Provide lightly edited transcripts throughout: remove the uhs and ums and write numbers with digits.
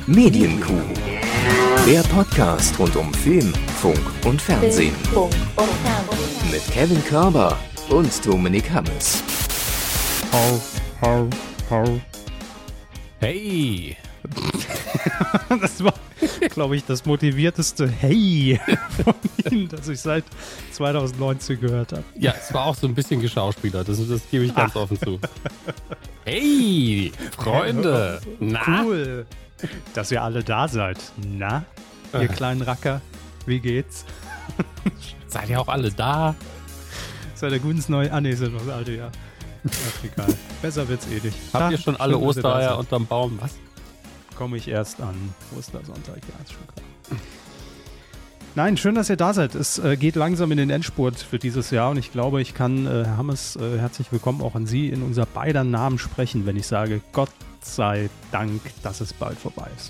Medienkuh. Der Podcast rund um Film, Funk und Fernsehen. Mit Kevin Körber und Dominik Hammes. Hey! Das war, glaube ich, das motivierteste Hey von Ihnen, das ich seit 2019 gehört habe. Ja, es war auch so ein bisschen geschauspielert, das gebe ich ganz offen zu. Hey, Freunde! Na? Cool, dass ihr alle da seid. Na, ihr kleinen Racker, wie geht's? Seid ihr auch alle da? Seid ihr gut ins neue... Ah, nee, ist ja noch das alte Jahr. Ist egal. Besser wird's eh nicht. Habt ihr schon alle Schön, dass ihr da Ostereier seid. unterm Baum? Was? Komme ich erst an Ostersonntag, ja, ist schon klar. Nein, schön, dass ihr da seid. Es geht langsam in den Endspurt für dieses Jahr und ich glaube, ich kann, Herr Hammes, herzlich willkommen auch an Sie in unser beider Namen sprechen, wenn ich sage, Gott sei Dank, dass es bald vorbei ist.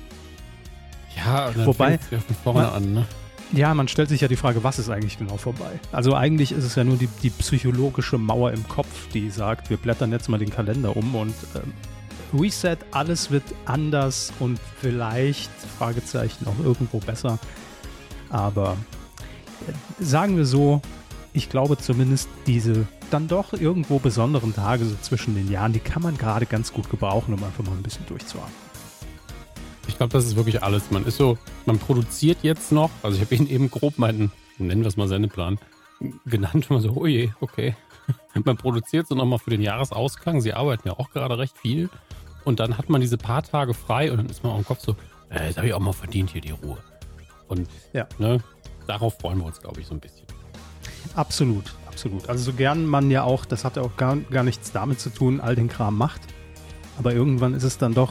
Ja, und dann Wobei- fängt's ja von vorne an, ne? Ja, man stellt sich ja die Frage, was ist eigentlich genau vorbei? Also eigentlich ist es ja nur die psychologische Mauer im Kopf, die sagt, wir blättern jetzt mal den Kalender um und Reset, alles wird anders und vielleicht, Fragezeichen, auch irgendwo besser. Aber sagen wir so, ich glaube zumindest diese dann doch irgendwo besonderen Tage so zwischen den Jahren, die kann man gerade ganz gut gebrauchen, um einfach mal ein bisschen durchzuatmen. Ich glaube, das ist wirklich alles. Man produziert jetzt noch, also ich habe ihn eben grob meinen, nennen wir es mal Sendeplan, genannt, und man so, oh je, okay. Man produziert so nochmal für den Jahresausklang, sie arbeiten ja auch gerade recht viel und dann hat man diese paar Tage frei und dann ist man auch im Kopf so, das habe ich auch mal verdient hier, die Ruhe. Und Ja. ne, darauf freuen wir uns, glaube ich, so ein bisschen. Absolut, absolut. Also so gern man ja auch, das hat ja auch gar nichts damit zu tun, all den Kram macht. Aber irgendwann ist es dann doch,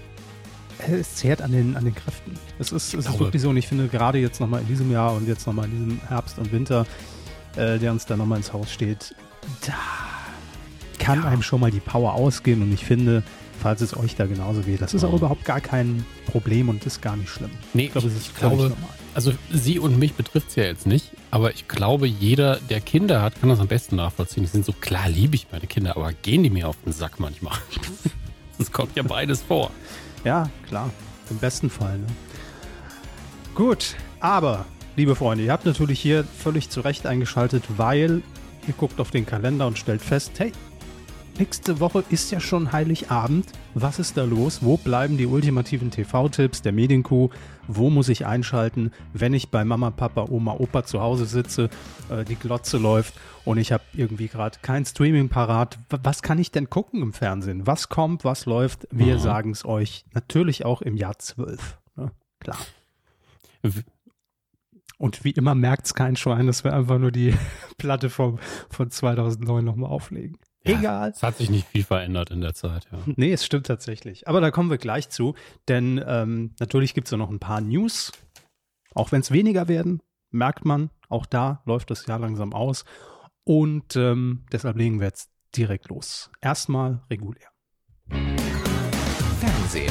es zehrt an den Kräften. Es ist wirklich so und ich finde gerade jetzt nochmal in diesem Jahr und jetzt nochmal in diesem Herbst und Winter, der uns dann nochmal ins Haus steht, da kann einem schon mal die Power ausgehen und ich finde, falls es euch da genauso geht, das ist auch überhaupt gar kein Problem und ist gar nicht schlimm. Nee, Ich glaube, es ist ich völlig glaube, normal. also sie und mich betrifft es ja jetzt nicht, aber ich glaube, jeder, der Kinder hat, kann das am besten nachvollziehen. Die sind so, klar liebe ich meine Kinder, aber gehen die mir auf den Sack manchmal. Es kommt ja beides vor. Ja, klar. Im besten Fall. Ne? Gut, aber, liebe Freunde, ihr habt natürlich hier völlig zu Recht eingeschaltet, weil ihr guckt auf den Kalender und stellt fest, hey, nächste Woche ist ja schon Heiligabend. Was ist da los? Wo bleiben die ultimativen TV-Tipps der Medienkuh? Wo muss ich einschalten, wenn ich bei Mama, Papa, Oma, Opa zu Hause sitze, die Glotze läuft und ich habe irgendwie gerade kein Streaming parat? Was kann ich denn gucken im Fernsehen? Was kommt, was läuft? Wir sagen es euch natürlich auch im Jahr 12. Ne? Klar. Und wie immer merkt es kein Schwein, dass wir einfach nur die Platte von 2009 nochmal auflegen. Ja, Egal. Es hat sich nicht viel verändert in der Zeit, ja. Nee, es stimmt tatsächlich. Aber da kommen wir gleich zu, denn natürlich gibt es ja noch ein paar News. Auch wenn es weniger werden, merkt man, auch da läuft das Jahr langsam aus. Und deshalb legen wir jetzt direkt los. Erstmal regulär. Fernsehen.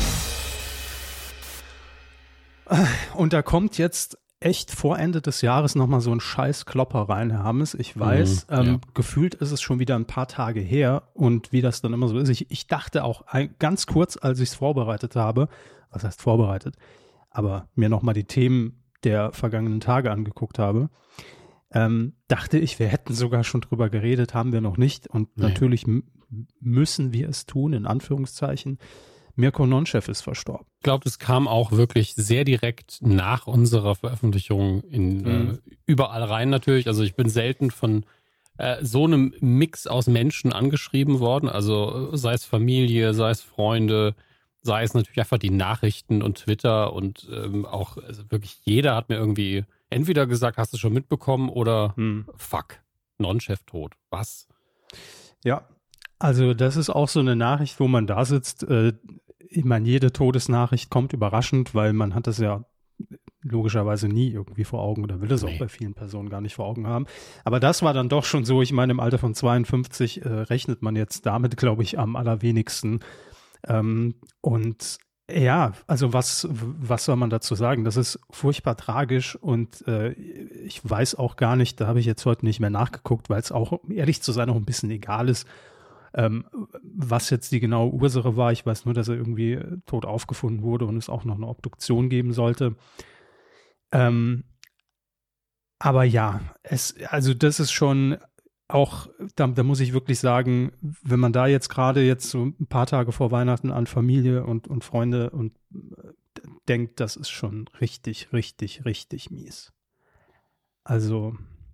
Und da kommt jetzt echt vor Ende des Jahres nochmal so ein scheiß Klopper rein, Herr Hammes. Ich weiß, ja. Gefühlt ist es schon wieder ein paar Tage her und wie das dann immer so ist. Ich dachte auch ganz kurz, als ich es vorbereitet habe, was heißt vorbereitet, aber mir nochmal die Themen der vergangenen Tage angeguckt habe, dachte ich, wir hätten sogar schon drüber geredet, haben wir noch nicht. Und natürlich müssen wir es tun, in Anführungszeichen. Mirko Nonchev ist verstorben. Ich glaube, das kam auch wirklich sehr direkt nach unserer Veröffentlichung überall rein natürlich. Also ich bin selten von so einem Mix aus Menschen angeschrieben worden. Also sei es Familie, sei es Freunde, sei es natürlich einfach die Nachrichten und Twitter und auch also wirklich jeder hat mir irgendwie entweder gesagt, hast du schon mitbekommen oder fuck, Nonchev tot. Was? Ja, also das ist auch so eine Nachricht, wo man da sitzt. Ich meine, jede Todesnachricht kommt überraschend, weil man hat das ja logischerweise nie irgendwie vor Augen oder will es auch bei vielen Personen gar nicht vor Augen haben. Aber das war dann doch schon so, ich meine, im Alter von 52 rechnet man jetzt damit, glaube ich, am allerwenigsten. Und ja, also was soll man dazu sagen? Das ist furchtbar tragisch und ich weiß auch gar nicht, da habe ich jetzt heute nicht mehr nachgeguckt, weil es auch, ehrlich zu sein, auch ein bisschen egal ist, Was jetzt die genaue Ursache war, ich weiß nur, dass er irgendwie tot aufgefunden wurde und es auch noch eine Obduktion geben sollte. Aber ja, also das ist schon auch, da muss ich wirklich sagen, wenn man da jetzt gerade so ein paar Tage vor Weihnachten an Familie und Freunde und denkt, das ist schon richtig, richtig, richtig mies. Also,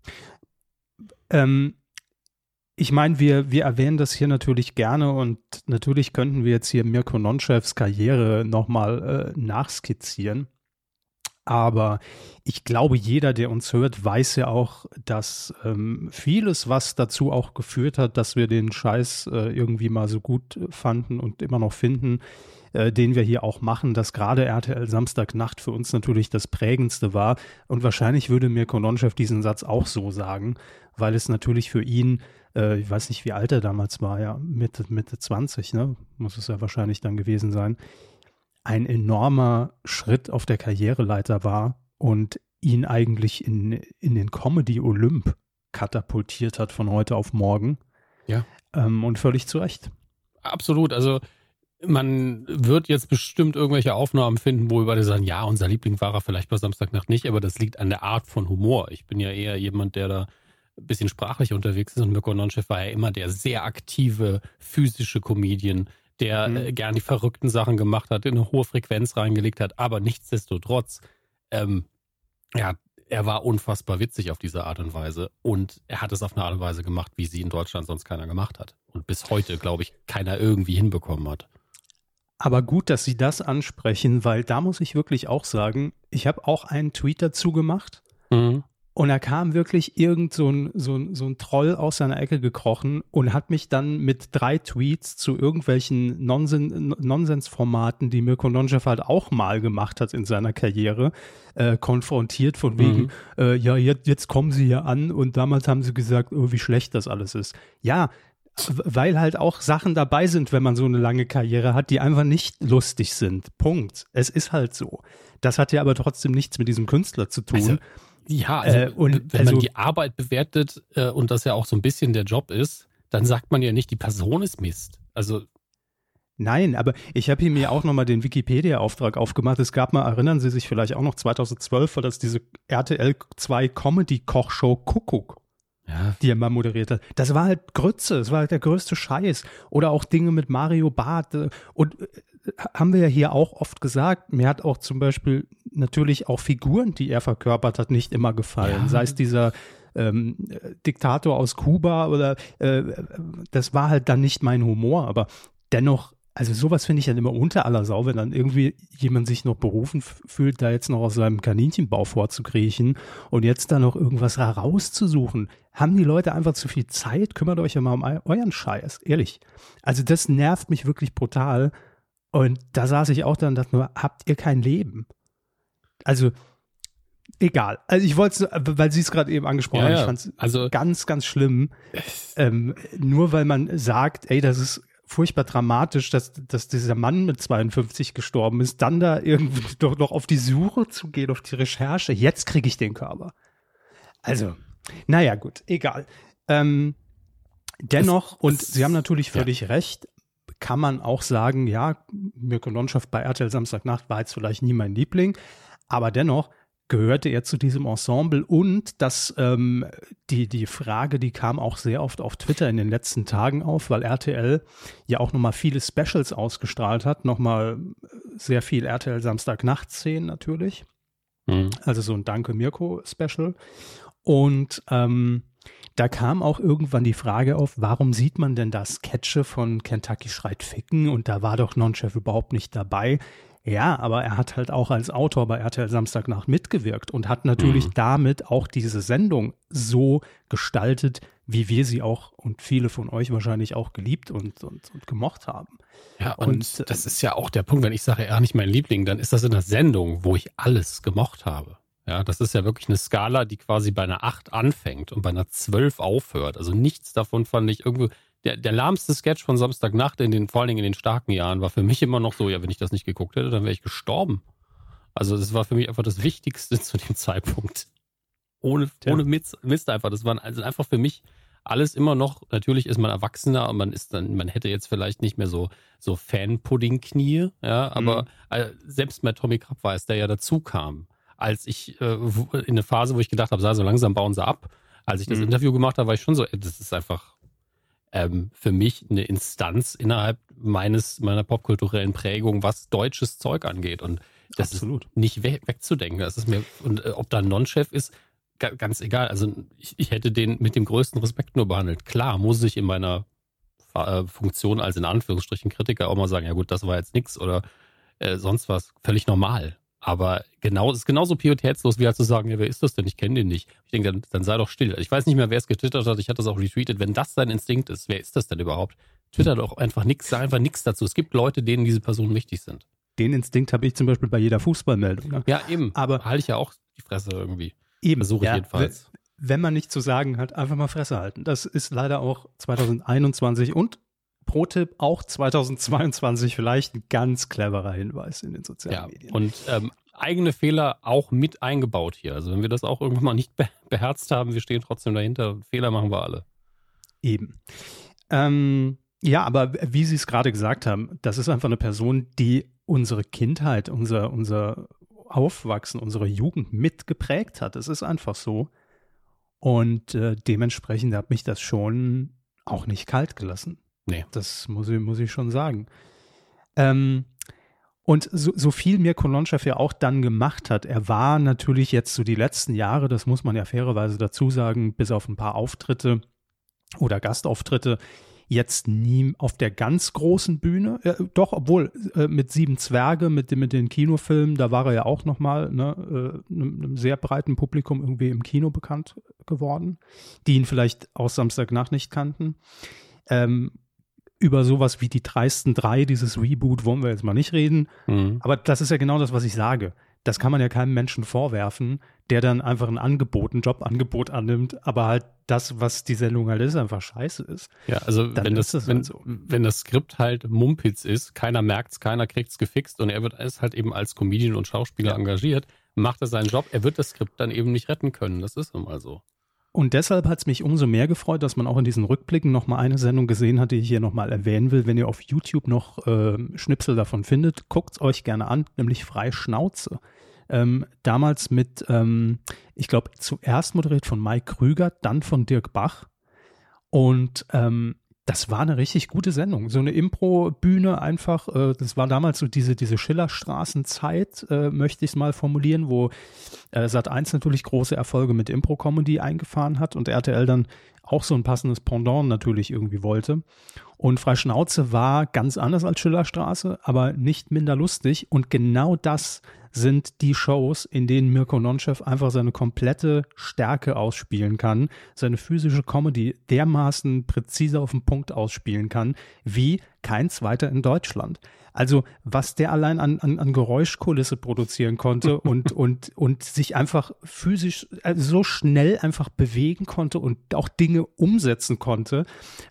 ich meine, wir erwähnen das hier natürlich gerne und natürlich könnten wir jetzt hier Mirko Nonchefs Karriere nochmal nachskizzieren. Aber ich glaube, jeder, der uns hört, weiß ja auch, dass vieles, was dazu auch geführt hat, dass wir den Scheiß irgendwie mal so gut fanden und immer noch finden, den wir hier auch machen, dass gerade RTL Samstagnacht für uns natürlich das Prägendste war. Und wahrscheinlich würde Mirko Nonchev diesen Satz auch so sagen, weil es natürlich für ihn, ich weiß nicht, wie alt er damals war, ja, Mitte 20, ne? Muss es ja wahrscheinlich dann gewesen sein, ein enormer Schritt auf der Karriereleiter war und ihn eigentlich in den Comedy-Olymp katapultiert hat von heute auf morgen. Ja. Und völlig zu Recht. Absolut. Also man wird jetzt bestimmt irgendwelche Aufnahmen finden, wo Leute sagen, ja, unser Liebling war er vielleicht bei Samstagnacht nicht, aber das liegt an der Art von Humor. Ich bin ja eher jemand, der da ein bisschen sprachlich unterwegs ist und Mirko Nonchev war ja immer der sehr aktive, physische Comedian, der gern die verrückten Sachen gemacht hat, in eine hohe Frequenz reingelegt hat, aber nichtsdestotrotz, er war unfassbar witzig auf diese Art und Weise und er hat es auf eine Art und Weise gemacht, wie sie in Deutschland sonst keiner gemacht hat und bis heute, glaube ich, keiner irgendwie hinbekommen hat. Aber gut, dass Sie das ansprechen, weil da muss ich wirklich auch sagen, ich habe auch einen Tweet dazu gemacht und da kam wirklich irgend so ein Troll aus seiner Ecke gekrochen und hat mich dann mit 3 Tweets zu irgendwelchen Nonsensformaten, die Mirko Nonchev halt auch mal gemacht hat in seiner Karriere, konfrontiert von wegen, jetzt kommen Sie hier an und damals haben Sie gesagt, oh, wie schlecht das alles ist. Ja, weil halt auch Sachen dabei sind, wenn man so eine lange Karriere hat, die einfach nicht lustig sind. Punkt. Es ist halt so. Das hat ja aber trotzdem nichts mit diesem Künstler zu tun. Wenn man die Arbeit bewertet und das ja auch so ein bisschen der Job ist, dann sagt man ja nicht, die Person ist Mist. Also nein, aber ich habe hier mir auch nochmal den Wikipedia-Auftrag aufgemacht. Es gab mal, erinnern Sie sich vielleicht auch noch, 2012 war das diese RTL 2 Comedy-Kochshow Kuckuck. Ja. Die er mal moderiert hat. Das war halt Grütze, das war halt der größte Scheiß. Oder auch Dinge mit Mario Barth. Und haben wir ja hier auch oft gesagt, mir hat auch zum Beispiel natürlich auch Figuren, die er verkörpert hat, nicht immer gefallen. Ja. Sei es dieser Diktator aus Kuba oder das war halt dann nicht mein Humor. Aber dennoch, also sowas finde ich dann immer unter aller Sau, wenn dann irgendwie jemand sich noch berufen fühlt, da jetzt noch aus seinem Kaninchenbau vorzukriechen und jetzt da noch irgendwas herauszusuchen. Haben die Leute einfach zu viel Zeit? Kümmert euch ja mal um euren Scheiß, ehrlich. Also das nervt mich wirklich brutal und da saß ich auch dann und dachte nur, habt ihr kein Leben? Also egal. Also ich wollte es, weil Sie es gerade eben angesprochen haben, ich fand es ganz, ganz schlimm. Nur weil man sagt, ey, das ist furchtbar dramatisch, dass dieser Mann mit 52 gestorben ist, dann da irgendwie doch noch auf die Suche zu gehen, auf die Recherche. Jetzt kriege ich den Körper. Also, naja, gut, egal. Dennoch, und Sie haben natürlich völlig recht, kann man auch sagen, ja, Mirko Nonchev bei RTL Samstagnacht war jetzt vielleicht nie mein Liebling, aber dennoch gehörte er zu diesem Ensemble und das, die Frage, die kam auch sehr oft auf Twitter in den letzten Tagen auf, weil RTL ja auch nochmal viele Specials ausgestrahlt hat, nochmal sehr viel RTL Samstagnacht-Szenen natürlich, also so ein Danke Mirko-Special und da kam auch irgendwann die Frage auf, warum sieht man denn da Sketche von Kentucky Schreit Ficken und da war doch Nonchev überhaupt nicht dabei. Ja, aber er hat halt auch als Autor bei RTL Samstagnacht mitgewirkt und hat natürlich damit auch diese Sendung so gestaltet, wie wir sie auch und viele von euch wahrscheinlich auch geliebt und gemocht haben. Ja, und das ist ja auch der Punkt, wenn ich sage, er nicht mein Liebling, dann ist das in der Sendung, wo ich alles gemocht habe. Ja, das ist ja wirklich eine Skala, die quasi bei einer 8 anfängt und bei einer 12 aufhört. Also nichts davon fand ich irgendwo. Der lahmste Sketch von Samstagnacht, vor allen Dingen in den starken Jahren, war für mich immer noch so, ja, wenn ich das nicht geguckt hätte, dann wäre ich gestorben. Also das war für mich einfach das Wichtigste zu dem Zeitpunkt. Ohne Mist einfach. Das waren also einfach für mich alles immer noch, natürlich ist man erwachsener und man hätte jetzt vielleicht nicht mehr so Fan-Pudding-Knie, ja, aber selbst mit Tommy Krabweis, der ja dazu kam, als ich in eine Phase, wo ich gedacht habe, so langsam bauen sie ab, als ich das Interview gemacht habe, war ich schon so, das ist einfach für mich eine Instanz innerhalb meiner popkulturellen Prägung, was deutsches Zeug angeht. Und das Absolut. ist nicht wegzudenken. Das ist mir, und ob da ein Non-Chef ist, ganz egal. Also ich hätte den mit dem größten Respekt nur behandelt. Klar, muss ich in meiner Funktion als in Anführungsstrichen Kritiker auch mal sagen, ja gut, das war jetzt nix oder sonst was. Völlig normal. Aber es ist genauso pietätslos, wie halt zu sagen, ja, wer ist das denn? Ich kenne den nicht. Ich denke, dann sei doch still. Ich weiß nicht mehr, wer es getwittert hat. Ich hatte das auch retweetet. Wenn das dein Instinkt ist, wer ist das denn überhaupt? Twitter doch einfach nichts, sag einfach nichts dazu. Es gibt Leute, denen diese Personen wichtig sind. Den Instinkt habe ich zum Beispiel bei jeder Fußballmeldung. Ne? Ja, eben. Aber halte ich ja auch die Fresse irgendwie. Eben. Versuche ich jedenfalls. Wenn man nichts zu sagen hat, einfach mal Fresse halten. Das ist leider auch 2021 und Pro-Tipp auch 2022 vielleicht ein ganz cleverer Hinweis in den sozialen Medien. Und eigene Fehler auch mit eingebaut hier. Also wenn wir das auch irgendwann mal nicht beherzt haben, wir stehen trotzdem dahinter. Fehler machen wir alle. Eben. Ja, aber wie Sie es gerade gesagt haben, das ist einfach eine Person, die unsere Kindheit, unser Aufwachsen, unsere Jugend mitgeprägt hat. Es ist einfach so. Und dementsprechend hat mich das schon auch nicht kalt gelassen. Nee. Das muss ich schon sagen. Und so viel Mirko Nonchev ja auch dann gemacht hat, er war natürlich jetzt so die letzten Jahre, das muss man ja fairerweise dazu sagen, bis auf ein paar Auftritte oder Gastauftritte, jetzt nie auf der ganz großen Bühne. Doch, obwohl mit Sieben Zwerge, mit den Kinofilmen, da war er ja auch nochmal einem sehr breiten Publikum irgendwie im Kino bekannt geworden, die ihn vielleicht aus Samstagnacht nicht kannten. Über sowas wie die dreisten 3, dieses Reboot, wollen wir jetzt mal nicht reden. Aber das ist ja genau das, was ich sage. Das kann man ja keinem Menschen vorwerfen, der dann einfach ein Jobangebot annimmt, aber halt das, was die Sendung halt ist, einfach scheiße ist. Ja, also wenn das Skript halt Mumpitz ist, keiner merkt's, keiner kriegt's gefixt und ist halt eben als Comedian und Schauspieler engagiert, macht er seinen Job, er wird das Skript dann eben nicht retten können. Das ist nun mal so. Und deshalb hat es mich umso mehr gefreut, dass man auch in diesen Rückblicken nochmal eine Sendung gesehen hat, die ich hier nochmal erwähnen will. Wenn ihr auf YouTube noch Schnipsel davon findet, guckt es euch gerne an, nämlich Freischnauze. Damals mit, ich glaube, zuerst moderiert von Mike Krüger, dann von Dirk Bach. Und das war eine richtig gute Sendung. So eine Impro-Bühne einfach. Das war damals so diese Schillerstraßenzeit, möchte ich es mal formulieren, wo Sat.1 natürlich große Erfolge mit Impro-Comedy eingefahren hat und RTL dann auch so ein passendes Pendant natürlich irgendwie wollte. Und Freischnauze war ganz anders als Schillerstraße, aber nicht minder lustig. Und genau das sind die Shows, in denen Mirko Nonchev einfach seine komplette Stärke ausspielen kann, seine physische Comedy dermaßen präzise auf den Punkt ausspielen kann, wie kein zweiter in Deutschland. Also was der allein an Geräuschkulisse produzieren konnte und sich einfach physisch so schnell einfach bewegen konnte und auch Dinge umsetzen konnte.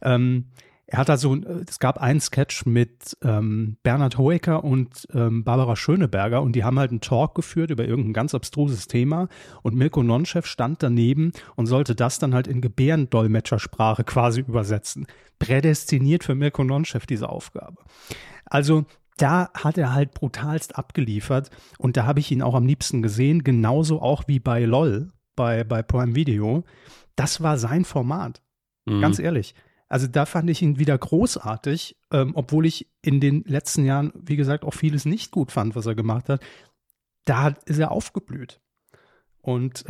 Er hat es gab einen Sketch mit Bernhard Hoeker und Barbara Schöneberger und die haben halt einen Talk geführt über irgendein ganz abstruses Thema und Mirko Nonchev stand daneben und sollte das dann halt in Gebärdendolmetschersprache quasi übersetzen. Prädestiniert für Mirko Nonchev diese Aufgabe. Also da hat er halt brutalst abgeliefert und da habe ich ihn auch am liebsten gesehen, genauso auch wie bei LOL, bei Prime Video. Das war sein Format, ganz ehrlich. Also da fand ich ihn wieder großartig, obwohl ich in den letzten Jahren, wie gesagt, auch vieles nicht gut fand, was er gemacht hat. Da ist er aufgeblüht. Und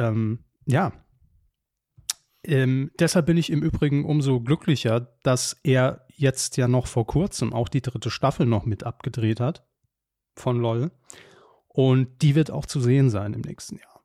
deshalb bin ich im Übrigen umso glücklicher, dass er jetzt ja noch vor kurzem auch die 3. Staffel noch mit abgedreht hat von LOL. Und die wird auch zu sehen sein im nächsten Jahr.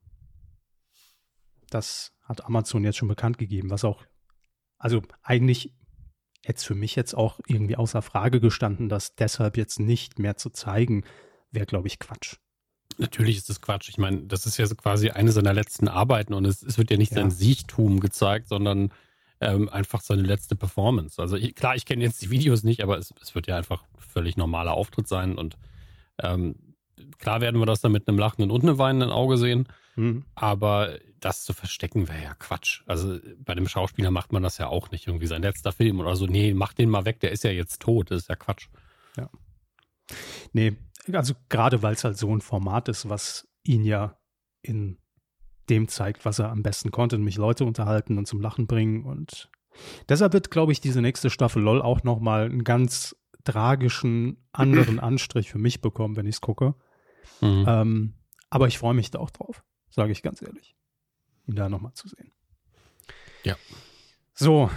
Das hat Amazon jetzt schon bekannt gegeben, was auch, also eigentlich jetzt für mich jetzt auch irgendwie außer Frage gestanden, das deshalb jetzt nicht mehr zu zeigen, wäre, glaube ich, Quatsch. Natürlich ist das Quatsch. Ich meine, das ist ja so quasi eine seiner letzten Arbeiten und es wird ja nicht sein Siechtum gezeigt, sondern einfach seine letzte Performance. Also klar, ich kenne jetzt die Videos nicht, aber es wird ja einfach völlig normaler Auftritt sein und klar werden wir das dann mit einem lachenden und einem weinenden Auge sehen, aber das zu verstecken wäre ja Quatsch. Also bei einem Schauspieler macht man das ja auch nicht, irgendwie sein letzter Film oder so. Nee, mach den mal weg, der ist ja jetzt tot, das ist ja Quatsch. Ja. Nee, also gerade weil es halt so ein Format ist, was ihn ja in dem zeigt, was er am besten konnte, nämlich Leute unterhalten und zum Lachen bringen. Und deshalb wird, glaube ich, diese nächste Staffel LOL auch nochmal einen ganz tragischen, anderen Anstrich für mich bekommen, wenn ich es gucke. Aber ich freue mich da auch drauf, sage ich ganz ehrlich, ihn da nochmal zu sehen. Ja. So,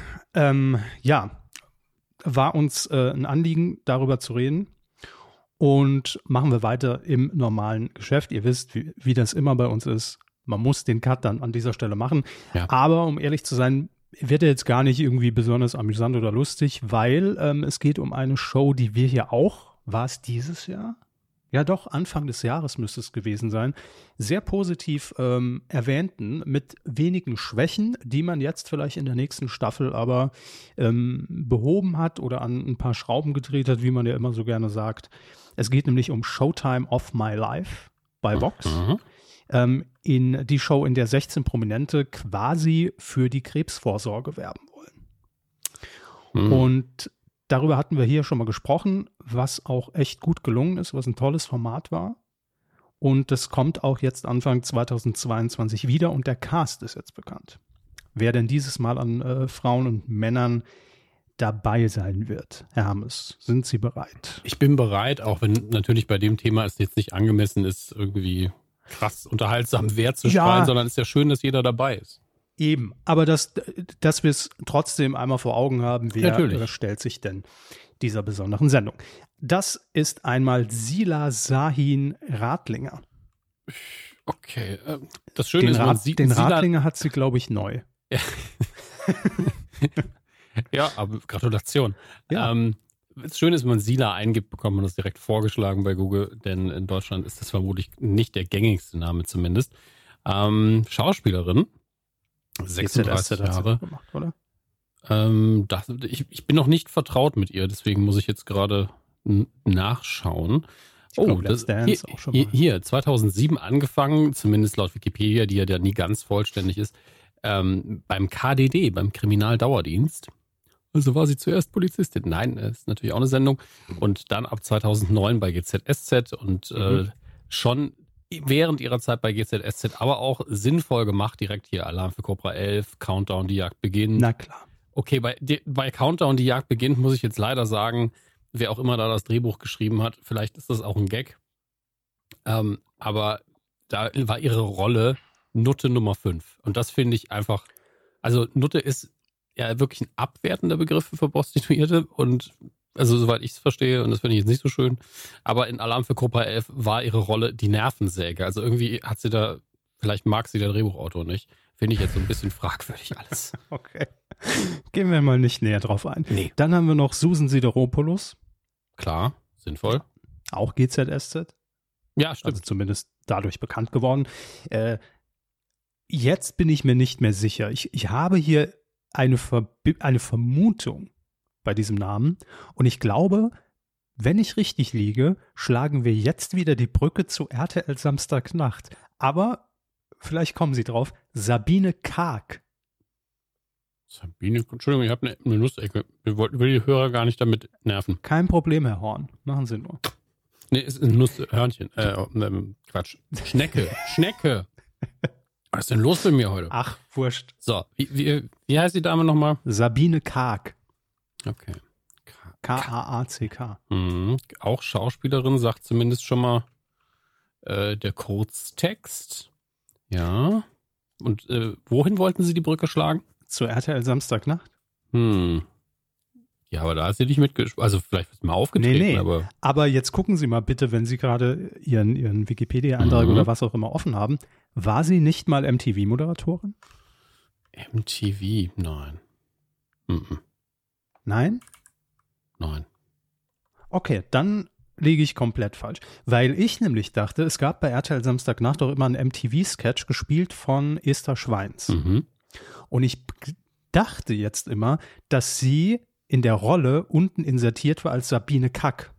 war uns ein Anliegen, darüber zu reden. Und machen wir weiter im normalen Geschäft. Ihr wisst, wie das immer bei uns ist. Man muss den Cut dann an dieser Stelle machen. Ja. Aber um ehrlich zu sein, wird er jetzt gar nicht irgendwie besonders amüsant oder lustig, weil es geht um eine Show, die wir hier auch, war es dieses Jahr? Ja doch, Anfang des Jahres müsste es gewesen sein, sehr positiv erwähnten, mit wenigen Schwächen, die man jetzt vielleicht in der nächsten Staffel aber behoben hat oder an ein paar Schrauben gedreht hat, wie man ja immer so gerne sagt. Es geht nämlich um Showtime of My Life bei Vox. In die Show, in der 16 Prominente quasi für die Krebsvorsorge werben wollen. Und darüber hatten wir hier schon mal gesprochen, was auch echt gut gelungen ist, was ein tolles Format war. Und das kommt auch jetzt Anfang 2022 wieder und der Cast ist jetzt bekannt. Wer denn dieses Mal an Frauen und Männern dabei sein wird. Herr Hammes, sind Sie bereit? Ich bin bereit, auch wenn natürlich bei dem Thema es jetzt nicht angemessen ist, irgendwie krass unterhaltsam Wert zu schreien, sondern es ist ja schön, dass jeder dabei ist. Eben, aber dass wir es trotzdem einmal vor Augen haben, wer stellt sich denn dieser besonderen Sendung? Das ist einmal Sila Sahin Radlinger. Okay, das Schöne ist, den Radlinger hat sie, glaube ich, neu. Ja, aber Gratulation. Ja. Das Schöne ist, wenn man Sila eingibt, bekommt man das direkt vorgeschlagen bei Google, denn in Deutschland ist das vermutlich nicht der gängigste Name zumindest. Schauspielerin, 36 Jahre. Gemacht, oder? Ich bin noch nicht vertraut mit ihr, deswegen muss ich jetzt gerade nachschauen. Hier, 2007 angefangen, zumindest laut Wikipedia, die ja nie ganz vollständig ist, beim KDD, beim Kriminaldauerdienst. Also war sie zuerst Polizistin. Nein, ist natürlich auch eine Sendung. Und dann ab 2009 bei GZSZ und schon während ihrer Zeit bei GZSZ, aber auch sinnvoll gemacht, direkt hier Alarm für Cobra 11, Countdown, die Jagd beginnt. Na klar. Okay, bei Countdown, die Jagd beginnt, muss ich jetzt leider sagen, wer auch immer da das Drehbuch geschrieben hat, vielleicht ist das auch ein Gag. Aber da war ihre Rolle Nutte Nummer 5. Und das finde ich einfach, also Nutte ist ja wirklich ein abwertender Begriff für Prostituierte und also soweit ich es verstehe, und das finde ich jetzt nicht so schön, aber in Alarm für Cobra 11 war ihre Rolle die Nervensäge. Also irgendwie hat sie da, vielleicht mag sie der Drehbuchautor nicht, finde ich jetzt so ein bisschen fragwürdig alles. Okay, gehen wir mal nicht näher drauf ein. Nee. Dann haben wir noch Susan Sideropoulos. Klar, sinnvoll. Auch GZSZ. Ja, stimmt. Also zumindest dadurch bekannt geworden. Jetzt bin ich mir nicht mehr sicher. Ich habe hier eine Vermutung bei diesem Namen. Und ich glaube, wenn ich richtig liege, schlagen wir jetzt wieder die Brücke zu RTL Samstagnacht. Aber vielleicht kommen Sie drauf. Sabine Karg. Sabine, Entschuldigung, ich habe eine Nussecke. Ich will die Hörer gar nicht damit nerven. Kein Problem, Herr Horn. Machen Sie nur. Nee, es ist ein Nusshörnchen. Quatsch. Schnecke. Was ist denn los bei mir heute? Ach, wurscht. So, wie heißt die Dame nochmal? Sabine Karg. Okay. K-A-A-C-K. Auch Schauspielerin, sagt zumindest schon mal der Kurztext. Ja. Und wohin wollten Sie die Brücke schlagen? Zur RTL Samstagnacht. Ja, aber da ist sie nicht mitgespielt. Also vielleicht ist mal aufgetreten. Nee. Aber jetzt gucken Sie mal bitte, wenn Sie gerade Ihren Wikipedia-Eintrag oder was auch immer offen haben. War sie nicht mal MTV-Moderatorin? MTV? Nein. Nein? Nein. Okay, dann liege ich komplett falsch. Weil ich nämlich dachte, es gab bei RTL Samstagnacht auch immer einen MTV-Sketch gespielt von Esther Schweins. Und ich dachte jetzt immer, dass sie in der Rolle unten insertiert war als Sabine Kack.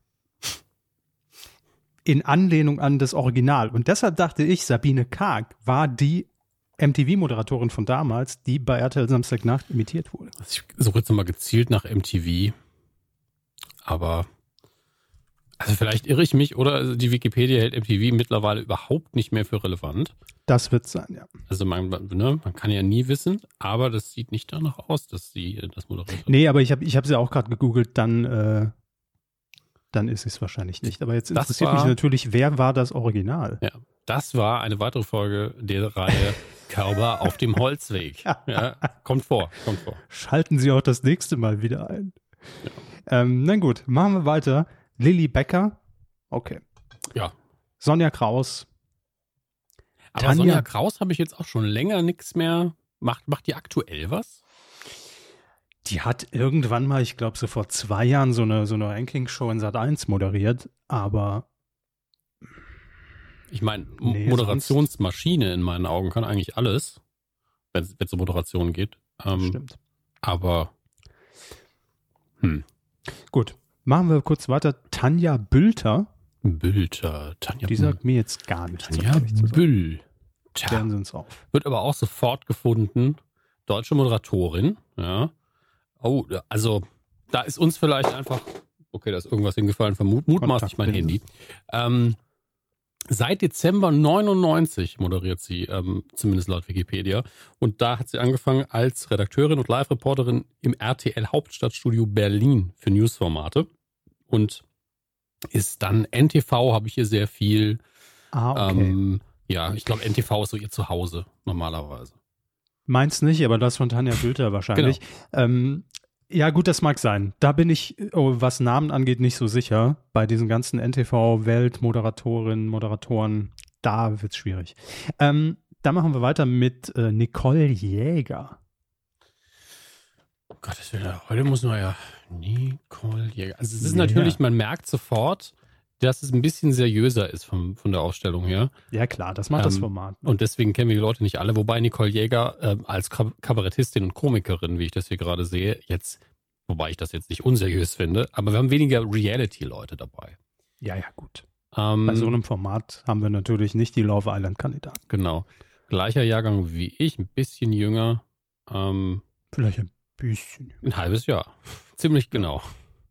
In Anlehnung an das Original. Und deshalb dachte ich, Sabine Karg war die MTV-Moderatorin von damals, die bei RTL Samstagnacht imitiert wurde. Ich suche jetzt nochmal gezielt nach MTV. Aber, also vielleicht irre ich mich, oder die Wikipedia hält MTV mittlerweile überhaupt nicht mehr für relevant. Das wird sein, ja. Also man kann ja nie wissen, aber das sieht nicht danach aus, dass sie das moderiert hat. Nee, aber ich hab sie auch gerade gegoogelt, dann ist es wahrscheinlich nicht. Aber jetzt interessiert mich natürlich, wer war das Original? Ja, das war eine weitere Folge der Reihe Körber auf dem Holzweg. Ja, kommt vor. Schalten Sie auch das nächste Mal wieder ein. Ja. Na gut, machen wir weiter. Lilly Becker, okay. Ja. Sonja Kraus. Aber Tanja, Sonja Kraus habe ich jetzt auch schon länger nichts mehr. Macht die aktuell was? die hat irgendwann mal, ich glaube so vor 2 Jahren, so eine Ranking-Show in Sat.1 moderiert, aber ich meine, Moderationsmaschine in meinen Augen kann eigentlich alles, wenn es um Moderation geht. Stimmt. Aber gut, machen wir kurz weiter. Tanja Bülter. Tanja Die sagt mir jetzt gar nichts. Tanja Bülter. Klären Sie uns auf. Wird aber auch sofort gefunden. Deutsche Moderatorin. Ja. Oh, also da ist uns vielleicht einfach, okay, da ist irgendwas hingefallen, mutmaßlich mein Handy. Seit Dezember 99 moderiert sie, zumindest laut Wikipedia. Und da hat sie angefangen als Redakteurin und Live-Reporterin im RTL Hauptstadtstudio Berlin für Newsformate. Und ist dann NTV, habe ich hier sehr viel. Okay. Ja, ich glaube, NTV ist so ihr Zuhause normalerweise. Meins nicht, aber das von Tanja Bülter wahrscheinlich. Genau. Ja, gut, das mag sein. Da bin ich, was Namen angeht, nicht so sicher. Bei diesen ganzen NTV-Welt-Moderatorinnen, Moderatoren, da wird's schwierig. Da machen wir weiter mit Nicole Jäger. Oh Gottes Willen, heute muss man ja Nicole Jäger. Also es ist natürlich, man merkt sofort, dass es ein bisschen seriöser ist von der Ausstellung her. Ja klar, das macht das Format. Und deswegen kennen wir die Leute nicht alle. Wobei Nicole Jäger als Kabarettistin und Komikerin, wie ich das hier gerade sehe, wobei ich das jetzt nicht unseriös finde, aber wir haben weniger Reality-Leute dabei. Ja, gut. Bei so einem Format haben wir natürlich nicht die Love Island-Kandidaten. Genau. Gleicher Jahrgang wie ich, ein bisschen jünger. Vielleicht ein bisschen. Ein halbes Jahr. Ziemlich genau.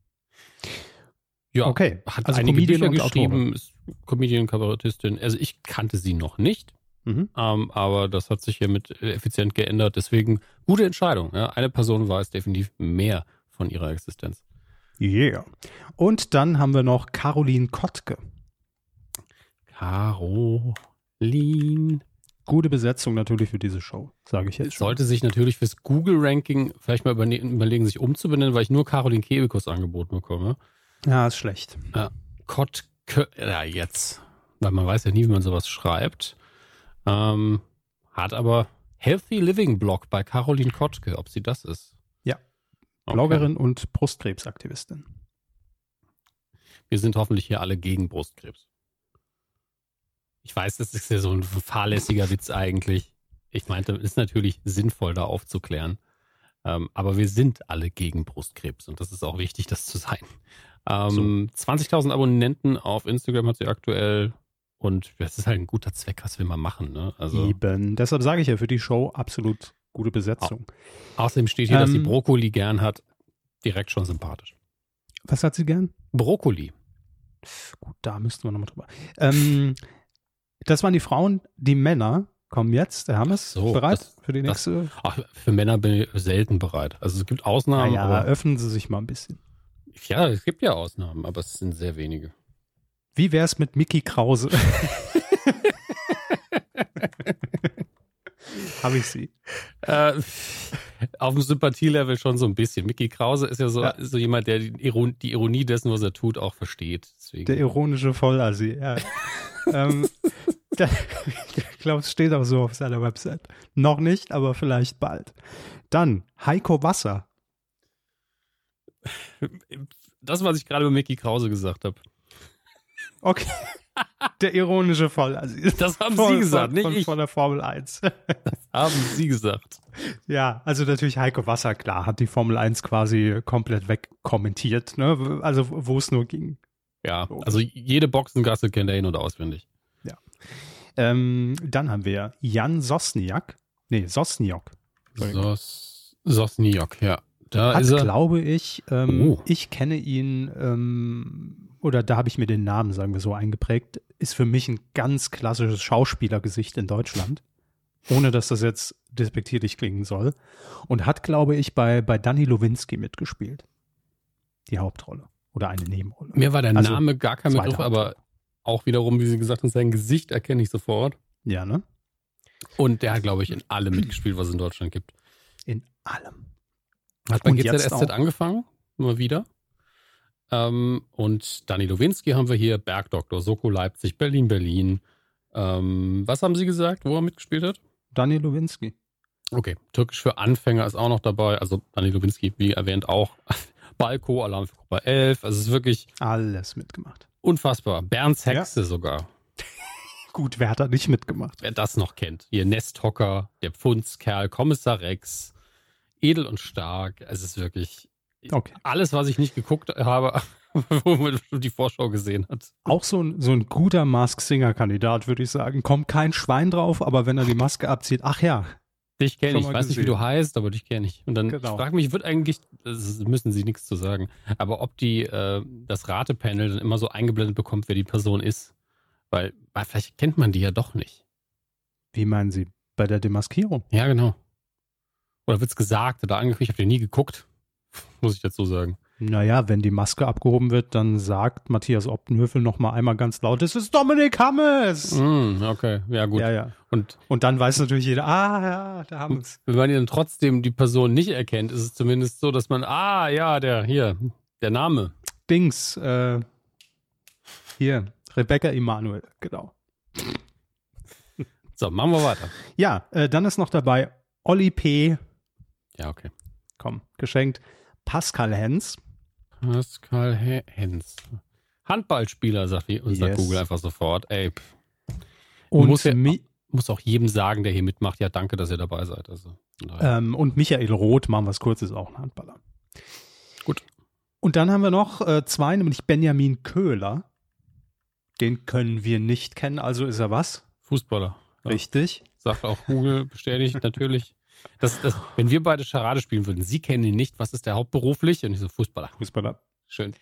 Ja, okay. Hat also einige Comedian Bücher und geschrieben, ist Comedian, Kabarettistin. Also ich kannte sie noch nicht, aber das hat sich hiermit effizient geändert. Deswegen gute Entscheidung. Ja. Eine Person weiß definitiv mehr von ihrer Existenz. Yeah. Und dann haben wir noch Caroline Kottke. Gute Besetzung natürlich für diese Show, sage ich jetzt schon. Sollte sich natürlich fürs Google-Ranking vielleicht mal überlegen, sich umzubenennen, weil ich nur Caroline Kebekus angeboten bekomme. Ja, ist schlecht. Kottke, ja jetzt, weil man weiß ja nie, wie man sowas schreibt. Hat aber Healthy Living Blog bei Caroline Kottke, ob sie das ist. Ja, okay. Bloggerin und Brustkrebsaktivistin. Wir sind hoffentlich hier alle gegen Brustkrebs. Ich weiß, das ist ja so ein fahrlässiger Witz eigentlich. Ich meinte, es ist natürlich sinnvoll, da aufzuklären. Aber wir sind alle gegen Brustkrebs und das ist auch wichtig, das zu sein. 20.000 Abonnenten auf Instagram hat sie aktuell und das ist halt ein guter Zweck, was will man machen. Ne? Also, eben, deshalb sage ich ja für die Show absolut gute Besetzung. Außerdem steht hier, dass sie Brokkoli gern hat. Direkt schon sympathisch. Was hat sie gern? Brokkoli. Gut, da müssten wir nochmal drüber. Das waren die Frauen, die Männer kommen jetzt. Der Hammes bereit für die nächste? Für Männer bin ich selten bereit. Also es gibt Ausnahmen. Ja, öffnen Sie sich mal ein bisschen. Ja, es gibt ja Ausnahmen, aber es sind sehr wenige. Wie wär's mit Micky Krause? Habe ich sie. Auf dem Sympathielevel schon so ein bisschen. Micky Krause ist ja so jemand, der die Ironie dessen, was er tut, auch versteht. Deswegen. Der ironische Vollassi, ja. Ich glaube, es steht auch so auf seiner Website. Noch nicht, aber vielleicht bald. Dann Heiko Wasser. Das, was ich gerade über Micky Krause gesagt habe. Okay. Der ironische Vollassi. Das haben Sie gesagt, nicht ich. Von der Formel 1. Das haben Sie gesagt. Ja, also natürlich Heiko Wasser, klar, hat die Formel 1 quasi komplett wegkommentiert, ne? Also wo es nur ging. Ja, also jede Boxengasse kennt er in- und auswendig. Ja. Dann haben wir Jan Sosniak. Nee, Sosniok. Sosniok, ja. Da Hat, ist er. glaube ich, ich kenne ihn, oder da habe ich mir den Namen, sagen wir so, eingeprägt, ist für mich ein ganz klassisches Schauspielergesicht in Deutschland. Ohne, dass das jetzt despektierlich klingen soll. Und hat, glaube ich, bei Danny Lowinski mitgespielt. Die Hauptrolle. Oder eine Nebenrolle. Mir war der Name gar kein zweite Begriff, aber auch wiederum, wie Sie gesagt haben, sein Gesicht erkenne ich sofort. Ja, ne? Und der hat, glaube ich, in allem mitgespielt, was es in Deutschland gibt. In allem. Hat bei Und jetzt GZSZ auch. angefangen, immer wieder. Und Danny Lowinski haben wir hier, Bergdoktor, Soko Leipzig, Berlin. Was haben Sie gesagt, wo er mitgespielt hat? Danny Lowinski. Okay, Türkisch für Anfänger ist auch noch dabei. Also Danny Lowinski, wie erwähnt, auch. Balko, Alarm für Gruppe 11. Also es ist wirklich Alles mitgemacht. unfassbar. Bernds Hexe sogar. Gut, wer hat da nicht mitgemacht? Wer das noch kennt. Ihr Nesthocker, der Pfundskerl, Kommissar Rex, Edel und Stark. Es ist wirklich Okay. alles, was ich nicht geguckt habe, wo man schon die Vorschau gesehen hat. Auch so ein guter Mask-Singer-Kandidat, würde ich sagen. Kommt kein Schwein drauf, aber wenn er die Maske abzieht, ach ja. Dich kenne Schon ich. mal Ich weiß nicht, wie gesehen. du heißt, aber dich kenne ich. Und dann Genau. frage mich, wird eigentlich, das müssen sie nichts zu sagen, aber ob die das Ratepanel dann immer so eingeblendet bekommt, wer die Person ist. Weil vielleicht kennt man die ja doch nicht. Wie meinen Sie? Bei der Demaskierung? Ja, genau. Oder wird's gesagt oder angekündigt? Ich habe den nie geguckt, muss ich dazu sagen. Naja, wenn die Maske abgehoben wird, dann sagt Matthias Optenhöfel noch mal einmal ganz laut, es ist Dominik Hammes! Okay, ja gut. Ja. Und Und dann weiß natürlich jeder, ja, da haben wir es. wenn man dann trotzdem die Person nicht erkennt, ist es zumindest so, dass man, der Name. Dings, hier, Rebecca Emanuel, genau. So, machen wir weiter. Ja, dann ist noch dabei Olli P., Ja, okay. komm, geschenkt, Pascal Hens. Pascal Hens. Handballspieler, sagt Yes. Google einfach sofort. Ey, Und, muss auch jedem sagen, der hier mitmacht, ja, danke, dass ihr dabei seid. Also, von daher. und Michael Roth, machen wir es kurz, ist auch ein Handballer. Gut. Und dann haben wir noch zwei, nämlich Benjamin Köhler. Den können wir nicht kennen, also ist er was? Fußballer. Ja. Richtig. Sagt auch Google, bestätigt natürlich. Wenn wir beide Charade spielen würden, Sie kennen ihn nicht, was ist der hauptberuflich? Und ich so, Fußballer. Fußballer. Schön.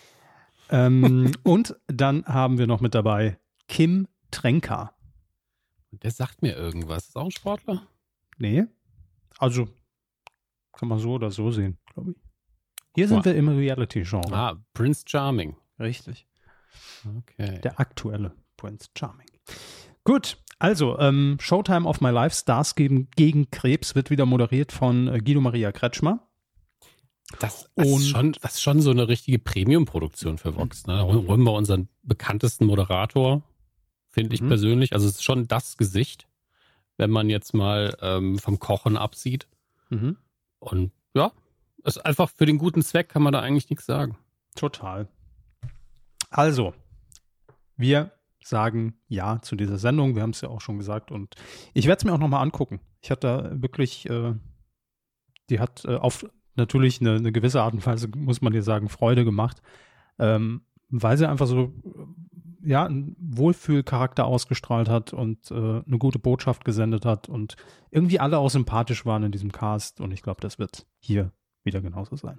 Und dann haben wir noch mit dabei Kim Tränker. Der sagt mir irgendwas. Ist auch ein Sportler? Nee, also kann man so oder so sehen, glaube ich. Hier sind Wow. wir im Reality-Genre. Ah, Prince Charming. Richtig. Okay. Der aktuelle Prince Charming. Gut, also Showtime of My Life, Stars gegen Krebs wird wieder moderiert von Guido Maria Kretschmer. Das ist schon so eine richtige Premium-Produktion für Vox. Ne? Da holen wir unseren bekanntesten Moderator, finde ich persönlich. Also es ist schon das Gesicht, wenn man jetzt mal vom Kochen absieht. Mhm. Und ja, ist einfach für den guten Zweck, kann man da eigentlich nichts sagen. Total. Also, wir sagen ja zu dieser Sendung. Wir haben es ja auch schon gesagt und ich werde es mir auch nochmal angucken. Ich hatte da wirklich, die hat auf natürlich eine gewisse Art und Weise, muss man dir sagen, Freude gemacht, weil sie einfach so, ja, einen Wohlfühlcharakter ausgestrahlt hat und eine gute Botschaft gesendet hat und irgendwie alle auch sympathisch waren in diesem Cast und ich glaube, das wird hier wieder genauso sein.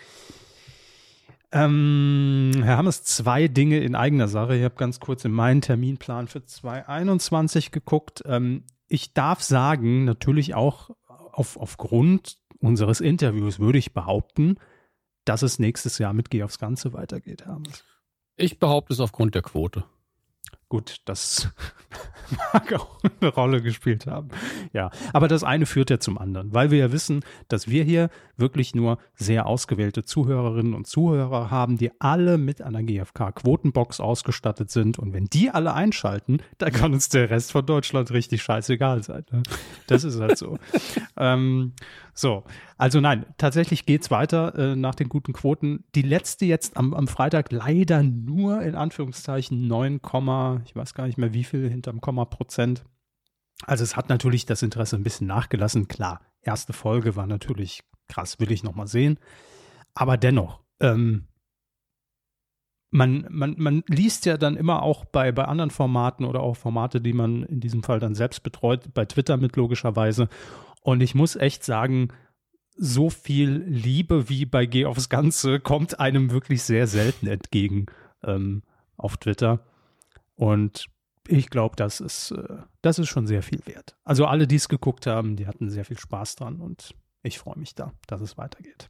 Herr Hammes, 2 Dinge in eigener Sache. Ich habe ganz kurz in meinen Terminplan für 2021 geguckt. Ich darf sagen, natürlich auch aufgrund unseres Interviews würde ich behaupten, dass es nächstes Jahr mit Geh aufs Ganze weitergeht, Herr Hammes. Ich behaupte es aufgrund der Quote. Gut, das mag auch eine Rolle gespielt haben. Ja, aber das eine führt ja zum anderen, weil wir ja wissen, dass wir hier wirklich nur sehr ausgewählte Zuhörerinnen und Zuhörer haben, die alle mit einer GfK-Quotenbox ausgestattet sind. Und wenn die alle einschalten, dann kann uns der Rest von Deutschland richtig scheißegal sein. Ne? Das ist halt so. So, also nein, tatsächlich geht's weiter nach den guten Quoten. Die letzte jetzt am Freitag leider nur in Anführungszeichen 9, ich weiß gar nicht mehr wie viel hinterm Komma%. Also es hat natürlich das Interesse ein bisschen nachgelassen. Klar, erste Folge war natürlich krass, will ich nochmal sehen. Aber dennoch, man liest ja dann immer auch bei anderen Formaten oder auch Formate, die man in diesem Fall dann selbst betreut, bei Twitter mit logischerweise. Und ich muss echt sagen, so viel Liebe wie bei Geh aufs Ganze kommt einem wirklich sehr selten entgegen auf Twitter. Und ich glaube, das ist schon sehr viel wert. Also alle, die es geguckt haben, die hatten sehr viel Spaß dran und ich freue mich da, dass es weitergeht.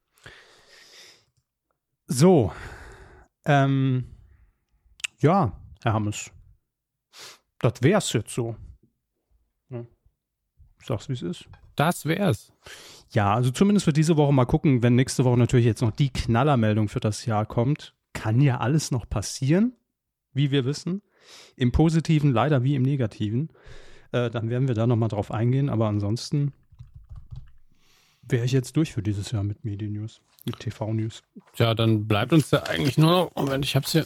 So, ja, Herr Hammes, das wär's jetzt so. Ja. Sag's, wie es ist. Das wär's. Ja, also zumindest für diese Woche mal gucken, wenn nächste Woche natürlich jetzt noch die Knallermeldung für das Jahr kommt. Kann ja alles noch passieren, wie wir wissen. Im Positiven leider wie im Negativen. Dann werden wir da nochmal drauf eingehen. Aber ansonsten wäre ich jetzt durch für dieses Jahr mit Medien-News, mit TV-News. Tja, dann bleibt uns ja eigentlich nur noch, Moment, ich hab's hier.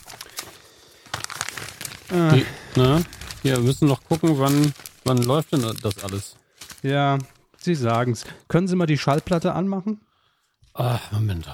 Hier, wir müssen noch gucken, wann läuft denn das alles? Ja, Sie sagen's. Können Sie mal die Schallplatte anmachen? Moment.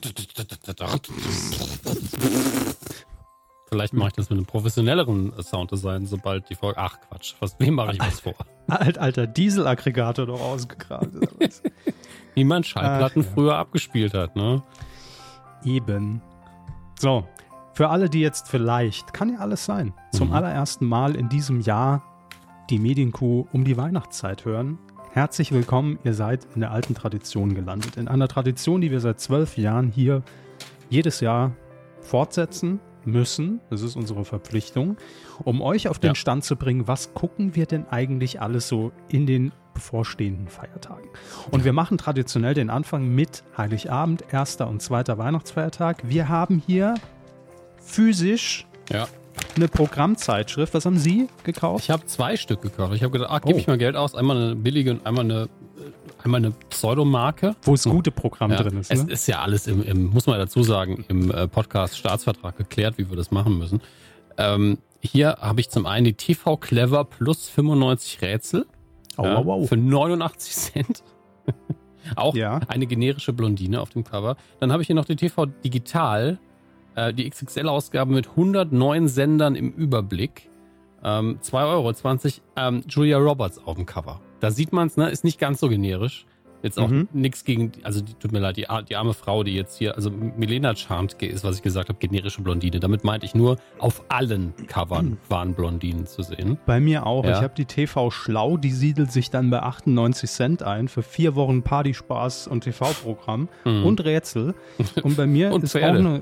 Vielleicht mache ich das mit einem professionelleren Sounddesign, sobald die Folge. Ach Quatsch, wem mache ich was vor? Alter Dieselaggregator doch ausgekramt. Wie man Schallplatten früher abgespielt hat, ne? Eben. So, für alle, die jetzt vielleicht, kann ja alles sein, zum allerersten Mal in diesem Jahr die Medienkuh um die Weihnachtszeit hören. Herzlich willkommen, ihr seid in der alten Tradition gelandet. In einer Tradition, die wir seit 12 Jahren hier jedes Jahr fortsetzen müssen. Das ist unsere Verpflichtung, um euch auf den Stand zu bringen, was gucken wir denn eigentlich alles so in den bevorstehenden Feiertagen. Und wir machen traditionell den Anfang mit Heiligabend, erster und zweiter Weihnachtsfeiertag. Wir haben hier physisch eine Programmzeitschrift. Was haben Sie gekauft? Ich habe 2 Stück gekauft. Ich habe gedacht, gebe ich mal Geld aus. Einmal eine billige und einmal eine Pseudomarke. Wo das gute Programm drin ist. Es ist ja alles muss man dazu sagen, im Podcast-Staatsvertrag geklärt, wie wir das machen müssen. Hier habe ich zum einen die TV Clever plus 95 Rätsel. Für 89 Cent. Auch eine generische Blondine auf dem Cover. Dann habe ich hier noch die TV Digital, die XXL-Ausgabe mit 109 Sendern im Überblick. 2,20 €. Julia Roberts auf dem Cover. Da sieht man es, ne? Ist nicht ganz so generisch. Jetzt auch nichts gegen, also tut mir leid, die arme Frau, die jetzt hier, also Milena Charmtke ist, was ich gesagt habe, generische Blondine. Damit meinte ich nur, auf allen Covern waren Blondinen zu sehen. Bei mir auch. Ja. Ich habe die TV Schlau, die siedelt sich dann bei 98 Cent ein für 4 Wochen Partyspaß und TV-Programm und Rätsel. Und bei mir und ist Pferde. auch eine...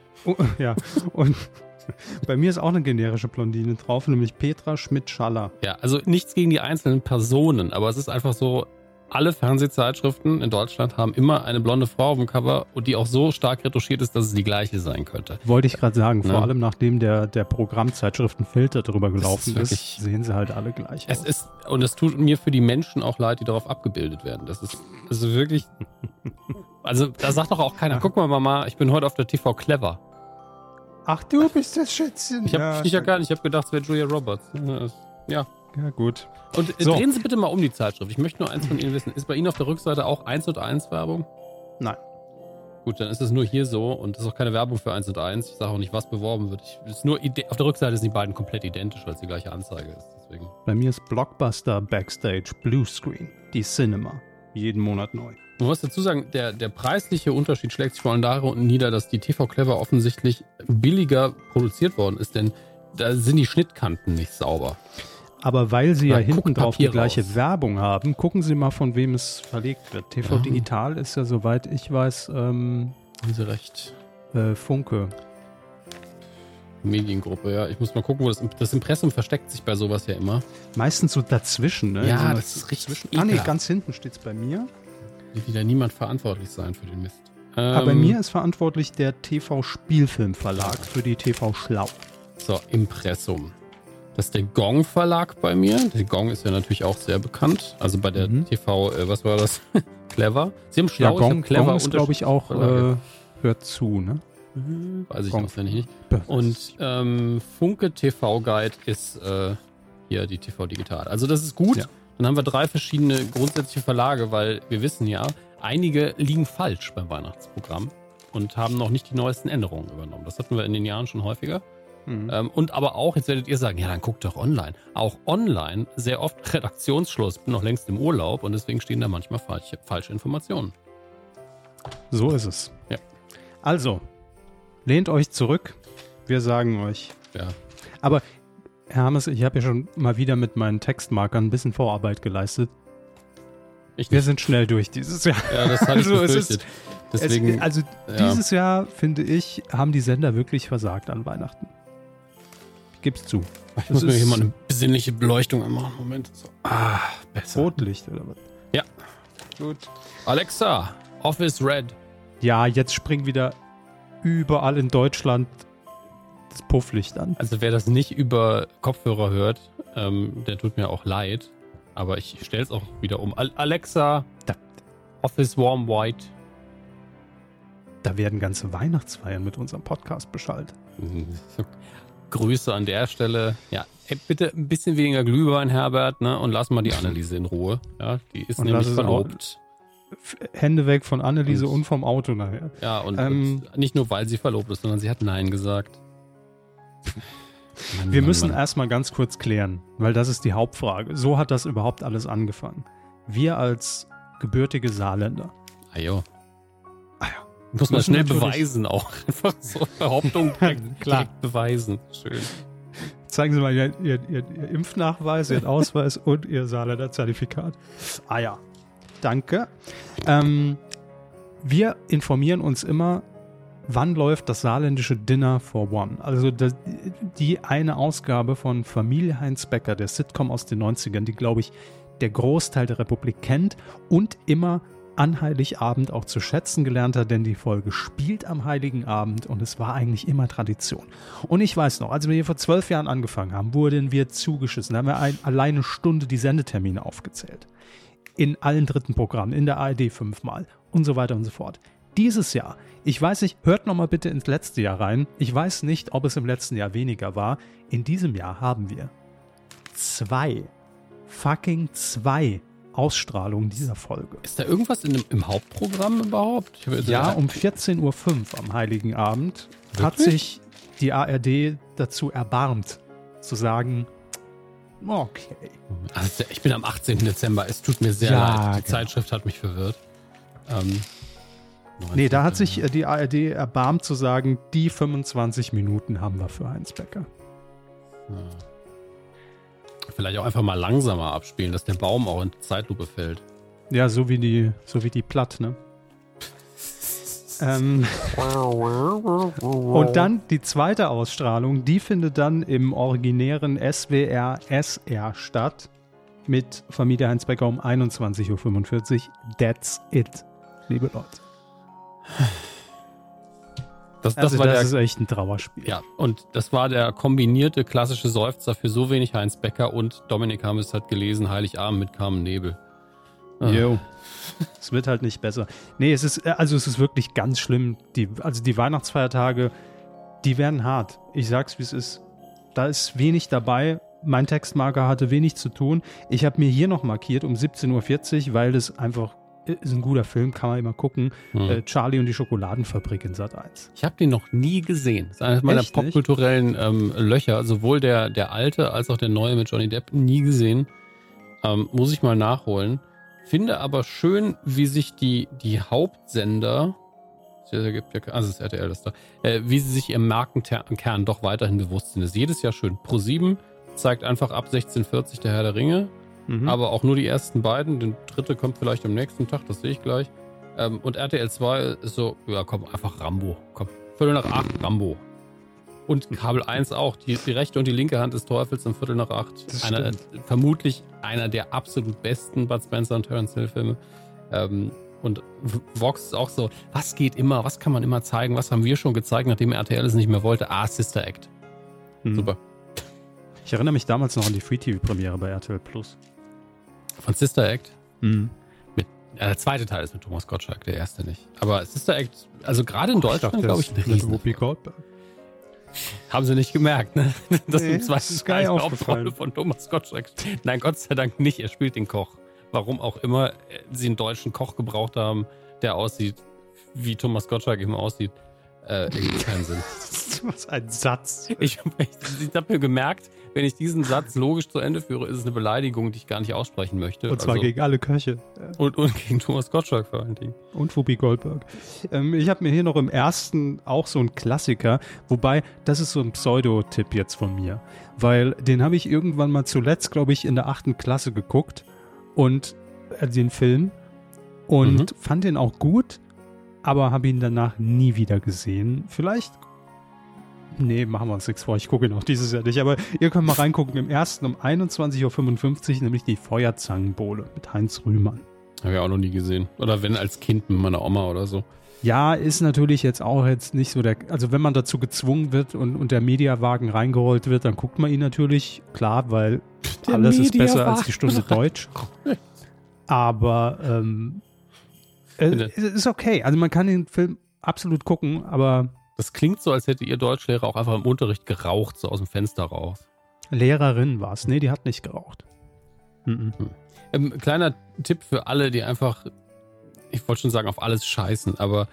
und bei mir ist auch eine generische Blondine drauf, nämlich Petra Schmidt-Schaller. Ja, also nichts gegen die einzelnen Personen, aber es ist einfach so, alle Fernsehzeitschriften in Deutschland haben immer eine blonde Frau auf dem Cover und die auch so stark retuschiert ist, dass es die gleiche sein könnte. Wollte ich gerade sagen, vor allem nachdem der Programmzeitschriftenfilter drüber gelaufen ist, sehen sie halt alle gleich aus. Und es tut mir für die Menschen auch leid, die darauf abgebildet werden. Das ist wirklich, also da sagt doch auch keiner, guck mal Mama, ich bin heute auf der TV Clever. Ach, du bist das Schätzchen. Ich habe gedacht, es wäre Julia Roberts. Ja, gut. Und drehen Sie bitte mal um die Zeitschrift. Ich möchte nur eins von Ihnen wissen. Ist bei Ihnen auf der Rückseite auch 1&1 Werbung? Nein. Gut, dann ist es nur hier so und das ist auch keine Werbung für 1&1. Ich sage auch nicht, was beworben wird. Auf der Rückseite sind die beiden komplett identisch, weil es die gleiche Anzeige ist. Deswegen. Bei mir ist Blockbuster Backstage Bluescreen, die Cinema. Jeden Monat neu. Man muss dazu sagen, der preisliche Unterschied schlägt sich vor allem darin nieder, dass die TV Clever offensichtlich billiger produziert worden ist, denn da sind die Schnittkanten nicht sauber. Aber weil sie ja hinten drauf die gleiche Werbung haben, gucken Sie mal, von wem es verlegt wird. TV Digital ist ja, soweit ich weiß, haben Sie recht. Funke. Mediengruppe, ja. Ich muss mal gucken, wo das Impressum versteckt sich bei sowas ja immer. Meistens so dazwischen, ne? Ja, so das ist richtig ekelhaft. Ganz hinten steht es bei mir. Wird wieder niemand verantwortlich sein für den Mist. Aber bei mir ist verantwortlich der TV-Spielfilm-Verlag für die TV Schlau. So, Impressum. Das ist der Gong Verlag bei mir. Der Gong ist ja natürlich auch sehr bekannt. Also bei der TV, was war das? Clever. Sie haben Schlau, ja, Clever. Gong ist, glaube ich, auch hört zu, ne? Weiß ich auswendig nicht. Und Funke TV Guide ist hier die TV Digital. Also das ist gut. Ja. Dann haben wir 3 verschiedene grundsätzliche Verlage, weil wir wissen ja, einige liegen falsch beim Weihnachtsprogramm. und haben noch nicht die neuesten Änderungen übernommen. Das hatten wir in den Jahren schon häufiger. Und aber auch, jetzt werdet ihr sagen, ja, dann guckt doch online. Auch online sehr oft Redaktionsschluss. Bin noch längst im Urlaub und deswegen stehen da manchmal falsche Informationen. So ist es. Ja. Also, lehnt euch zurück. Wir sagen euch. Ja. Aber, Herr Hammes, ich habe ja schon mal wieder mit meinen Textmarkern ein bisschen Vorarbeit geleistet. Wir sind schnell durch dieses Jahr. Ja, das hatte ich befürchtet. Deswegen, dieses Jahr, finde ich, haben die Sender wirklich versagt an Weihnachten. Ich gebe es zu. Ich muss mir hier mal eine besinnliche Beleuchtung machen. Moment. So. Besser. Rotlicht oder was? Ja. Gut. Alexa, Office Red. Ja, jetzt springt wieder überall in Deutschland das Pufflicht an. Also wer das nicht über Kopfhörer hört, der tut mir auch leid. Aber ich stelle es auch wieder um. Alexa, Office Warm White. Da werden ganze Weihnachtsfeiern mit unserem Podcast beschallt. Grüße an der Stelle. Ja, bitte ein bisschen weniger Glühwein, Herbert, ne? Und lass mal die Anneliese in Ruhe. Ja, die ist und nämlich verlobt. Hände weg von Anneliese und vom Auto nachher. Ja, und nicht nur, weil sie verlobt ist, sondern sie hat Nein gesagt. Wir müssen erstmal ganz kurz klären, weil das ist die Hauptfrage. So hat das überhaupt alles angefangen. Wir als gebürtige Saarländer. Muss man schnell beweisen auch. Einfach so Behauptungen direkt beweisen. Schön. Zeigen Sie mal Ihr Impfnachweis, Ihren Ausweis und Ihr Saarländer Zertifikat. Ja. Danke. Wir informieren uns immer, wann läuft das saarländische Dinner for One. Also die eine Ausgabe von Familie Heinz Becker, der Sitcom aus den 90ern, die, glaube ich, der Großteil der Republik kennt und immer an Heiligabend auch zu schätzen gelernt hat, denn die Folge spielt am Heiligen Abend und es war eigentlich immer Tradition. Und ich weiß noch, als wir hier vor 12 Jahren angefangen haben, wurden wir zugeschissen. Da haben wir alleine eine Stunde die Sendetermine aufgezählt. In allen dritten Programmen, in der ARD 5-mal und so weiter und so fort. Dieses Jahr, ich weiß nicht, hört nochmal bitte ins letzte Jahr rein. Ich weiß nicht, ob es im letzten Jahr weniger war. In diesem Jahr haben wir 2 Ausstrahlungen dieser Folge. Ist da irgendwas im Hauptprogramm überhaupt? Ja, um 14.05 Uhr am Heiligen Abend hat sich die ARD dazu erbarmt, zu sagen, okay. Also ich bin am 18. Dezember, es tut mir sehr leid. Die Zeitschrift hat mich verwirrt. Nee, da hat sich die ARD erbarmt zu sagen, die 25 Minuten haben wir für Heinz Becker. Vielleicht auch einfach mal langsamer abspielen, dass der Baum auch in Zeitlupe fällt. Ja, so wie die Platt, ne? Und dann die zweite Ausstrahlung, die findet dann im originären SWR SR statt mit Familie Heinz Becker um 21.45 Uhr. That's it, liebe Leute. Das ist echt ein Trauerspiel. Ja, und das war der kombinierte klassische Seufzer für so wenig Heinz Becker und Dominik Hammes hat gelesen Heiligabend mit Carmen Nebel. Jo. Es wird halt nicht besser. Nee, es ist wirklich ganz schlimm. Die Weihnachtsfeiertage, die werden hart. Ich sag's, wie es ist. Da ist wenig dabei. Mein Textmarker hatte wenig zu tun. Ich habe mir hier noch markiert um 17.40 Uhr, weil das einfach ist ein guter Film, kann man immer gucken. Charlie und die Schokoladenfabrik in Sat.1. Ich habe den noch nie gesehen. Das ist eines meiner popkulturellen Löcher. Sowohl der alte als auch der neue mit Johnny Depp nie gesehen. Muss ich mal nachholen. Finde aber schön, wie sich die Hauptsender, also das RTL ist da, wie sie sich ihrem Markenkern doch weiterhin bewusst sind. Das ist jedes Jahr schön. Pro7 zeigt einfach ab 16:40 der Herr der Ringe. Aber auch nur die ersten beiden. Der dritte kommt vielleicht am nächsten Tag, das sehe ich gleich. Und RTL 2 ist so, ja komm, einfach Rambo. Komm, 7:45 Rambo. Und Kabel 1 auch. Die rechte und die linke Hand des Teufels um 7:45. Vermutlich einer der absolut besten Bud Spencer und Terence Hill Filme. Und Vox ist auch so, was geht immer, was kann man immer zeigen, was haben wir schon gezeigt, nachdem RTL es nicht mehr wollte? Sister Act. Super. Ich erinnere mich damals noch an die Free-TV-Premiere bei RTL Plus. Von Sister Act? Der zweite Teil ist mit Thomas Gottschalk, der erste nicht. Aber Sister Act, also gerade in Deutschland, glaube ich, mit Whoopi Goldberg. Haben sie nicht gemerkt, ne? Das Nee, im zweiten Teil die Hauptrolle von Thomas Gottschalk. Nein, Gott sei Dank nicht. Er spielt den Koch. Warum auch immer sie einen deutschen Koch gebraucht haben, der aussieht wie Thomas Gottschalk eben aussieht, irgendwie keinen Sinn. Was ein Satz. Ich hab mir gemerkt, wenn ich diesen Satz logisch zu Ende führe, ist es eine Beleidigung, die ich gar nicht aussprechen möchte. Und zwar gegen alle Köche. Und gegen Thomas Gottschalk vor allen Dingen. Und Whoopi Goldberg. Ich habe mir hier noch im ersten auch so einen Klassiker, wobei, das ist so ein Pseudo-Tipp jetzt von mir, weil den habe ich irgendwann mal zuletzt, glaube ich, in der 8. Klasse geguckt und den Film und fand den auch gut, aber habe ihn danach nie wieder gesehen. Vielleicht, nee, machen wir uns nichts vor, ich gucke ihn auch dieses Jahr nicht, aber ihr könnt mal reingucken, im ersten um 21.55 Uhr, nämlich die Feuerzangenbowle mit Heinz Rühmann. Habe ich auch noch nie gesehen. Oder wenn als Kind mit meiner Oma oder so. Ja, ist natürlich jetzt auch jetzt nicht so also wenn man dazu gezwungen wird und der Mediawagen reingerollt wird, dann guckt man ihn natürlich, klar, weil alles ist besser als die Stunde Deutsch. Aber es ist okay. Also man kann den Film absolut gucken, aber... Das klingt so, als hätte ihr Deutschlehrer auch einfach im Unterricht geraucht, so aus dem Fenster raus. Lehrerin war es. Nee, die hat nicht geraucht. Kleiner Tipp für alle, die einfach, ich wollte schon sagen, auf alles scheißen, aber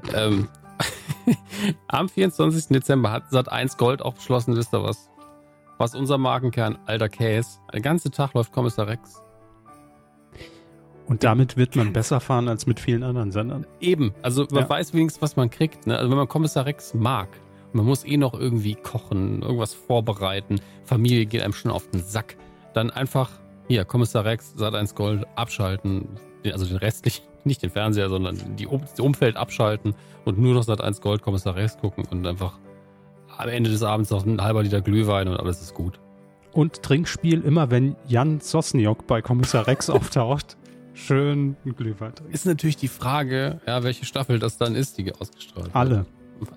am 24. Dezember hat Sat.1 Gold auch beschlossen, wisst ihr was? Was unser Markenkern, alter Käse, der ganze Tag läuft Kommissar Rex. Und damit wird man besser fahren als mit vielen anderen Sendern. Eben, also man weiß wenigstens, was man kriegt. Ne? Also wenn man Kommissar Rex mag, man muss noch irgendwie kochen, irgendwas vorbereiten, Familie geht einem schon auf den Sack, dann einfach, hier, Kommissar Rex, Sat.1 Gold, abschalten, also den restlichen, nicht den Fernseher, sondern das Umfeld abschalten und nur noch Sat.1 Gold, Kommissar Rex gucken und einfach am Ende des Abends noch ein halber Liter Glühwein und alles ist gut. Und Trinkspiel immer, wenn Jan Sosniok bei Kommissar Rex auftaucht. Schön ein Glühwein trinken. Ist natürlich die Frage, ja, welche Staffel das dann ist, die ausgestrahlt wird. Alle.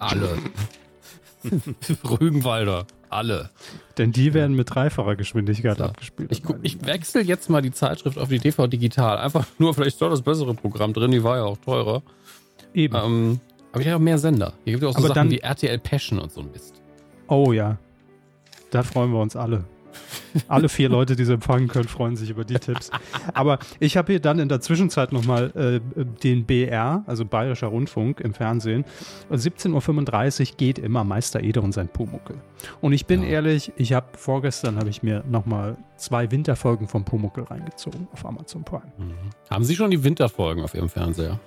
Rügenwalder. Alle. Denn die werden mit dreifacher Geschwindigkeit abgespielt. Ich wechsle jetzt mal die Zeitschrift auf die TV Digital. Einfach nur, vielleicht ist doch das bessere Programm drin, die war ja auch teurer. Eben. Aber ich habe auch mehr Sender. Hier gibt es auch so aber Sachen wie RTL Passion und so ein Mist. Oh ja. Da freuen wir uns alle. Alle 4 Leute, die sie empfangen können, freuen sich über die Tipps. Aber ich habe hier dann in der Zwischenzeit nochmal den BR, also Bayerischer Rundfunk im Fernsehen. 17.35 Uhr geht immer Meister Eder und sein Pumuckl. Und ich bin ehrlich, vorgestern habe ich mir nochmal 2 Winterfolgen vom Pumuckl reingezogen auf Amazon Prime. Haben Sie schon die Winterfolgen auf Ihrem Fernseher?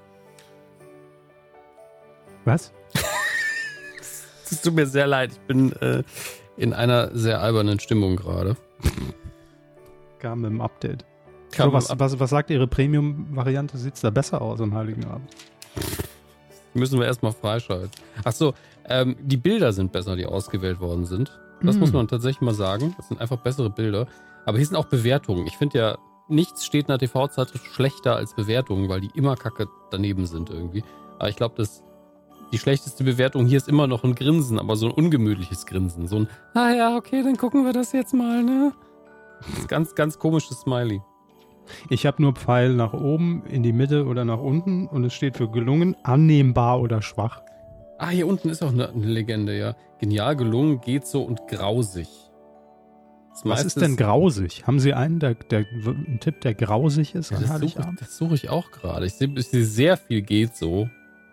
Was? Es tut mir sehr leid, ich bin in einer sehr albernen Stimmung gerade. Kam mit dem Update. Was sagt Ihre Premium-Variante? Sieht es da besser aus am Heiligen Abend? Müssen wir erstmal freischalten. Achso, die Bilder sind besser, die ausgewählt worden sind. Das muss man tatsächlich mal sagen. Das sind einfach bessere Bilder. Aber hier sind auch Bewertungen. Ich finde ja, nichts steht in einer TV-Zeitschrift schlechter als Bewertungen, weil die immer kacke daneben sind irgendwie. Aber ich glaube, die schlechteste Bewertung hier ist immer noch ein Grinsen, aber so ein ungemütliches Grinsen. So ein, ja, okay, dann gucken wir das jetzt mal, ne? Das ist ganz, ganz komisches Smiley. Ich habe nur Pfeil nach oben, in die Mitte oder nach unten und es steht für gelungen, annehmbar oder schwach. Hier unten ist auch eine Legende, ja. Genial, gelungen, geht so und grausig. Was ist denn grausig? Haben Sie einen Tipp, der grausig ist? Ja, das suche ich auch gerade. Ich sehe sehr viel geht so.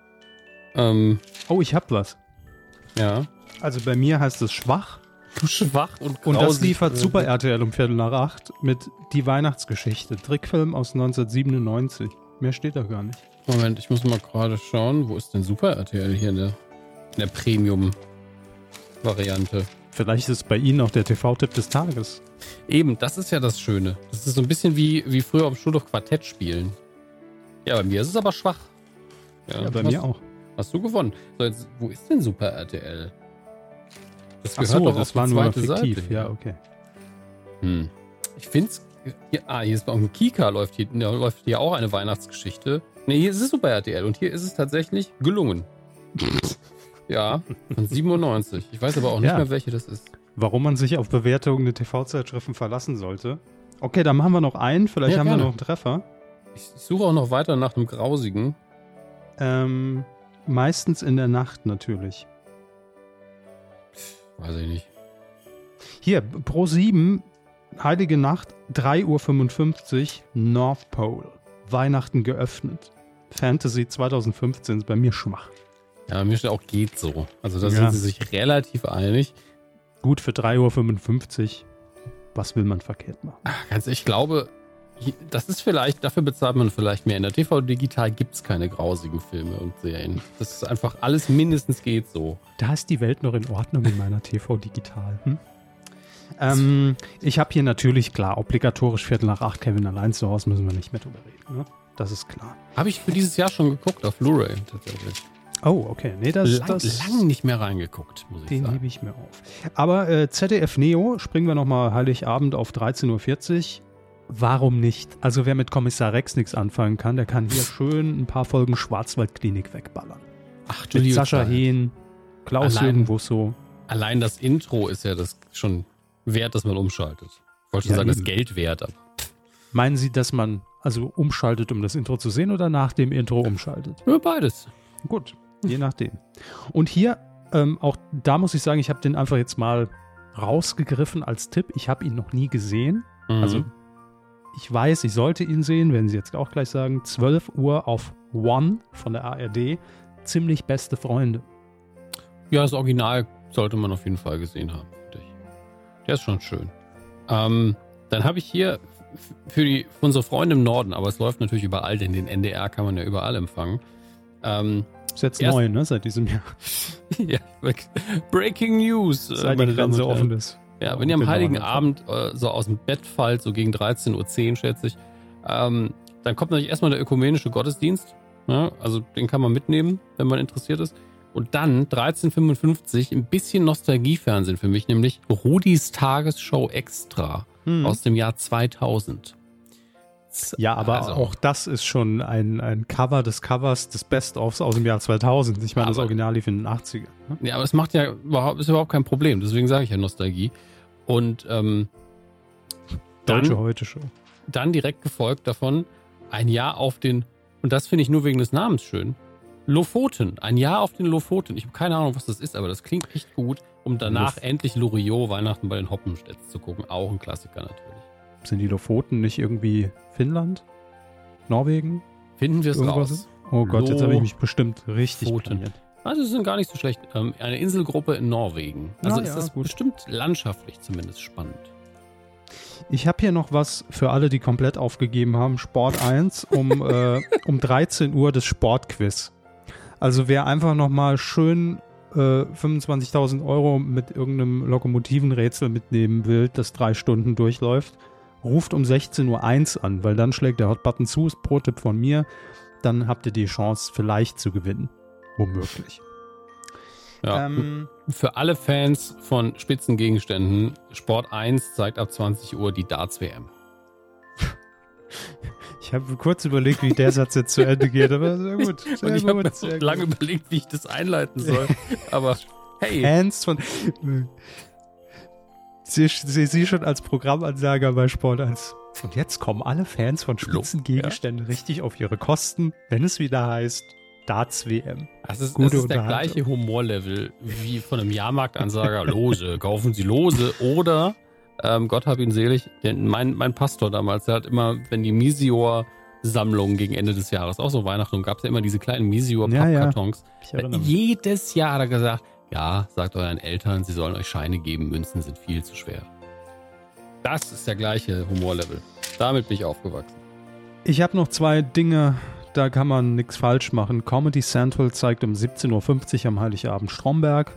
Ich hab was. Ja. Also bei mir heißt es schwach. Schwach und grausig. Und das liefert Super RTL um 7:45 mit Die Weihnachtsgeschichte. Trickfilm aus 1997. Mehr steht da gar nicht. Moment, ich muss mal gerade schauen. Wo ist denn Super RTL hier in der Premium-Variante? Vielleicht ist es bei Ihnen auch der TV-Tipp des Tages. Eben, das ist ja das Schöne. Das ist so ein bisschen wie früher am Schulhof Quartett spielen. Ja, bei mir ist es aber schwach. Ja, bei mir auch. Hast du gewonnen. So, jetzt, wo ist denn Super RTL? Das gehört doch das war nur fiktiv. Seite. Ja, okay. Ich finde es... hier ist bei Kika läuft hier auch eine Weihnachtsgeschichte. Ne, hier ist es Super RTL und hier ist es tatsächlich gelungen. Ja, von 97. Ich weiß aber auch nicht mehr, welche das ist. Warum man sich auf Bewertungen der TV-Zeitschriften verlassen sollte. Okay, dann machen wir noch einen. Vielleicht haben wir noch einen Treffer. Ich suche auch noch weiter nach einem Grausigen. Meistens in der Nacht natürlich. Weiß ich nicht. Hier, Pro7, Heilige Nacht, 3:55 Uhr, North Pole. Weihnachten geöffnet. Fantasy 2015 ist bei mir schwach. Ja, mir steht auch geht so. Also da sind sie sich relativ einig. Gut für 3,55 Uhr. Was will man verkehrt machen? Ganz ehrlich, ich glaube, das ist vielleicht, dafür bezahlt man vielleicht mehr. In der TV-Digital gibt es keine grausigen Filme und Serien. Das ist einfach alles mindestens geht so. Da ist die Welt noch in Ordnung in meiner TV-Digital. Ich habe hier natürlich, klar, obligatorisch 7:45 Kevin allein zu Hause, müssen wir nicht mehr drüber reden. Ne? Das ist klar. Habe ich für dieses Jahr schon geguckt, auf Blu-ray tatsächlich. Oh, okay. Nee, das lange nicht mehr reingeguckt, muss ich sagen. Den hebe ich mir auf. Aber ZDF Neo, springen wir nochmal Heiligabend auf 13:40 Uhr. Warum nicht? Also wer mit Kommissar Rex nichts anfangen kann, der kann hier schön ein paar Folgen Schwarzwaldklinik wegballern. Ach du mit liebe Sascha Zeit. Hehn, Klaus-Jürgen Busso. Allein das Intro ist ja das schon wert, dass man umschaltet. Ich wollte schon sagen, das Geld wert. Aber meinen Sie, dass man also umschaltet, um das Intro zu sehen oder nach dem Intro umschaltet? nur beides. Gut, je nachdem. Und hier, auch da muss ich sagen, ich habe den einfach jetzt mal rausgegriffen als Tipp. Ich habe ihn noch nie gesehen. Also ich weiß, ich sollte ihn sehen, werden Sie jetzt auch gleich sagen. 12 Uhr auf One von der ARD. Ziemlich beste Freunde. Ja, das Original sollte man auf jeden Fall gesehen haben, finde ich. Der ist schon schön. Dann habe ich hier für unsere Freunde im Norden, aber es läuft natürlich überall, denn den NDR kann man ja überall empfangen. Ist jetzt neu, ne, seit diesem Jahr. Ja, Breaking News. Seit die Grenze offen ist. Ja, wenn ihr am Heiligen Abend so aus dem Bett fallt, so gegen 13:10 Uhr, schätze ich, dann kommt natürlich erstmal der ökumenische Gottesdienst. Ja, also den kann man mitnehmen, wenn man interessiert ist. Und dann 13:55 ein bisschen Nostalgiefernsehen für mich, nämlich Rudis Tagesshow Extra aus dem Jahr 2000. Ja, aber also, auch das ist schon ein Cover des Covers des Best-ofs aus dem Jahr 2000. Ich meine, das Original lief in den 80ern. Ne? Ja, aber es macht ja ist überhaupt kein Problem. Deswegen sage ich ja Nostalgie. Und Deutsche Heute-Show. Dann direkt gefolgt davon ein Jahr auf den, und das finde ich nur wegen des Namens schön, Lofoten. Ein Jahr auf den Lofoten. Ich habe keine Ahnung, was das ist, aber das klingt echt gut, um danach endlich Loriot, Weihnachten bei den Hoppenstedts zu gucken. Auch ein Klassiker natürlich. Sind die Lofoten nicht irgendwie Finnland? Norwegen? Finden wir es raus. Oh Gott, jetzt habe ich mich bestimmt richtig blamiert. Also sie sind gar nicht so schlecht. Eine Inselgruppe in Norwegen. Also ja, ist das bestimmt landschaftlich zumindest spannend. Ich habe hier noch was für alle, die komplett aufgegeben haben. Sport 1 um 13 Uhr das Sportquiz. Also wer einfach nochmal schön 25.000 Euro mit irgendeinem Lokomotivenrätsel mitnehmen will, das 3 Stunden durchläuft, ruft um 16:01 Uhr an, weil dann schlägt der Hotbutton zu, ist Pro-Tipp von mir. Dann habt ihr die Chance, vielleicht zu gewinnen. Womöglich. Ja, für alle Fans von Spitzengegenständen, Sport 1 zeigt ab 20 Uhr die Darts-WM. Ich habe kurz überlegt, wie der Satz jetzt zu Ende geht, aber sehr gut. Und ich habe mir so lange überlegt, wie ich das einleiten soll. Aber hey. Fans von... Sie schon als Programmansager bei Sport 1. Und jetzt kommen alle Fans von Spitzengegenständen richtig auf ihre Kosten, wenn es wieder heißt Darts-WM. Das ist der gleiche Humorlevel wie von einem Jahrmarktansager. Lose, kaufen Sie Lose. Oder, Gott hab ihn selig, mein Pastor damals, der hat immer, wenn die Misior-Sammlung gegen Ende des Jahres, auch so Weihnachten, gab es ja immer diese kleinen Misior-Pappkartons. Ja. Jedes Jahr hat er gesagt, ja, sagt euren Eltern, sie sollen euch Scheine geben, Münzen sind viel zu schwer. Das ist der gleiche Humorlevel. Damit bin ich aufgewachsen. Ich habe noch 2 Dinge, da kann man nichts falsch machen. Comedy Central zeigt um 17:50 Uhr am Heiligabend Stromberg.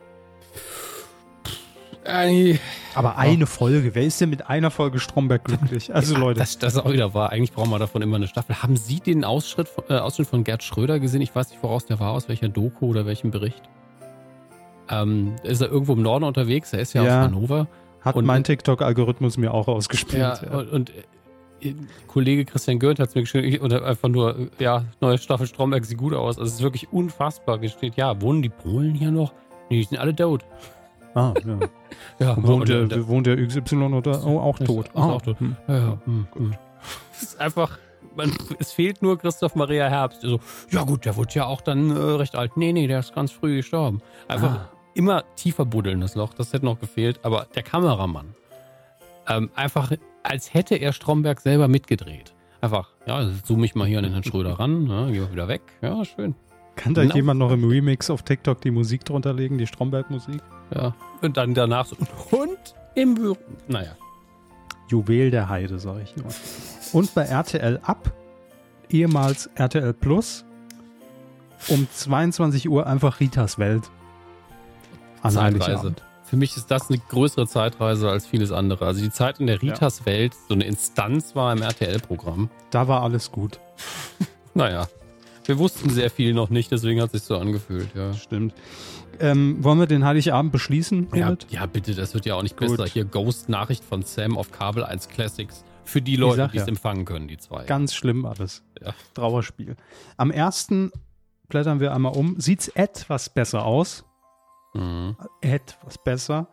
Aber eine Folge, wer ist denn mit einer Folge Stromberg glücklich? Also Leute. Das ist auch wieder wahr. Eigentlich brauchen wir davon immer eine Staffel. Haben Sie den Ausschnitt von Gerd Schröder gesehen? Ich weiß nicht, woraus der war, aus welcher Doku oder welchem Bericht. Ist er irgendwo im Norden unterwegs? Er ist ja aus Hannover. Hat mein TikTok-Algorithmus mir auch ausgespielt. Ja. Und Kollege Christian Gürnt hat es mir geschrieben, oder einfach nur, neue Staffel Stromberg sieht gut aus. Also es ist wirklich unfassbar. Steht, wohnen die Polen hier noch? Nee, die sind alle tot. Ah, ja. Wohnt der XY oder? Oh, auch tot. Auch tot. Gut. Es ist einfach, es fehlt nur Christoph Maria Herbst. So, ja gut, der wurde ja auch dann recht alt. Nee, der ist ganz früh gestorben. Einfach immer tiefer buddeln, das Loch. Das hätte noch gefehlt. Aber der Kameramann, einfach als hätte er Stromberg selber mitgedreht. Einfach, ja, zoome ich mal hier an den Herrn Schröder ran, ne, geh mal wieder weg. Ja, schön. Kann da jemand noch im Remix auf TikTok die Musik drunter legen, die Stromberg-Musik? Ja. Und dann danach so, und im Büro. Naja. Juwel der Heide, sag ich nur. Und bei RTL Up, ehemals RTL Plus, um 22 Uhr einfach Ritas Welt. An Zeitreise. Heiligabend. Für mich ist das eine größere Zeitreise als vieles andere. Also die Zeit, in der Ritas Welt so eine Instanz war im RTL-Programm. Da war alles gut. Naja, wir wussten sehr viel noch nicht, deswegen hat es sich so angefühlt. Ja. Stimmt. Wollen wir den Heiligabend beschließen? Ja, bitte, das wird ja auch nicht Gut. besser. Hier Ghost-Nachricht von Sam auf Kabel 1 Classics. Für die Leute, die es empfangen können, die zwei. Ganz schlimm alles. Ja. Trauerspiel. Am 1. blättern wir einmal um. Sieht's etwas besser aus. Etwas besser.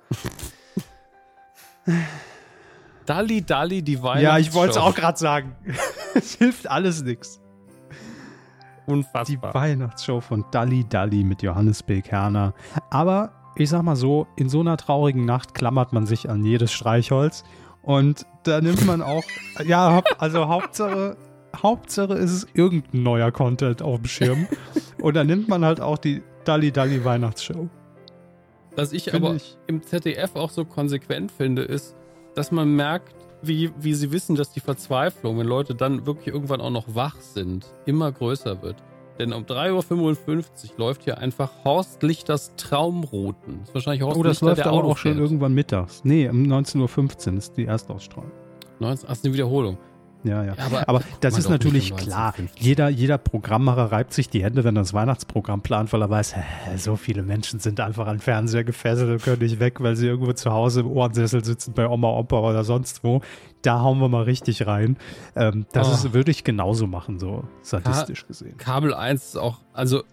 Dalli, die Weihnachtsshow. Ja, ich wollte es auch gerade sagen. Es hilft alles nichts. Die Unfassbar. Weihnachtsshow von Dalli mit Johannes B. Kerner. Aber ich sag mal so, in so einer traurigen Nacht klammert man sich an jedes Streichholz. Und da nimmt man auch, ja, also Hauptsache ist es irgendein neuer Content auf dem Schirm. Und dann nimmt man halt auch die Dalli Weihnachtsshow. Was ich Finde aber ich. im ZDF auch so konsequent finde, ist, dass man merkt, wie sie wissen, dass die Verzweiflung, wenn Leute dann wirklich irgendwann auch noch wach sind, immer größer wird. Denn um 3.55 Uhr läuft hier einfach Horst Lichters Traumrouten. Das ist wahrscheinlich Horst Oh, das Lichter, läuft der aber Auto auch schon fährt. irgendwann mittags. Nee, um 19.15 Uhr ist die Erstausstrahlung. Ach, ist eine Wiederholung. Ja. Ja, aber das man ist doch natürlich nicht um klar. 19:50. Jeder Programmmacher reibt sich die Hände, wenn er das Weihnachtsprogramm plant, weil er weiß, so viele Menschen sind einfach an den Fernseher gefesselt und können nicht weg, weil sie irgendwo zu Hause im Ohrensessel sitzen bei Oma, Opa oder sonst wo. Da hauen wir mal richtig rein. Das würde ich genauso machen, so sadistisch gesehen. Kabel 1 ist auch, also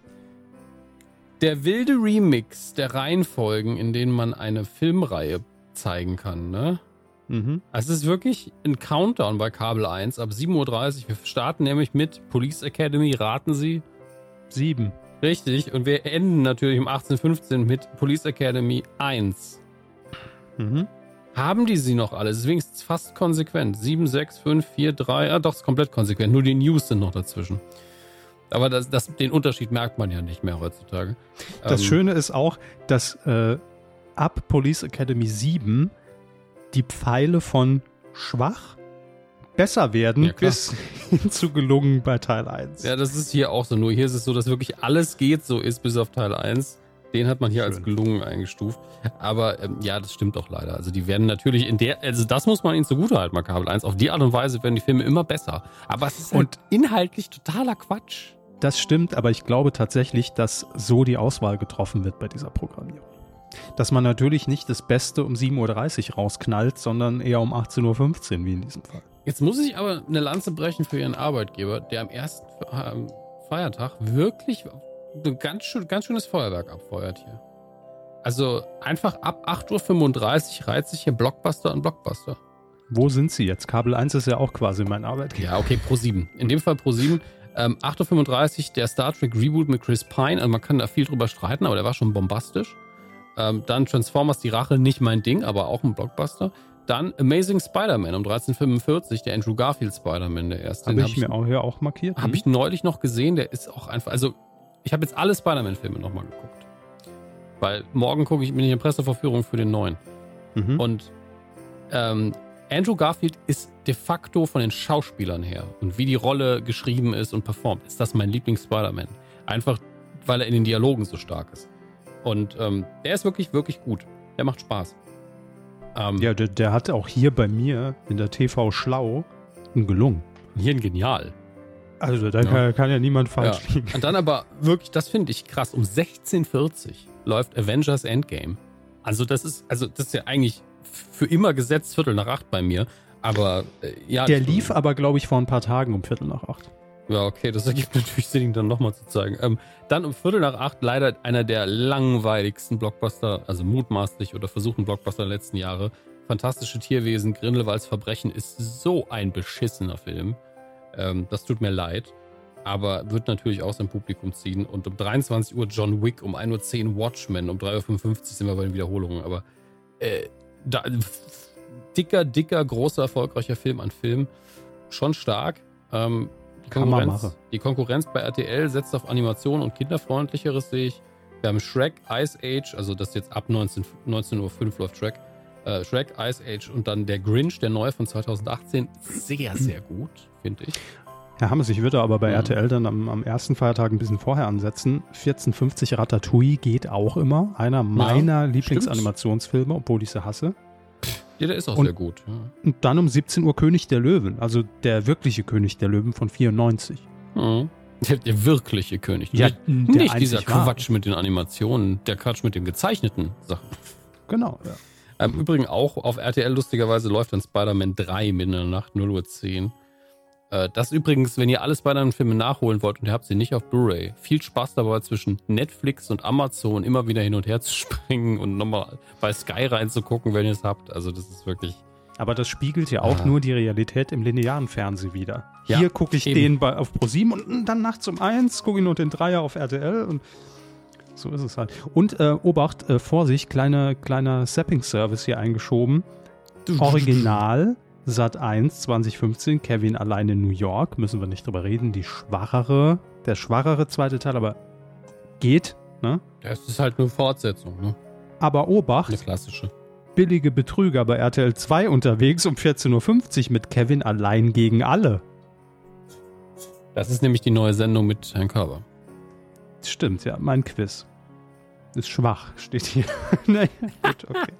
der wilde Remix der Reihenfolgen, in denen man eine Filmreihe zeigen kann, ne? Mhm. Also es ist wirklich ein Countdown bei Kabel 1 ab 7.30 Uhr. Wir starten nämlich mit Police Academy, raten Sie? 7. Richtig. Und wir enden natürlich um 18.15 Uhr mit Police Academy 1. Mhm. Haben die sie noch alle? Deswegen ist es fast konsequent. 7, 6, 5, 4, 3. Doch, es ist komplett konsequent. Nur die News sind noch dazwischen. Aber den Unterschied merkt man ja nicht mehr heutzutage. Das Schöne ist auch, dass ab Police Academy 7 die Pfeile von schwach besser werden, Ja, klar. bis hin zu gelungen bei Teil 1. Ja, das ist hier auch so. Nur hier ist es so, dass wirklich alles geht so ist, bis auf Teil 1. Den hat man hier als gelungen eingestuft. Aber ja, das stimmt doch leider. Also die werden natürlich also das muss man ihnen zugutehalten, bei Kabel 1. Auf die Art und Weise werden die Filme immer besser. Aber es ist halt inhaltlich totaler Quatsch. Das stimmt, aber ich glaube tatsächlich, dass so die Auswahl getroffen wird bei dieser Programmierung. Dass man natürlich nicht das Beste um 7.30 Uhr rausknallt, sondern eher um 18.15 Uhr, wie in diesem Fall. Jetzt muss ich aber eine Lanze brechen für ihren Arbeitgeber, der am ersten Feiertag wirklich ein ganz schönes Feuerwerk abfeuert hier. Also einfach ab 8.35 Uhr reiht sich hier Blockbuster an Blockbuster. Wo sind sie jetzt? Kabel 1 ist ja auch quasi mein Arbeitgeber. Ja, okay, Pro7. In dem Fall Pro7. 8.35 Uhr der Star Trek Reboot mit Chris Pine. Also man kann da viel drüber streiten, aber der war schon bombastisch. Dann Transformers Die Rache, nicht mein Ding, aber auch ein Blockbuster. Dann Amazing Spider-Man um 13.45 Uhr, der Andrew Garfield Spider-Man, der erste. Habe ich mir auch hier auch markiert. Habe ich neulich noch gesehen, der ist auch einfach, also ich habe jetzt alle Spider-Man-Filme nochmal geguckt. Weil morgen bin ich in der Pressevorführung für den neuen. Mhm. Und Andrew Garfield ist de facto von den Schauspielern her und wie die Rolle geschrieben ist und performt, ist das mein Lieblings-Spider-Man. Einfach, weil er in den Dialogen so stark ist. Und der ist wirklich, wirklich gut. Der macht Spaß. Ja, der hat auch hier bei mir in der TV Schlau gelungen. Hier ein Genial. Also da kann ja niemand falsch liegen. Und dann aber wirklich, das finde ich krass, um 16.40 Uhr läuft Avengers Endgame. Also das ist ja eigentlich für immer gesetzt 7:45 bei mir. Aber ja. Der lief aber, glaube ich, vor ein paar Tagen um 7:45. Ja, okay, das ergibt natürlich Sinn, ihn dann nochmal zu zeigen. Dann um 7:45 leider einer der langweiligsten Blockbuster, also mutmaßlich oder versuchten Blockbuster der letzten Jahre. Fantastische Tierwesen, Grindelwalds Verbrechen ist so ein beschissener Film. Das tut mir leid. Aber wird natürlich auch sein Publikum ziehen. Und um 23 Uhr John Wick, um 1.10 Uhr Watchmen, um 3.55 Uhr sind wir bei den Wiederholungen. Aber dicker, großer, erfolgreicher Film an Film. Schon stark. Die Konkurrenz bei RTL setzt auf Animation und kinderfreundlicheres, sehe ich. Wir haben Shrek, Ice Age, also das jetzt ab 19:05 Uhr läuft Shrek. Shrek, Ice Age und dann der Grinch, der neue von 2018. Sehr, sehr gut, finde ich. Herr Hammes, ich würde aber bei RTL dann am ersten Feiertag ein bisschen vorher ansetzen. 14:50 Ratatouille geht auch immer. Einer meiner Lieblingsanimationsfilme, obwohl ich sie hasse. Ja, der ist auch sehr gut. Ja. Und dann um 17 Uhr König der Löwen, also der wirkliche König der Löwen von 94. Mhm. Der wirkliche König. Ja, nicht dieser Quatsch mit den Animationen, der Quatsch mit den gezeichneten Sachen. Genau, ja. Im Übrigen auch auf RTL lustigerweise läuft dann Spider-Man 3 mitten in der Nacht, 0:10 Uhr. Das übrigens, wenn ihr alle Spider-Man-Filme nachholen wollt und ihr habt sie nicht auf Blu-ray, viel Spaß dabei zwischen Netflix und Amazon immer wieder hin und her zu springen und nochmal bei Sky reinzugucken, wenn ihr es habt. Also das ist wirklich... Aber das spiegelt ja auch nur die Realität im linearen Fernsehen wieder. Ja, Hier gucke ich den auf ProSieben und dann nachts um 1 gucke ich nur den Dreier auf RTL und so ist es halt. Und Obacht, Vorsicht, kleiner Zapping-Service hier eingeschoben. Original Sat.1 2015, Kevin allein in New York, müssen wir nicht drüber reden, der schwachere zweite Teil, aber geht, ne? Ja, es ist halt nur Fortsetzung, ne? Aber Obacht, eine klassische. Billige Betrüger bei RTL 2 unterwegs um 14:50 Uhr mit Kevin allein gegen alle. Das ist nämlich die neue Sendung mit Herrn Körber. Stimmt, ja, mein Quiz. Ist schwach, steht hier. Naja, gut, okay.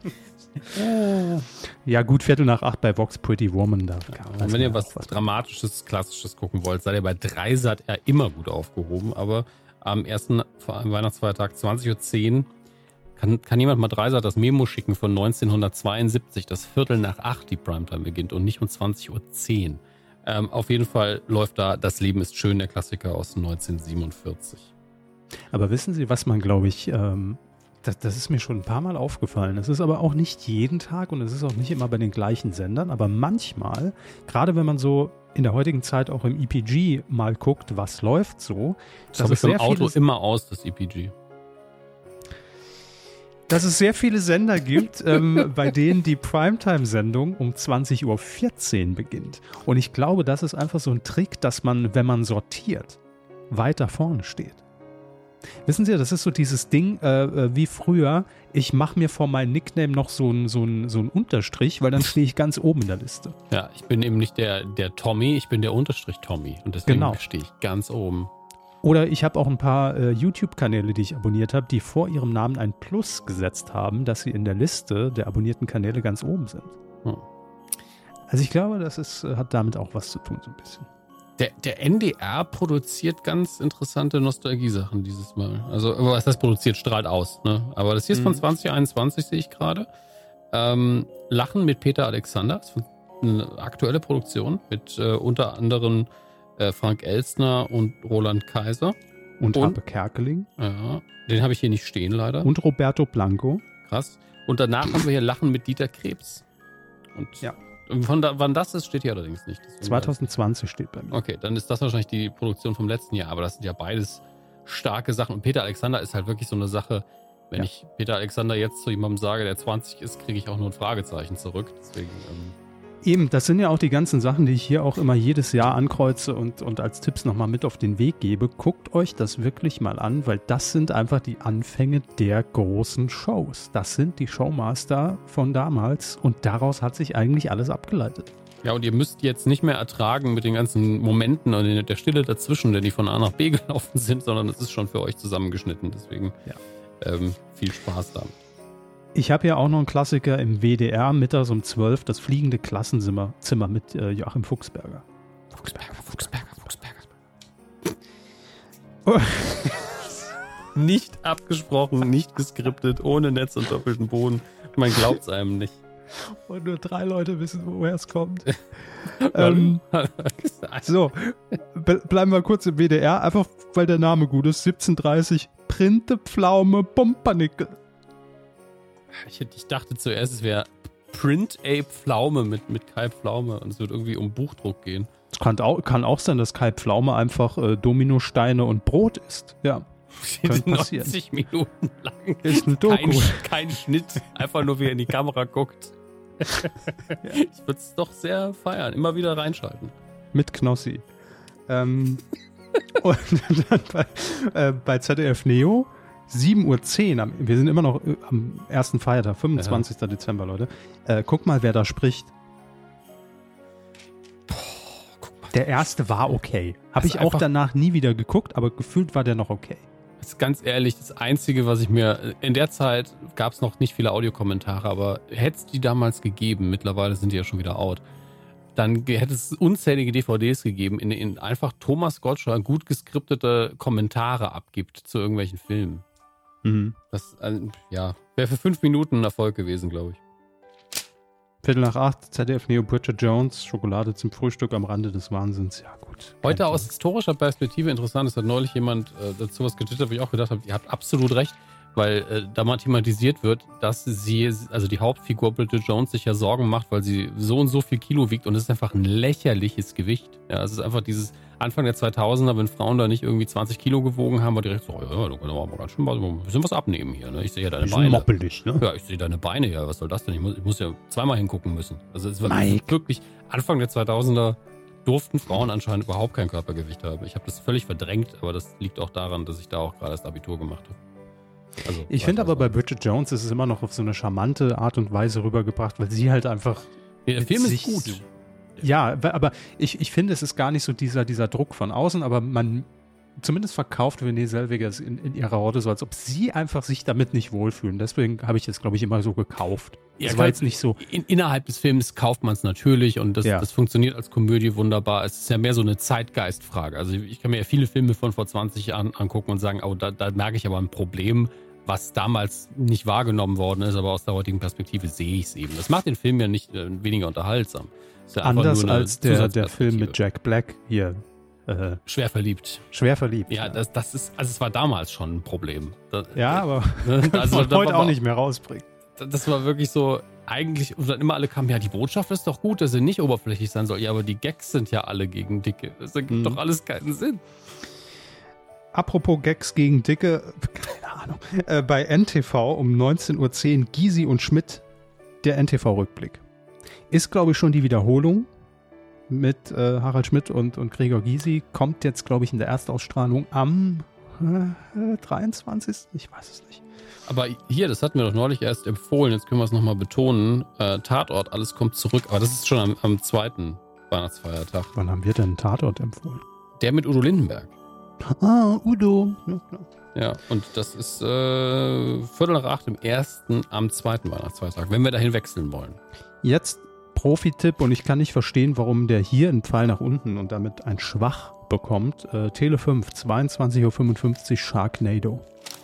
Ja gut, 7:45 bei Vox Pretty Woman. Und wenn ihr was Dramatisches, Klassisches gucken wollt, seid ihr bei Dreisat immer gut aufgehoben. Aber am ersten Weihnachtsfeiertag 20:10 Uhr kann jemand mal Dreisat das Memo schicken von 1972, das 7:45 die Primetime beginnt und nicht um 20:10 Uhr. Auf jeden Fall läuft da Das Leben ist schön, der Klassiker aus 1947. Aber wissen Sie, was man, glaube ich, das ist mir schon ein paar Mal aufgefallen. Es ist aber auch nicht jeden Tag und es ist auch nicht immer bei den gleichen Sendern, aber manchmal, gerade wenn man so in der heutigen Zeit auch im EPG mal guckt, was läuft so. Das habe ich beim Auto immer aus, das EPG. Dass es sehr viele Sender gibt, bei denen die Primetime-Sendung um 20:14 Uhr beginnt. Und ich glaube, das ist einfach so ein Trick, dass man, wenn man sortiert, weiter vorne steht. Wissen Sie, das ist so dieses Ding wie früher, ich mache mir vor meinem Nickname noch so einen Unterstrich, weil dann stehe ich ganz oben in der Liste. Ja, ich bin eben nicht der Tommy, ich bin der Unterstrich Tommy und deswegen stehe ich ganz oben. Oder ich habe auch ein paar YouTube-Kanäle, die ich abonniert habe, die vor ihrem Namen ein Plus gesetzt haben, dass sie in der Liste der abonnierten Kanäle ganz oben sind. Also ich glaube, das hat damit auch was zu tun, so ein bisschen. Der NDR produziert ganz interessante Nostalgie-Sachen dieses Mal. Also, was das produziert, strahlt aus. Ne? Aber das hier ist von 2021, sehe ich gerade. Lachen mit Peter Alexander. Das ist eine aktuelle Produktion mit unter anderem Frank Elstner und Roland Kaiser. Und Happe Kerkeling. Ja, den habe ich hier nicht stehen, leider. Und Roberto Blanco. Krass. Und danach haben wir hier Lachen mit Dieter Krebs. Und ja. Wann das ist, steht hier allerdings nicht. 2020 steht bei mir. Okay, dann ist das wahrscheinlich die Produktion vom letzten Jahr, aber das sind ja beides starke Sachen. Und Peter Alexander ist halt wirklich so eine Sache, wenn ich Peter Alexander jetzt zu jemandem sage, der 20 ist, kriege ich auch nur ein Fragezeichen zurück. Deswegen, Eben, das sind ja auch die ganzen Sachen, die ich hier auch immer jedes Jahr ankreuze und als Tipps nochmal mit auf den Weg gebe. Guckt euch das wirklich mal an, weil das sind einfach die Anfänge der großen Shows. Das sind die Showmaster von damals und daraus hat sich eigentlich alles abgeleitet. Ja, und ihr müsst jetzt nicht mehr ertragen mit den ganzen Momenten und der Stille dazwischen, denn die von A nach B gelaufen sind, sondern es ist schon für euch zusammengeschnitten. Deswegen viel Spaß damit. Ich habe ja auch noch einen Klassiker im WDR mittags um 12, das fliegende Klassenzimmer mit Joachim Fuchsberger. Fuchsberger. Oh. Nicht abgesprochen, nicht geskriptet, ohne Netz und doppelten Boden. Man glaubt es einem nicht. Und nur 3 Leute wissen, woher es kommt. So, bleiben wir kurz im WDR, einfach weil der Name gut ist. 17:30, Printe, Pflaume, Pumpernickel. Ich dachte zuerst, es wäre Print a Pflaume mit Kai Pflaume und es wird irgendwie um Buchdruck gehen. Es kann auch sein, dass Kai Pflaume einfach Dominosteine und Brot isst. Ja. 90 Minuten lang. Ist ein Doku. Kein Schnitt, einfach nur wie er in die Kamera guckt. Ich würde es doch sehr feiern, immer wieder reinschalten. mit Knossi. Und dann bei ZDF Neo 7:10 Uhr. Wir sind immer noch am ersten Feiertag, 25. Dezember, Leute. Guck mal, wer da spricht. Der erste war okay. Habe ich auch danach nie wieder geguckt, aber gefühlt war der noch okay. Das ist ganz ehrlich das Einzige, was ich mir... In der Zeit gab es noch nicht viele Audiokommentare, aber hätte es die damals gegeben, mittlerweile sind die ja schon wieder out, dann hätte es unzählige DVDs gegeben, in denen einfach Thomas Gottschalk gut geskriptete Kommentare abgibt zu irgendwelchen Filmen. Mhm. Das, wäre für 5 Minuten ein Erfolg gewesen, glaube ich. 7:45, ZDF Neo, Bridget Jones, Schokolade zum Frühstück am Rande des Wahnsinns. Ja, gut. Heute aus historischer Perspektive interessant, es hat neulich jemand dazu was getwittert, wo ich auch gedacht habe, ihr habt absolut recht, weil da mal thematisiert wird, dass die Hauptfigur Bridget Jones sich ja Sorgen macht, weil sie so und so viel Kilo wiegt und es ist einfach ein lächerliches Gewicht. Ja, es ist einfach dieses Anfang der 2000er, wenn Frauen da nicht irgendwie 20 Kilo gewogen haben, war direkt so, ja, du kannst aber ganz schön mal ein bisschen was abnehmen hier. Ne? Ich sehe ja deine Beine. Moppelig, ne? Ja, ich sehe deine Beine, ja, was soll das denn? Ich muss ja zweimal hingucken müssen. Also es war wirklich, Anfang der 2000er durften Frauen anscheinend überhaupt kein Körpergewicht haben. Ich habe das völlig verdrängt, aber das liegt auch daran, dass ich da auch gerade das Abitur gemacht habe. Also, ich finde aber bei Bridget Jones ist es immer noch auf so eine charmante Art und Weise rübergebracht, weil sie halt einfach... Ja, der Film ist gut. Ja, aber ich finde, es ist gar nicht so dieser Druck von außen, aber man zumindest verkauft Renée Zellweger in ihrer Rolle so, als ob sie einfach sich damit nicht wohlfühlen. Deswegen habe ich es, glaube ich, immer so gekauft. Ja, das war jetzt nicht so... Innerhalb des Films kauft man es natürlich und das funktioniert als Komödie wunderbar. Es ist ja mehr so eine Zeitgeistfrage. Also ich kann mir ja viele Filme von vor 20 Jahren angucken und sagen, oh, da merke ich aber ein Problem, was damals nicht wahrgenommen worden ist, aber aus der heutigen Perspektive sehe ich es eben. Das macht den Film ja nicht weniger unterhaltsam. Ja anders als der Film mit Jack Black hier. Schwer verliebt. Schwer verliebt. Ja, das ist, also es war damals schon ein Problem. Aber also man heute auch nicht mehr rausbringt. Das war wirklich so, eigentlich, und dann immer alle kamen, ja, die Botschaft ist doch gut, dass sie nicht oberflächlich sein soll. Ja, aber die Gags sind ja alle gegen Dicke. Das ergibt doch alles keinen Sinn. Apropos Gags gegen Dicke, keine Ahnung. Bei NTV um 19:10 Uhr Gysi und Schmidt, der NTV-Rückblick. Ist, glaube ich, schon die Wiederholung mit Harald Schmidt und Gregor Gysi. Kommt jetzt, glaube ich, in der Erstausstrahlung am 23. Ich weiß es nicht. Aber hier, das hatten wir doch neulich erst empfohlen, jetzt können wir es nochmal betonen. Tatort, alles kommt zurück. Aber das ist schon am zweiten Weihnachtsfeiertag. Wann haben wir denn Tatort empfohlen? Der mit Udo Lindenberg. Ah, Udo. Ja, klar. Ja, und das ist 7:45 im ersten, am zweiten Weihnachtsfeiertag, wenn wir dahin wechseln wollen. Jetzt Profi-Tipp, und ich kann nicht verstehen, warum der hier einen Pfeil nach unten und damit ein Schwach bekommt. Tele 5, 22:55 Uhr Sharknado.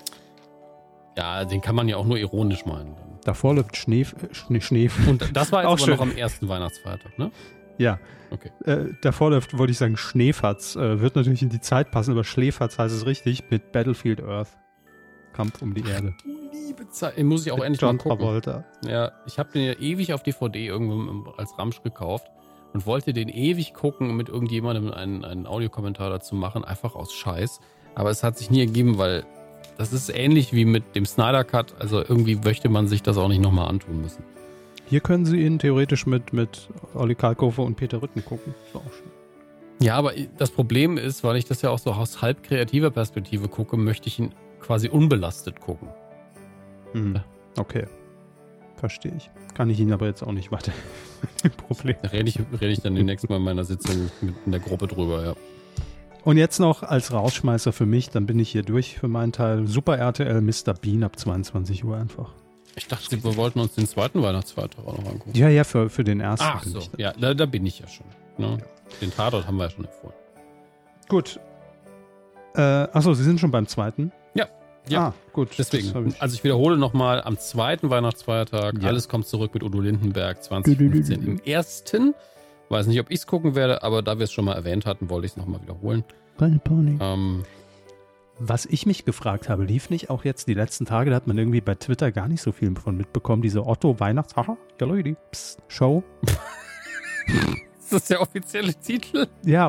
Ja, den kann man ja auch nur ironisch meinen. Davor läuft Schnee. Und das war jetzt auch aber schön. noch am ersten Weihnachtsfeiertag, ne? Ja. Okay. Davor läuft, wollte ich sagen, Schneefatz. Wird natürlich in die Zeit passen, aber Schläferz heißt es richtig, mit Battlefield Earth. Kampf um die Erde. Liebe Zeit. Den muss ich auch endlich John mal gucken. Travolta. Ja, ich habe den ja ewig auf DVD irgendwo als Ramsch gekauft und wollte den ewig gucken und mit irgendjemandem einen Audiokommentar dazu machen, einfach aus Scheiß. Aber es hat sich nie ergeben, weil das ist ähnlich wie mit dem Snyder Cut. Also irgendwie möchte man sich das auch nicht nochmal antun müssen. Hier können Sie ihn theoretisch mit Olli Kalkofe und Peter Rütten gucken. Ist auch schön. Ja, aber das Problem ist, weil ich das ja auch so aus halb kreativer Perspektive gucke, möchte ich ihn quasi unbelastet gucken. Mhm. Okay. Verstehe ich. Kann ich Ihnen aber jetzt auch nicht weiter. Problem. Da rede ich dann demnächst mal in meiner Sitzung in der Gruppe drüber, ja. Und jetzt noch als Rausschmeißer für mich, dann bin ich hier durch für meinen Teil. Super RTL Mr. Bean ab 22 Uhr einfach. Ich dachte, wir wollten uns den zweiten Weihnachtsfeiertag auch noch angucken. Ja, für den ersten. Ach so, ja, da bin ich ja schon. Ne? Ja. Den Tatort haben wir ja schon empfohlen. Gut. Achso, Sie sind schon beim zweiten? Ja. Ah, gut. Deswegen, also ich wiederhole nochmal, am zweiten Weihnachtsfeiertag, alles kommt zurück mit Udo Lindenberg 2015 im ersten. Weiß nicht, ob ich es gucken werde, aber da wir es schon mal erwähnt hatten, wollte ich es nochmal wiederholen. Keine Panik. Was ich mich gefragt habe, lief nicht auch jetzt die letzten Tage, da hat man irgendwie bei Twitter gar nicht so viel davon mitbekommen, diese Otto-Weihnachts-Show. Ist das der offizielle Titel? Ja,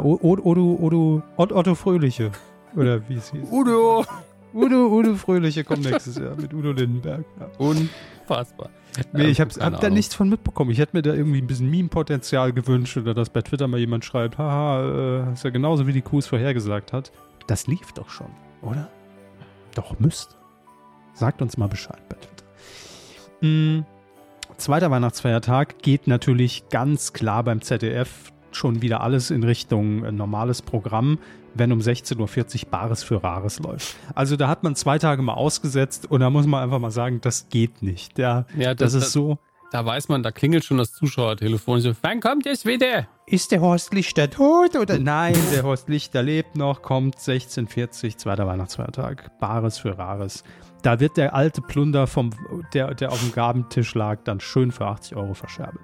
Otto Fröhliche. Oder wie es hieß. Udo Fröhliche kommt nächstes Jahr mit Udo Lindenberg. Ja. Unfassbar. Nee, ich hab da nichts von mitbekommen. Ich hätte mir da irgendwie ein bisschen Meme-Potenzial gewünscht oder dass bei Twitter mal jemand schreibt, haha, ist ja genauso wie die Kuh es vorhergesagt hat. Das lief doch schon, oder? Doch, müsste. Sagt uns mal Bescheid bei Twitter. Zweiter Weihnachtsfeiertag geht natürlich ganz klar beim ZDF schon wieder alles in Richtung normales Programm, wenn um 16.40 Uhr Bares für Rares läuft. Also da hat man 2 Tage mal ausgesetzt und da muss man einfach mal sagen, das geht nicht. Ja, das ist so. Da weiß man, da klingelt schon das Zuschauertelefon. So, wann kommt es wieder? Ist der Horst Lichter tot oder? Nein, der Horst Lichter lebt noch, kommt 16.40 Uhr, zweiter Weihnachtsfeiertag. Bares für Rares. Da wird der alte Plunder, der auf dem Gabentisch lag, dann schön für 80 Euro verscherbelt.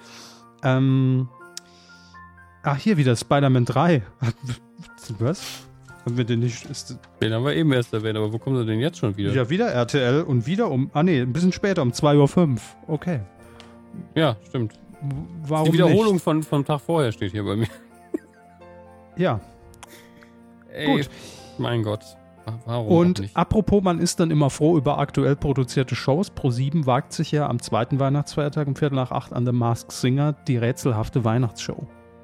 Hier wieder Spider-Man 3. Was? Haben wir den nicht? Den haben wir eben erst erwähnt, aber wo kommt er denn jetzt schon wieder? Ja, wieder RTL und wieder ein bisschen später, um 2.05 Uhr. Okay. Ja, stimmt. Warum die Wiederholung nicht? vom Tag vorher steht hier bei mir. Ja. Ey, gut. Mein Gott. Warum und nicht? Apropos, man ist dann immer froh über aktuell produzierte Shows. Pro7 wagt sich ja am zweiten Weihnachtsfeiertag um 7:45 an The Masked Singer die rätselhafte Weihnachtsshow.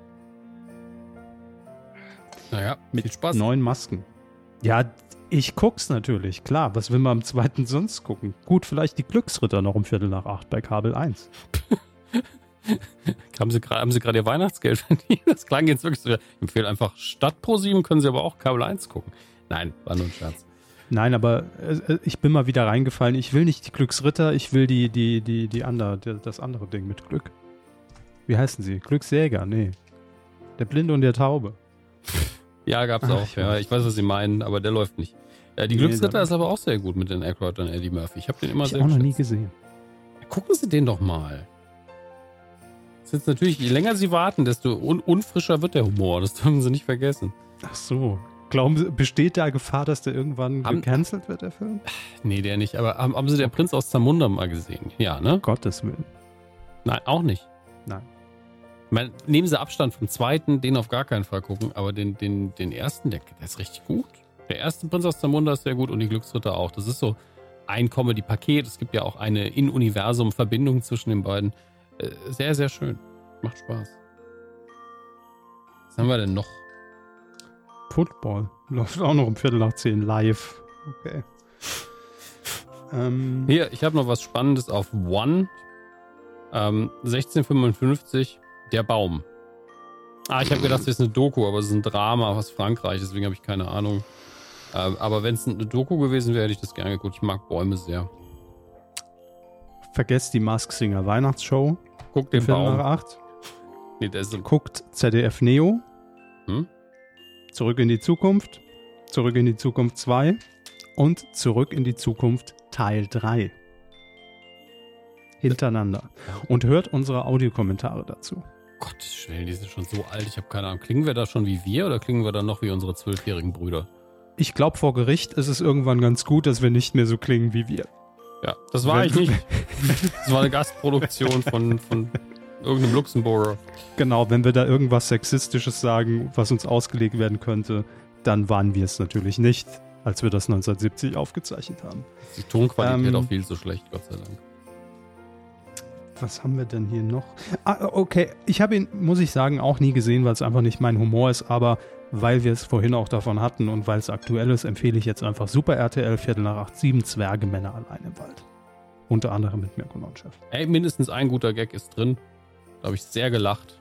Naja, mit Spaß. 9 Masken. Ja, ich guck's natürlich, klar. Was will man am zweiten sonst gucken? Gut, vielleicht die Glücksritter noch um 7:45 bei Kabel 1. Haben Sie gerade Ihr Weihnachtsgeld verdient? Das klang jetzt wirklich so. Ich empfehle einfach, statt Pro7 können Sie aber auch Kabel 1 gucken. Nein, war nur ein Scherz. Nein, aber ich bin mal wieder reingefallen. Ich will nicht die Glücksritter, ich will das andere Ding mit Glück. Wie heißen sie? Glücksjäger? Nee. Der Blinde und der Taube. Ja, gab's auch. Ich weiß, was Sie meinen, aber der läuft nicht. Die Glücksritter ist aber auch sehr gut mit den Aykroyd und Eddie Murphy. Ich habe den immer sehr auch noch nie gesehen. Gucken Sie den doch mal. Das ist jetzt natürlich, je länger Sie warten, desto unfrischer wird der Humor. Das dürfen Sie nicht vergessen. Ach so. Glauben Sie, besteht da Gefahr, dass der irgendwann gecancelt wird, der Film? Nee, der nicht. Aber haben Sie den Prinz aus Zamunda mal gesehen? Ja, ne? Gottes Willen. Nein, auch nicht. Nein. Ich meine, nehmen Sie Abstand vom zweiten, den auf gar keinen Fall gucken, aber den ersten, der ist richtig gut. Der erste Prinz aus Zamunda ist sehr gut und die Glücksritter auch. Das ist so ein Comedy-Paket. Es gibt ja auch eine In-Universum-Verbindung zwischen den beiden. Sehr, sehr schön. Macht Spaß. Was haben wir denn noch? Football. Läuft auch noch um 9:45 live. Okay. Hier, ich habe noch was Spannendes auf One. 1655, der Baum. Ich habe gedacht, das ist eine Doku, aber es ist ein Drama aus Frankreich, deswegen habe ich keine Ahnung. Aber wenn es eine Doku gewesen wäre, hätte ich das gerne geguckt. Ich mag Bäume sehr. Vergesst die Masked Singer Weihnachtsshow. Guckt den Baum. 7:08. Nee, der ist so. Guckt ZDF Neo. Zurück in die Zukunft. Zurück in die Zukunft 2. Und Zurück in die Zukunft Teil 3. Hintereinander. Und hört unsere Audiokommentare dazu. Gottes Willen, die sind schon so alt. Ich habe keine Ahnung. Klingen wir da schon wie wir oder klingen wir da noch wie unsere 12-jährigen Brüder? Ich glaube, vor Gericht ist es irgendwann ganz gut, dass wir nicht mehr so klingen wie wir. Ja, das war ich nicht. Das war eine Gastproduktion von irgendeinem Luxemburger. Genau, wenn wir da irgendwas Sexistisches sagen, was uns ausgelegt werden könnte, dann waren wir es natürlich nicht, als wir das 1970 aufgezeichnet haben. Die Tonqualität auch viel zu schlecht, Gott sei Dank. Was haben wir denn hier noch? Okay, ich habe ihn, muss ich sagen, auch nie gesehen, weil es einfach nicht mein Humor ist, aber weil wir es vorhin auch davon hatten und weil es aktuell ist, empfehle ich jetzt einfach Super RTL 7:45, 7 Zwerge, Männer allein im Wald. Unter anderem mit Mirko Nonchef. Ey, mindestens ein guter Gag ist drin. Da habe ich sehr gelacht.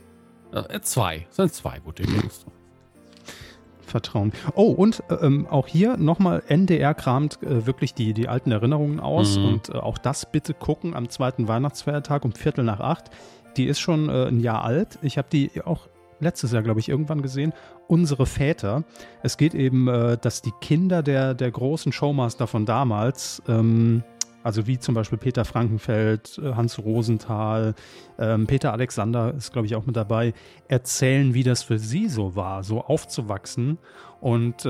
2. Es sind 2 gute Gags. Vertrauen. Oh, und auch hier nochmal, NDR kramt wirklich die alten Erinnerungen aus und auch das bitte gucken am zweiten Weihnachtsfeiertag um 7:45. Die ist schon ein Jahr alt. Ich habe die auch letztes Jahr, glaube ich, irgendwann gesehen. Unsere Väter. Es geht eben, dass die Kinder der großen Showmaster von damals, also wie zum Beispiel Peter Frankenfeld, Hans Rosenthal, Peter Alexander ist, glaube ich, auch mit dabei, erzählen, wie das für sie so war, so aufzuwachsen. Und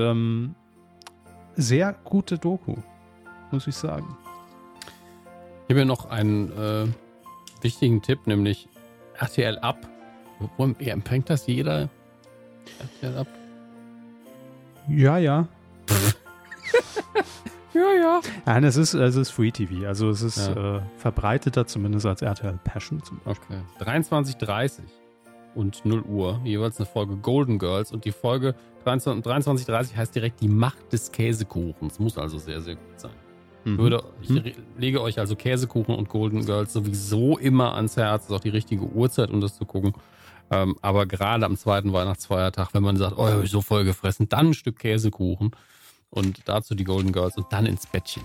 sehr gute Doku, muss ich sagen. Ich habe hier noch einen wichtigen Tipp, nämlich RTL Up. Wo empfängt das jeder? RTL Up? Ja. Ja. Nein, es ist Free TV, also es ist verbreiteter zumindest als RTL Passion zum Beispiel. Okay. 23:30 und 0 Uhr, jeweils eine Folge Golden Girls und die Folge 23:30 heißt direkt die Macht des Käsekuchens. Muss also sehr, sehr gut sein. Ich lege euch also Käsekuchen und Golden Girls sowieso immer ans Herz. Das ist auch die richtige Uhrzeit, um das zu gucken. Aber gerade am zweiten Weihnachtsfeiertag, wenn man sagt, oh, ich hab so voll gefressen, dann ein Stück Käsekuchen und dazu die Golden Girls und dann ins Bettchen.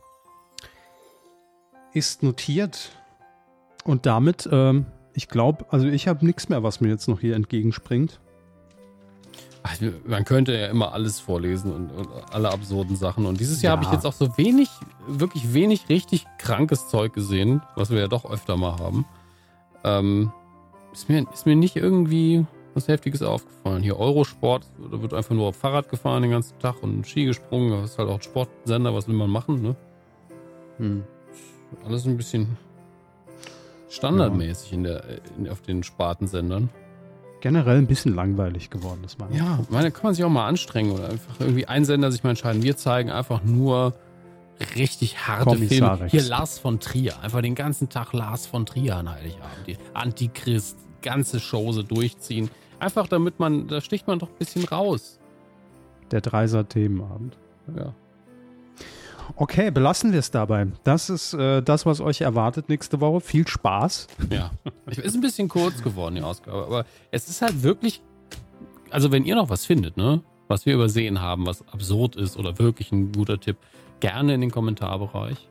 Ist notiert. Und damit, ich glaube, also ich habe nichts mehr, was mir jetzt noch hier entgegenspringt. Also man könnte ja immer alles vorlesen und alle absurden Sachen. Und dieses Jahr habe ich jetzt auch so wenig, wirklich wenig richtig krankes Zeug gesehen, was wir ja doch öfter mal haben. Ist mir nicht irgendwie was Heftiges aufgefallen. Hier Eurosport, da wird einfach nur auf Fahrrad gefahren den ganzen Tag und Ski gesprungen. Das ist halt auch ein Sportsender, was will man machen, ne? Alles ein bisschen standardmäßig auf den Spartensendern. Generell ein bisschen langweilig geworden, das war. Ja, da kann man sich auch mal anstrengen oder einfach irgendwie einen Sender sich mal entscheiden. Wir zeigen einfach nur richtig harte Filme. Hier Lars von Trier. Einfach den ganzen Tag Lars von Trier an Heiligabend. Die Antichrist, ganze Show so durchziehen. Einfach damit da sticht man doch ein bisschen raus. Der Dreiser-Themenabend. Ja. Okay, belassen wir es dabei. Das ist das, was euch erwartet nächste Woche. Viel Spaß. Ja, ist ein bisschen kurz geworden, die Ausgabe. Aber es ist halt wirklich, also wenn ihr noch was findet, ne, was wir übersehen haben, was absurd ist oder wirklich ein guter Tipp, gerne in den Kommentarbereich.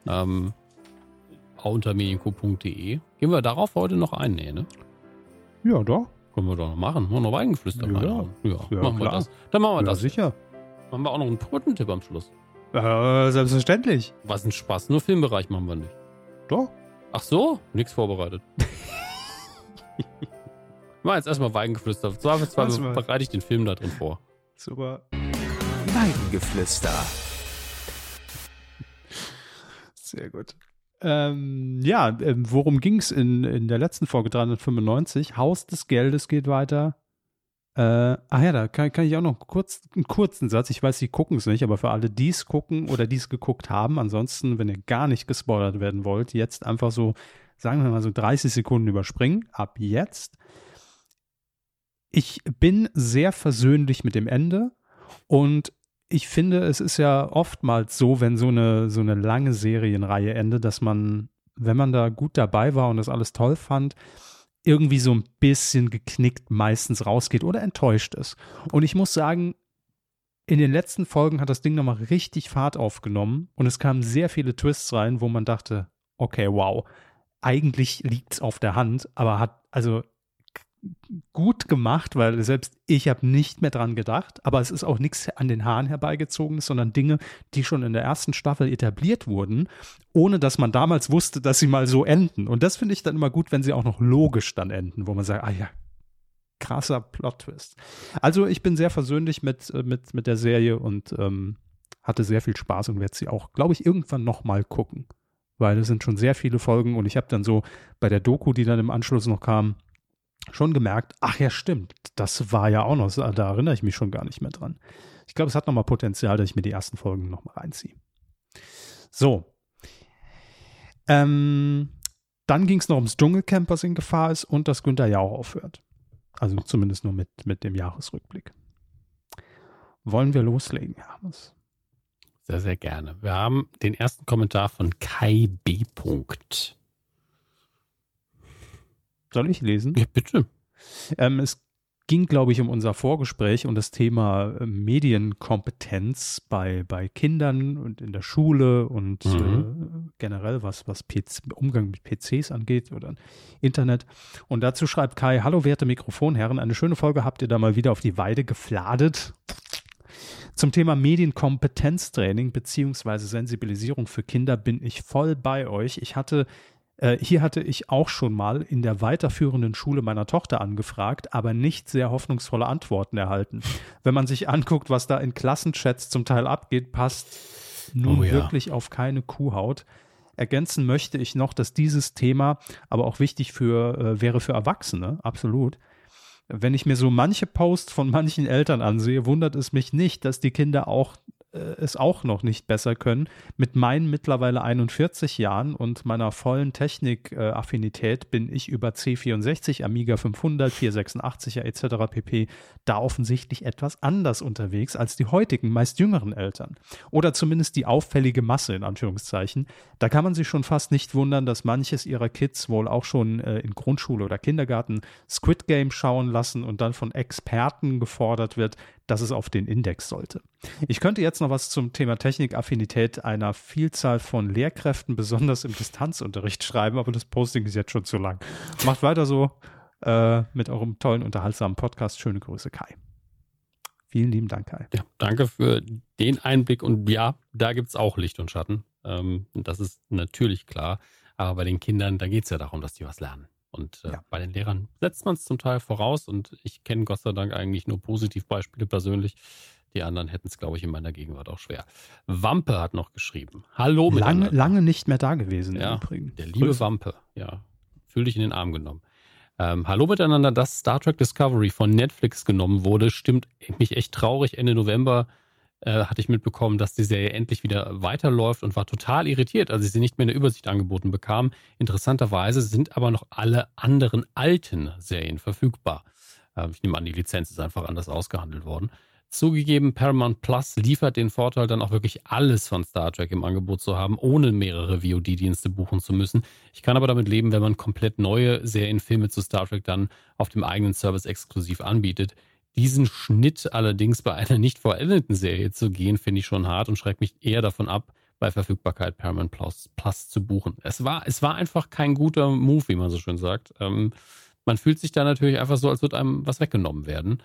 Unter medienco.de. Gehen wir darauf heute noch ein? Nee, ne? Ja, doch. Können wir doch noch machen. Machen wir noch Weingeflüster reinhauen. Ja, machen wir das. Dann machen wir das. Sicher. Machen wir auch noch einen Quotentipp am Schluss. Selbstverständlich. Was ein Spaß. Nur Filmbereich machen wir nicht. Doch. Ach so? Nichts vorbereitet. Mal jetzt erstmal Weingeflüster. Zweifelsfall bereite ich den Film da drin vor. Super. Weingeflüster. Sehr gut. Worum ging es in der letzten Folge 395? Haus des Geldes geht weiter. Da kann ich auch noch einen kurzen Satz. Ich weiß, Sie gucken es nicht, aber für alle, die es gucken oder die es geguckt haben, ansonsten, wenn ihr gar nicht gespoilert werden wollt, jetzt einfach so, sagen wir mal so 30 Sekunden überspringen. Ab jetzt. Ich bin sehr versöhnlich mit dem Ende und ich finde, es ist ja oftmals so, wenn so eine lange Serienreihe endet, dass man, wenn man da gut dabei war und das alles toll fand, irgendwie so ein bisschen geknickt meistens rausgeht oder enttäuscht ist. Und ich muss sagen, in den letzten Folgen hat das Ding nochmal richtig Fahrt aufgenommen und es kamen sehr viele Twists rein, wo man dachte, okay, wow, eigentlich liegt's auf der Hand, aber hat also gut gemacht, weil selbst ich habe nicht mehr dran gedacht, aber es ist auch nichts an den Haaren herbeigezogenes, sondern Dinge, die schon in der ersten Staffel etabliert wurden, ohne dass man damals wusste, dass sie mal so enden. Und das finde ich dann immer gut, wenn sie auch noch logisch dann enden, wo man sagt, krasser Plot-Twist. Also ich bin sehr versöhnlich mit der Serie und hatte sehr viel Spaß und werde sie auch, glaube ich, irgendwann nochmal gucken, weil es sind schon sehr viele Folgen und ich habe dann so bei der Doku, die dann im Anschluss noch kam, schon gemerkt, ach ja, stimmt, das war ja auch noch, da erinnere ich mich schon gar nicht mehr dran. Ich glaube, es hat nochmal Potenzial, dass ich mir die ersten Folgen nochmal reinziehe. So. Dann ging es noch ums Dschungelcamp, was in Gefahr ist und dass Günther Jauch aufhört. Also zumindest nur mit dem Jahresrückblick. Wollen wir loslegen, Hermes? Sehr, sehr gerne. Wir haben den ersten Kommentar von Kai B. Soll ich lesen? Ja, bitte. Es ging, glaube ich, um unser Vorgespräch und das Thema Medienkompetenz bei Kindern und in der Schule und generell was Umgang mit PCs angeht oder Internet. Und dazu schreibt Kai, hallo werte Mikrofonherren, eine schöne Folge habt ihr da mal wieder auf die Weide gefladet. Zum Thema Medienkompetenztraining bzw. Sensibilisierung für Kinder bin ich voll bei euch. Hier hatte ich auch schon mal in der weiterführenden Schule meiner Tochter angefragt, aber nicht sehr hoffnungsvolle Antworten erhalten. Wenn man sich anguckt, was da in Klassenchats zum Teil abgeht, passt nun wirklich auf keine Kuhhaut. Ergänzen möchte ich noch, dass dieses Thema aber auch wichtig wäre für Erwachsene, absolut. Wenn ich mir so manche Posts von manchen Eltern ansehe, wundert es mich nicht, dass die Kinder auch es auch noch nicht besser können. Mit meinen mittlerweile 41 Jahren und meiner vollen Technik-Affinität bin ich über C64, Amiga 500, 486er etc. pp. Da offensichtlich etwas anders unterwegs als die heutigen, meist jüngeren Eltern. Oder zumindest die auffällige Masse in Anführungszeichen. Da kann man sich schon fast nicht wundern, dass manches ihrer Kids wohl auch schon in Grundschule oder Kindergarten Squid Game schauen lassen und dann von Experten gefordert wird, dass es auf den Index sollte. Ich könnte jetzt noch was zum Thema Technikaffinität einer Vielzahl von Lehrkräften, besonders im Distanzunterricht, schreiben, aber das Posting ist jetzt schon zu lang. Macht weiter so mit eurem tollen, unterhaltsamen Podcast. Schöne Grüße, Kai. Vielen lieben Dank, Kai. Ja, danke für den Einblick. Und ja, da gibt es auch Licht und Schatten. Das ist natürlich klar. Aber bei den Kindern, da geht es ja darum, dass die was lernen. Und bei den Lehrern setzt man es zum Teil voraus. Und ich kenne Gott sei Dank eigentlich nur Positivbeispiele persönlich. Die anderen hätten es, glaube ich, in meiner Gegenwart auch schwer. Wampe hat noch geschrieben. Hallo miteinander. Lange nicht mehr da gewesen im Übrigen. Der liebe Wampe. Ja, fühl dich in den Arm genommen. Hallo miteinander, dass Star Trek Discovery von Netflix genommen wurde, stimmt mich echt traurig. Ende November hatte ich mitbekommen, dass die Serie endlich wieder weiterläuft und war total irritiert, als ich sie nicht mehr in der Übersicht angeboten bekam. Interessanterweise sind aber noch alle anderen alten Serien verfügbar. Ich nehme an, die Lizenz ist einfach anders ausgehandelt worden. Zugegeben, Paramount Plus liefert den Vorteil, dann auch wirklich alles von Star Trek im Angebot zu haben, ohne mehrere VOD-Dienste buchen zu müssen. Ich kann aber damit leben, wenn man komplett neue Serienfilme zu Star Trek dann auf dem eigenen Service exklusiv anbietet. Diesen Schnitt allerdings bei einer nicht vollendeten Serie zu gehen, finde ich schon hart und schreckt mich eher davon ab, bei Verfügbarkeit Paramount Plus zu buchen. Es war einfach kein guter Move, wie man so schön sagt. Man fühlt sich da natürlich einfach so, als würde einem was weggenommen werden.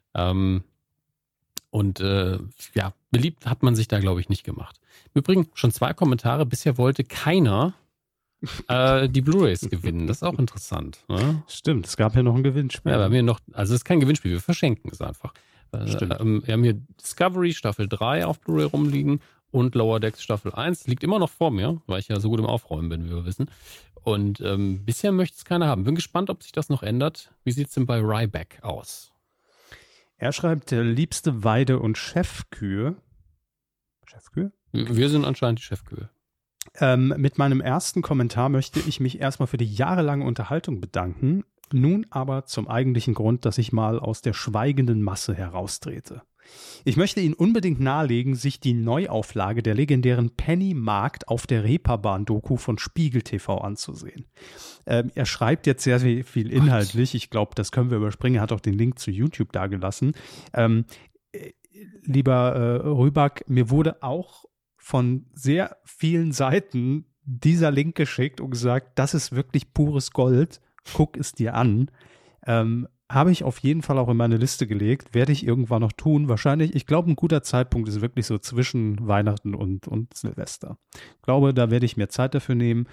Beliebt hat man sich da, glaube ich, nicht gemacht. Übrigens schon 2 Kommentare. Bisher wollte keiner die Blu-rays gewinnen. Das ist auch interessant. Ne? Stimmt, es gab ja noch ein Gewinnspiel. Ja, wir haben hier noch, also es ist kein Gewinnspiel, wir verschenken es einfach. Wir haben hier Discovery Staffel 3 auf Blu-ray rumliegen und Lower Decks Staffel 1. Liegt immer noch vor mir, weil ich ja so gut im Aufräumen bin, wie wir wissen. Und bisher möchte es keiner haben. Bin gespannt, ob sich das noch ändert. Wie sieht es denn bei Ryback aus? Er schreibt, liebste Weide- und Chefkühe. Chefkühe? Wir sind anscheinend die Chefkühe. Mit meinem ersten Kommentar möchte ich mich erstmal für die jahrelange Unterhaltung bedanken. Nun aber zum eigentlichen Grund, dass ich mal aus der schweigenden Masse heraustrete. Ich möchte Ihnen unbedingt nahelegen, sich die Neuauflage der legendären Pennymarkt auf der Reeperbahn-Doku von Spiegel TV anzusehen. Er schreibt jetzt sehr viel inhaltlich. Ich glaube, das können wir überspringen. Er hat auch den Link zu YouTube dagelassen. Lieber Rüback, mir wurde auch von sehr vielen Seiten dieser Link geschickt und gesagt, das ist wirklich pures Gold. Guck es dir an. Habe ich auf jeden Fall auch in meine Liste gelegt. Werde ich irgendwann noch tun. Wahrscheinlich, ich glaube, ein guter Zeitpunkt ist wirklich so zwischen Weihnachten und Silvester. Ich glaube, da werde ich mir Zeit dafür nehmen.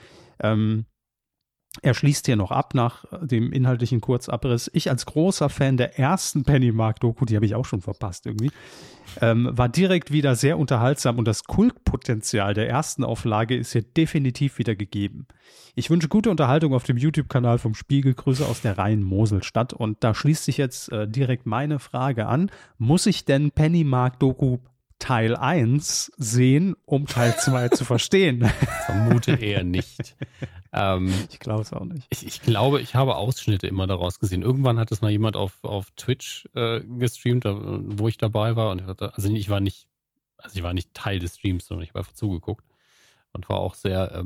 Er schließt hier noch ab nach dem inhaltlichen Kurzabriss. Ich als großer Fan der ersten Pennymarkt-Doku, die habe ich auch schon verpasst irgendwie, war direkt wieder sehr unterhaltsam und das Kultpotenzial der ersten Auflage ist hier definitiv wieder gegeben. Ich wünsche gute Unterhaltung auf dem YouTube-Kanal vom Spiegel. Grüße aus der Rhein-Mosel-Stadt. Und da schließt sich jetzt direkt meine Frage an. Muss ich denn Pennymarkt-Doku Teil 1 sehen, um Teil 2 zu verstehen? Vermute eher nicht. Ich glaube es auch nicht. Ich glaube, ich habe Ausschnitte immer daraus gesehen. Irgendwann hat es mal jemand auf Twitch gestreamt, wo ich dabei war. Und ich war nicht Teil des Streams, sondern ich habe einfach zugeguckt und war auch sehr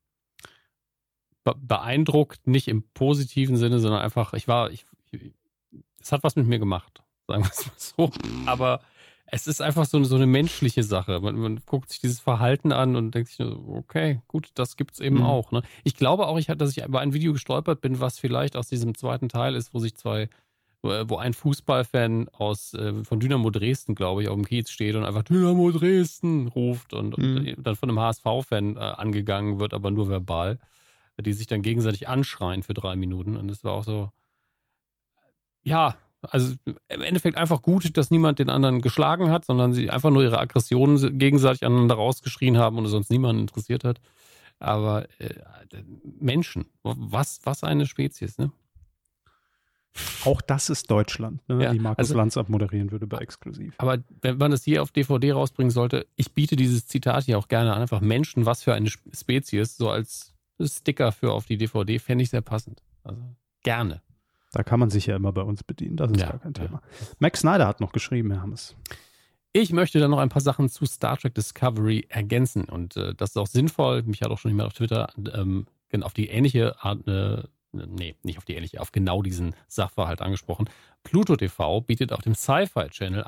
beeindruckt, nicht im positiven Sinne, sondern einfach, es hat was mit mir gemacht, sagen wir es mal so. Aber es ist einfach so eine menschliche Sache. Man guckt sich dieses Verhalten an und denkt sich, okay, gut, das gibt's eben auch. Ne? Ich glaube auch, dass ich über ein Video gestolpert bin, was vielleicht aus diesem zweiten Teil ist, wo ein Fußballfan von Dynamo Dresden, glaube ich, auf dem Kiez steht und einfach Dynamo Dresden ruft und dann von einem HSV-Fan angegangen wird, aber nur verbal, die sich dann gegenseitig anschreien für 3 Minuten. Und das war auch so, ja, also im Endeffekt einfach gut, dass niemand den anderen geschlagen hat, sondern sie einfach nur ihre Aggressionen gegenseitig aneinander rausgeschrien haben und es sonst niemanden interessiert hat. Aber Menschen, was eine Spezies, ne? Auch das ist Deutschland, ne? Ja, Die Markus Lanz abmoderieren würde bei Exklusiv. Aber wenn man es hier auf DVD rausbringen sollte, ich biete dieses Zitat hier auch gerne an, einfach Menschen, was für eine Spezies, so als Sticker für auf die DVD, fände ich sehr passend. Also gerne. Da kann man sich ja immer bei uns bedienen, das ist gar kein Thema. Max Snyder hat noch geschrieben, Herr Hammes. Ich möchte dann noch ein paar Sachen zu Star Trek Discovery ergänzen und das ist auch sinnvoll. Mich hat auch schon jemand auf Twitter auf die ähnliche Art, nicht auf die ähnliche, auf genau diesen Sachverhalt angesprochen. Pluto TV bietet auf dem Sci-Fi Channel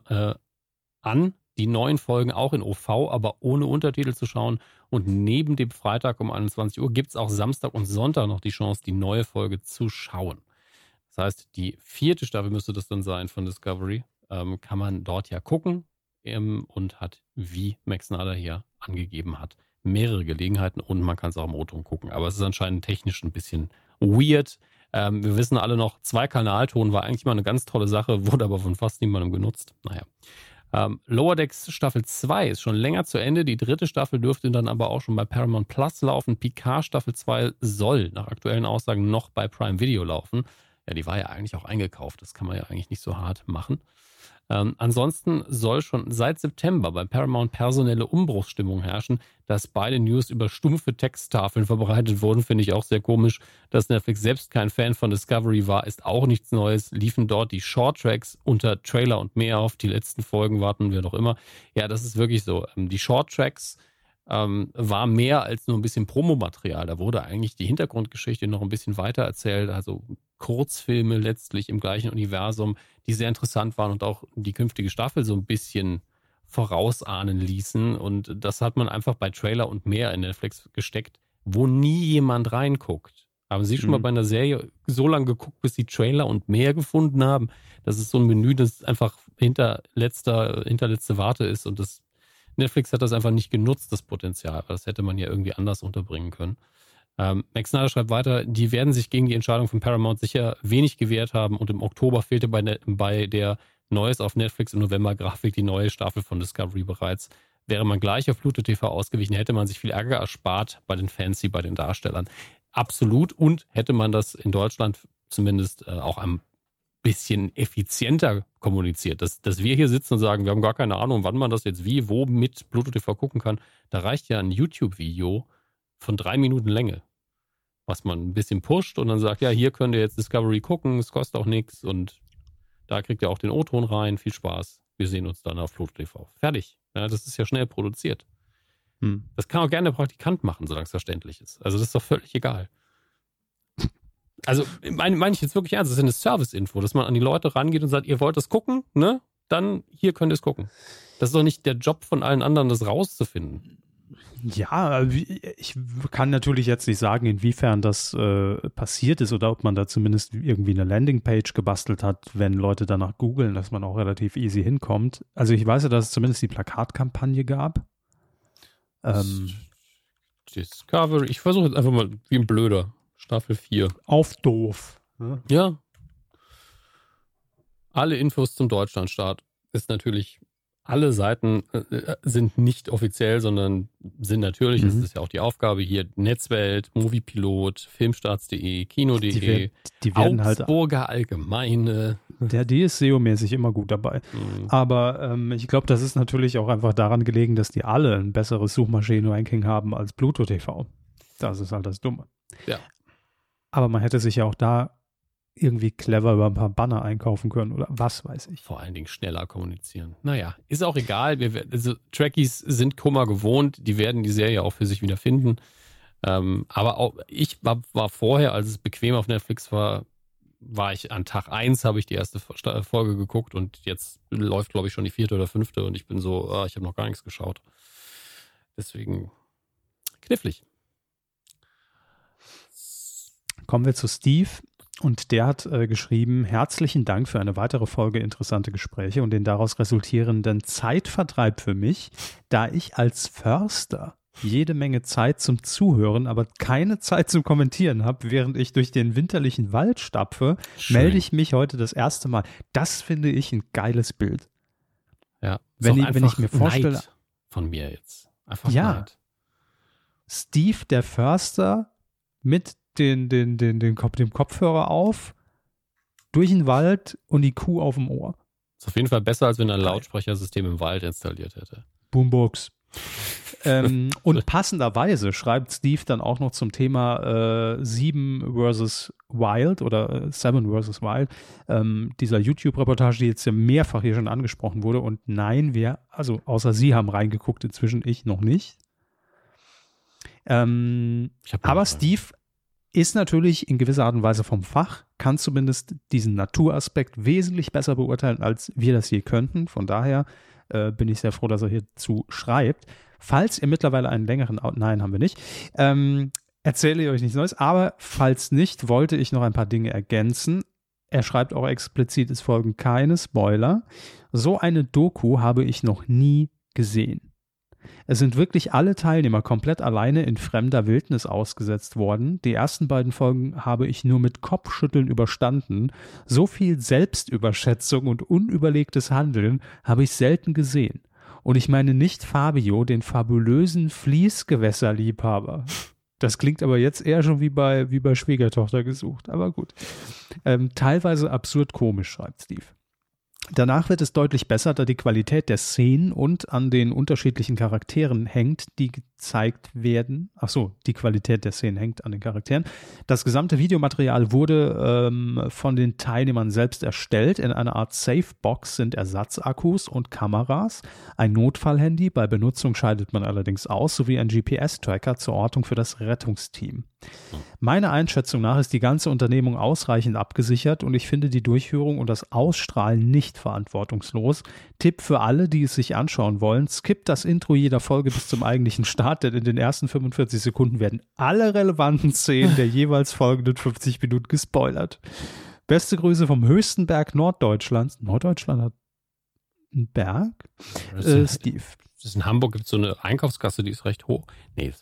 an, die neuen Folgen auch in OV, aber ohne Untertitel zu schauen. Und neben dem Freitag um 21 Uhr gibt es auch Samstag und Sonntag noch die Chance, die neue Folge zu schauen. Das heißt, die 4. Staffel müsste das dann sein von Discovery. Kann man dort ja gucken und hat, wie Max Snyder hier angegeben hat, mehrere Gelegenheiten und man kann es auch im O-Ton gucken. Aber es ist anscheinend technisch ein bisschen weird. Wir wissen alle noch, 2-Kanalton war eigentlich mal eine ganz tolle Sache, wurde aber von fast niemandem genutzt. Naja. Lower Decks Staffel 2 ist schon länger zu Ende. Die 3. Staffel dürfte dann aber auch schon bei Paramount Plus laufen. Picard Staffel 2 soll nach aktuellen Aussagen noch bei Prime Video laufen. Ja, die war ja eigentlich auch eingekauft. Das kann man ja eigentlich nicht so hart machen. Ansonsten soll schon seit September bei Paramount personelle Umbruchsstimmung herrschen. Dass beide News über stumpfe Texttafeln verbreitet wurden, finde ich auch sehr komisch. Dass Netflix selbst kein Fan von Discovery war, ist auch nichts Neues. Liefen dort die Shorttracks unter Trailer und mehr auf. Die letzten Folgen warten wir noch immer. Ja, das ist wirklich so. Die Shorttracks war mehr als nur ein bisschen Promomaterial. Da wurde eigentlich die Hintergrundgeschichte noch ein bisschen weiter erzählt. Also Kurzfilme letztlich im gleichen Universum, die sehr interessant waren und auch die künftige Staffel so ein bisschen vorausahnen ließen. Und das hat man einfach bei Trailer und mehr in Netflix gesteckt, wo nie jemand reinguckt. Haben Sie schon mal bei einer Serie so lange geguckt, bis Sie Trailer und mehr gefunden haben? Das ist so ein Menü, das einfach hinterletzte Warte ist und das Netflix hat das einfach nicht genutzt, das Potenzial. Das hätte man ja irgendwie anders unterbringen können. Max Snyder schreibt weiter, die werden sich gegen die Entscheidung von Paramount sicher wenig gewehrt haben und im Oktober fehlte bei der Neues auf Netflix im November Grafik die neue Staffel von Discovery bereits. Wäre man gleich auf Pluto TV ausgewichen, hätte man sich viel Ärger erspart bei den Fans wie bei den Darstellern. Absolut. Und hätte man das in Deutschland zumindest auch am bisschen effizienter kommuniziert. Dass wir hier sitzen und sagen, wir haben gar keine Ahnung, wann man das jetzt wie, wo mit Pluto TV gucken kann. Da reicht ja ein YouTube-Video von 3 Minuten Länge, was man ein bisschen pusht und dann sagt, ja, hier könnt ihr jetzt Discovery gucken, es kostet auch nichts und da kriegt ihr auch den O-Ton rein, viel Spaß. Wir sehen uns dann auf Pluto TV. Fertig. Ja, das ist ja schnell produziert. Das kann auch gerne der Praktikant machen, solange es verständlich ist. Also das ist doch völlig egal. Also meine ich jetzt wirklich ernst, das ist eine Service-Info, dass man an die Leute rangeht und sagt, ihr wollt das gucken, ne? Dann hier könnt ihr es gucken. Das ist doch nicht der Job von allen anderen, das rauszufinden. Ja, ich kann natürlich jetzt nicht sagen, inwiefern das passiert ist oder ob man da zumindest irgendwie eine Landingpage gebastelt hat, wenn Leute danach googeln, dass man auch relativ easy hinkommt. Also ich weiß ja, dass es zumindest die Plakatkampagne gab. Discovery, ich versuche jetzt einfach mal wie ein Blöder. Staffel 4. Auf doof. Ne? Ja. Alle Infos zum Deutschlandstart ist natürlich, alle Seiten sind nicht offiziell, sondern sind natürlich, das ist ja auch die Aufgabe hier, Netzwelt, Moviepilot, Filmstarts.de, Kino.de, die werden Augsburger halt, Allgemeine. Die ist SEO-mäßig immer gut dabei. Aber ich glaube, das ist natürlich auch einfach daran gelegen, dass die alle ein besseres Suchmaschinen-Ranking haben als Pluto TV. Das ist halt das Dumme. Ja. Aber man hätte sich ja auch da irgendwie clever über ein paar Banner einkaufen können oder was weiß ich. Vor allen Dingen schneller kommunizieren. Naja, ist auch egal. Also Trekkies sind Kummer gewohnt. Die werden die Serie auch für sich wieder finden. Aber auch ich war vorher, als es bequem auf Netflix war ich an Tag 1, habe ich die erste Folge geguckt und jetzt läuft, glaube ich, schon die 4. oder 5. und ich bin so, ich habe noch gar nichts geschaut. Deswegen knifflig. Kommen wir zu Steve und der hat geschrieben, herzlichen Dank für eine weitere Folge interessante Gespräche und den daraus resultierenden Zeitvertreib für mich, da ich als Förster jede Menge Zeit zum Zuhören, aber keine Zeit zum Kommentieren habe, während ich durch den winterlichen Wald stapfe, melde ich mich heute das erste Mal. Das finde ich ein geiles Bild. Ja, wenn ich mir vorstelle, Neid von mir jetzt. Einfach ja, Neid. Steve, der Förster, mit dem Kopfhörer auf, durch den Wald und die Kuh auf dem Ohr. Ist auf jeden Fall besser, als wenn er ein Lautsprechersystem im Wald installiert hätte. Boombox. Und passenderweise schreibt Steve dann auch noch zum Thema 7 vs. Wild oder 7 vs. Wild, dieser YouTube-Reportage, die jetzt ja mehrfach hier schon angesprochen wurde. Und nein, also außer Sie haben reingeguckt, inzwischen ich noch nicht. Aber Steve ist natürlich in gewisser Art und Weise vom Fach, kann zumindest diesen Naturaspekt wesentlich besser beurteilen, als wir das je könnten. Von daher bin ich sehr froh, dass er hierzu schreibt. Falls ihr mittlerweile einen längeren nein, haben wir nicht, erzähle ich euch nichts Neues, aber falls nicht, wollte ich noch ein paar Dinge ergänzen. Er schreibt auch explizit, es folgen keine Spoiler. So eine Doku habe ich noch nie gesehen. Es sind wirklich alle Teilnehmer komplett alleine in fremder Wildnis ausgesetzt worden. Die ersten beiden Folgen habe ich nur mit Kopfschütteln überstanden. So viel Selbstüberschätzung und unüberlegtes Handeln habe ich selten gesehen. Und ich meine nicht Fabio, den fabulösen Fließgewässerliebhaber. Das klingt aber jetzt eher schon wie bei Schwiegertochter gesucht. Aber gut. Teilweise absurd komisch, schreibt Steve. Danach wird es deutlich besser, da die Qualität der Szenen und an den unterschiedlichen Charakteren hängt, die gezeigt werden. Die Qualität der Szenen hängt an den Charakteren. Das gesamte Videomaterial wurde von den Teilnehmern selbst erstellt. In einer Art Safebox sind Ersatzakkus und Kameras, ein Notfallhandy, bei Benutzung schaltet man allerdings aus, sowie ein GPS-Tracker zur Ortung für das Rettungsteam. Meiner Einschätzung nach ist die ganze Unternehmung ausreichend abgesichert und ich finde die Durchführung und das Ausstrahlen nicht verantwortungslos. Tipp für alle, die es sich anschauen wollen: skippt das Intro jeder Folge bis zum eigentlichen Start, denn in den ersten 45 Sekunden werden alle relevanten Szenen der jeweils folgenden 50 Minuten gespoilert. Beste Grüße vom höchsten Berg Norddeutschlands. Norddeutschland hat einen Berg? Steve. Das ist in Hamburg, gibt es so eine Einkaufskasse, die ist recht hoch. Nee,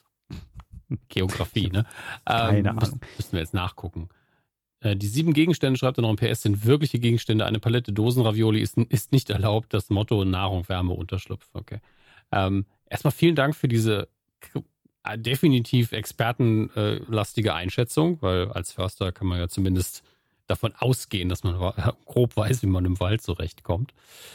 Geografie, ne? Keine Ahnung. Müssen wir jetzt nachgucken. Die 7 Gegenstände, schreibt er noch im PS, sind wirkliche Gegenstände. Eine Palette Dosenravioli ist nicht erlaubt. Das Motto: Nahrung, Wärme, Unterschlupf. Okay. Erstmal vielen Dank für diese definitiv expertenlastige Einschätzung, weil als Förster kann man ja zumindest davon ausgehen, dass man grob weiß, wie man im Wald zurechtkommt.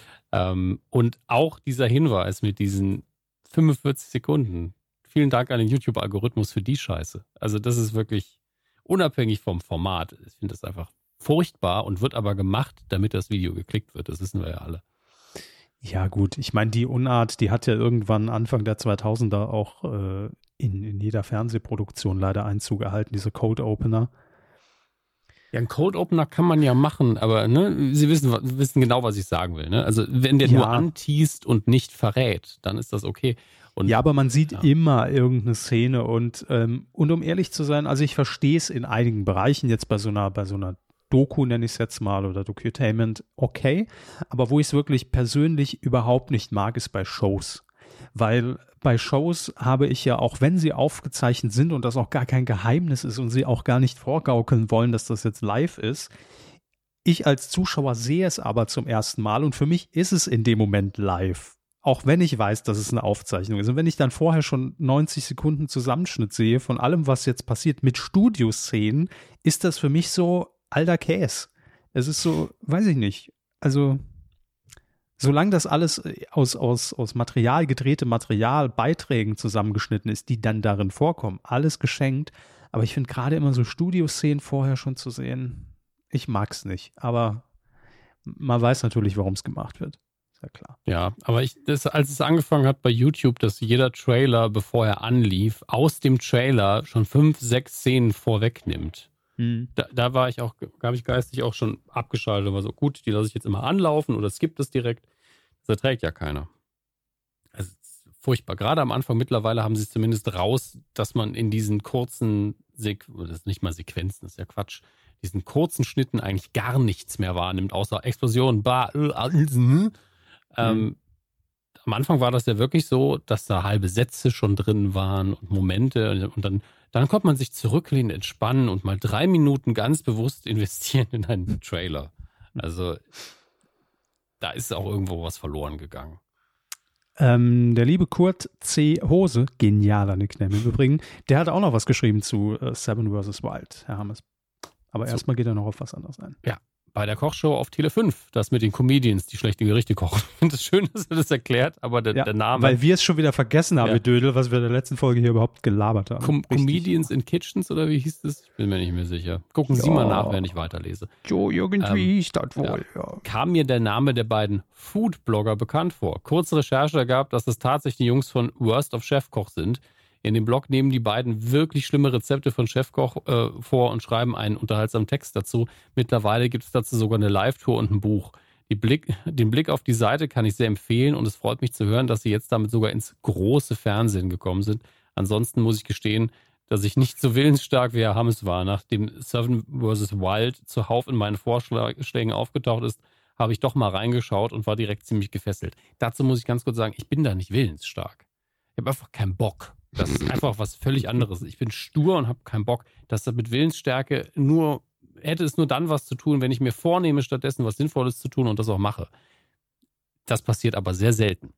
Und auch dieser Hinweis mit diesen 45 Sekunden. Vielen Dank an den YouTube-Algorithmus für die Scheiße. Also das ist wirklich unabhängig vom Format. Ich finde das einfach furchtbar und wird aber gemacht, damit das Video geklickt wird. Das wissen wir ja alle. Ja gut, ich meine, die Unart, die hat ja irgendwann Anfang der 2000er auch in jeder Fernsehproduktion leider Einzug erhalten, diese Cold Opener. Ja, einen Cold Opener kann man ja machen, aber ne, Sie wissen genau, was ich sagen will. Ne? Also wenn der nur anteast und nicht verrät, dann ist das okay. Und, ja, aber man sieht immer irgendeine Szene und um ehrlich zu sein, also ich verstehe es in einigen Bereichen, jetzt bei so einer Doku nenne ich es jetzt mal oder Docutainment, okay, aber wo ich es wirklich persönlich überhaupt nicht mag, ist bei Shows. Weil bei Shows habe ich ja, auch wenn sie aufgezeichnet sind und das auch gar kein Geheimnis ist und sie auch gar nicht vorgaukeln wollen, dass das jetzt live ist, ich als Zuschauer sehe es aber zum ersten Mal und für mich ist es in dem Moment live. Auch wenn ich weiß, dass es eine Aufzeichnung ist. Und wenn ich dann vorher schon 90 Sekunden Zusammenschnitt sehe von allem, was jetzt passiert mit Studioszenen, ist das für mich so alter Käse. Es ist so, weiß ich nicht. Also, solange das alles aus Material, gedrehtem Material, Beiträgen zusammengeschnitten ist, die dann darin vorkommen, alles geschenkt. Aber ich finde gerade immer so Studioszenen vorher schon zu sehen, ich mag's nicht. Aber man weiß natürlich, warum es gemacht wird. Ja, klar. Ja, aber als es angefangen hat bei YouTube, dass jeder Trailer, bevor er anlief, aus dem Trailer schon 5, 6 Szenen vorwegnimmt. Da habe ich geistig auch schon abgeschaltet und war so, gut, die lasse ich jetzt immer anlaufen oder skippt es direkt. Das erträgt ja keiner. Also, furchtbar. Gerade am Anfang, mittlerweile haben sie es zumindest raus, dass man in diesen kurzen das ist nicht mal Sequenzen, das ist ja Quatsch, diesen kurzen Schnitten eigentlich gar nichts mehr wahrnimmt, außer Explosion, am Anfang war das ja wirklich so, dass da halbe Sätze schon drin waren und Momente und dann konnte man sich zurücklehnen, entspannen und mal 3 Minuten ganz bewusst investieren in einen Trailer. Also da ist auch irgendwo was verloren gegangen. Der liebe Kurt C. Hose, genialer Nickname im Übrigen, der hat auch noch was geschrieben zu 7 vs. Wild, Herr Hammes. Aber erstmal geht er noch auf was anderes ein. Ja. bei der Kochshow auf Tele 5, das mit den Comedians, die schlechte Gerichte kochen. Ich finde es schön, dass er das erklärt, aber der Name... Weil wir es schon wieder vergessen haben, mit Dödel, was wir in der letzten Folge hier überhaupt gelabert haben. Comedians in Kitchens oder wie hieß das? Ich bin mir nicht mehr sicher. Gucken Sie mal nach, wenn ich weiterlese. Jo, irgendwie hieß das wohl, Kam mir der Name der beiden Food-Blogger bekannt vor. Kurze Recherche ergab, dass es tatsächlich die Jungs von Worst of Chefkoch sind. In dem Blog nehmen die beiden wirklich schlimme Rezepte von Chefkoch vor und schreiben einen unterhaltsamen Text dazu. Mittlerweile gibt es dazu sogar eine Live-Tour und ein Buch. Den Blick auf die Seite kann ich sehr empfehlen und es freut mich zu hören, dass sie jetzt damit sogar ins große Fernsehen gekommen sind. Ansonsten muss ich gestehen, dass ich nicht so willensstark wie Herr Hammes war. Nachdem Seven vs. Wild zuhauf in meinen Vorschlägen aufgetaucht ist, habe ich doch mal reingeschaut und war direkt ziemlich gefesselt. Dazu muss ich ganz kurz sagen, ich bin da nicht willensstark. Ich habe einfach keinen Bock. Das ist einfach was völlig anderes. Ich bin stur und habe keinen Bock. Das mit Willensstärke hätte es nur dann was zu tun, wenn ich mir vornehme, stattdessen was Sinnvolles zu tun und das auch mache. Das passiert aber sehr selten.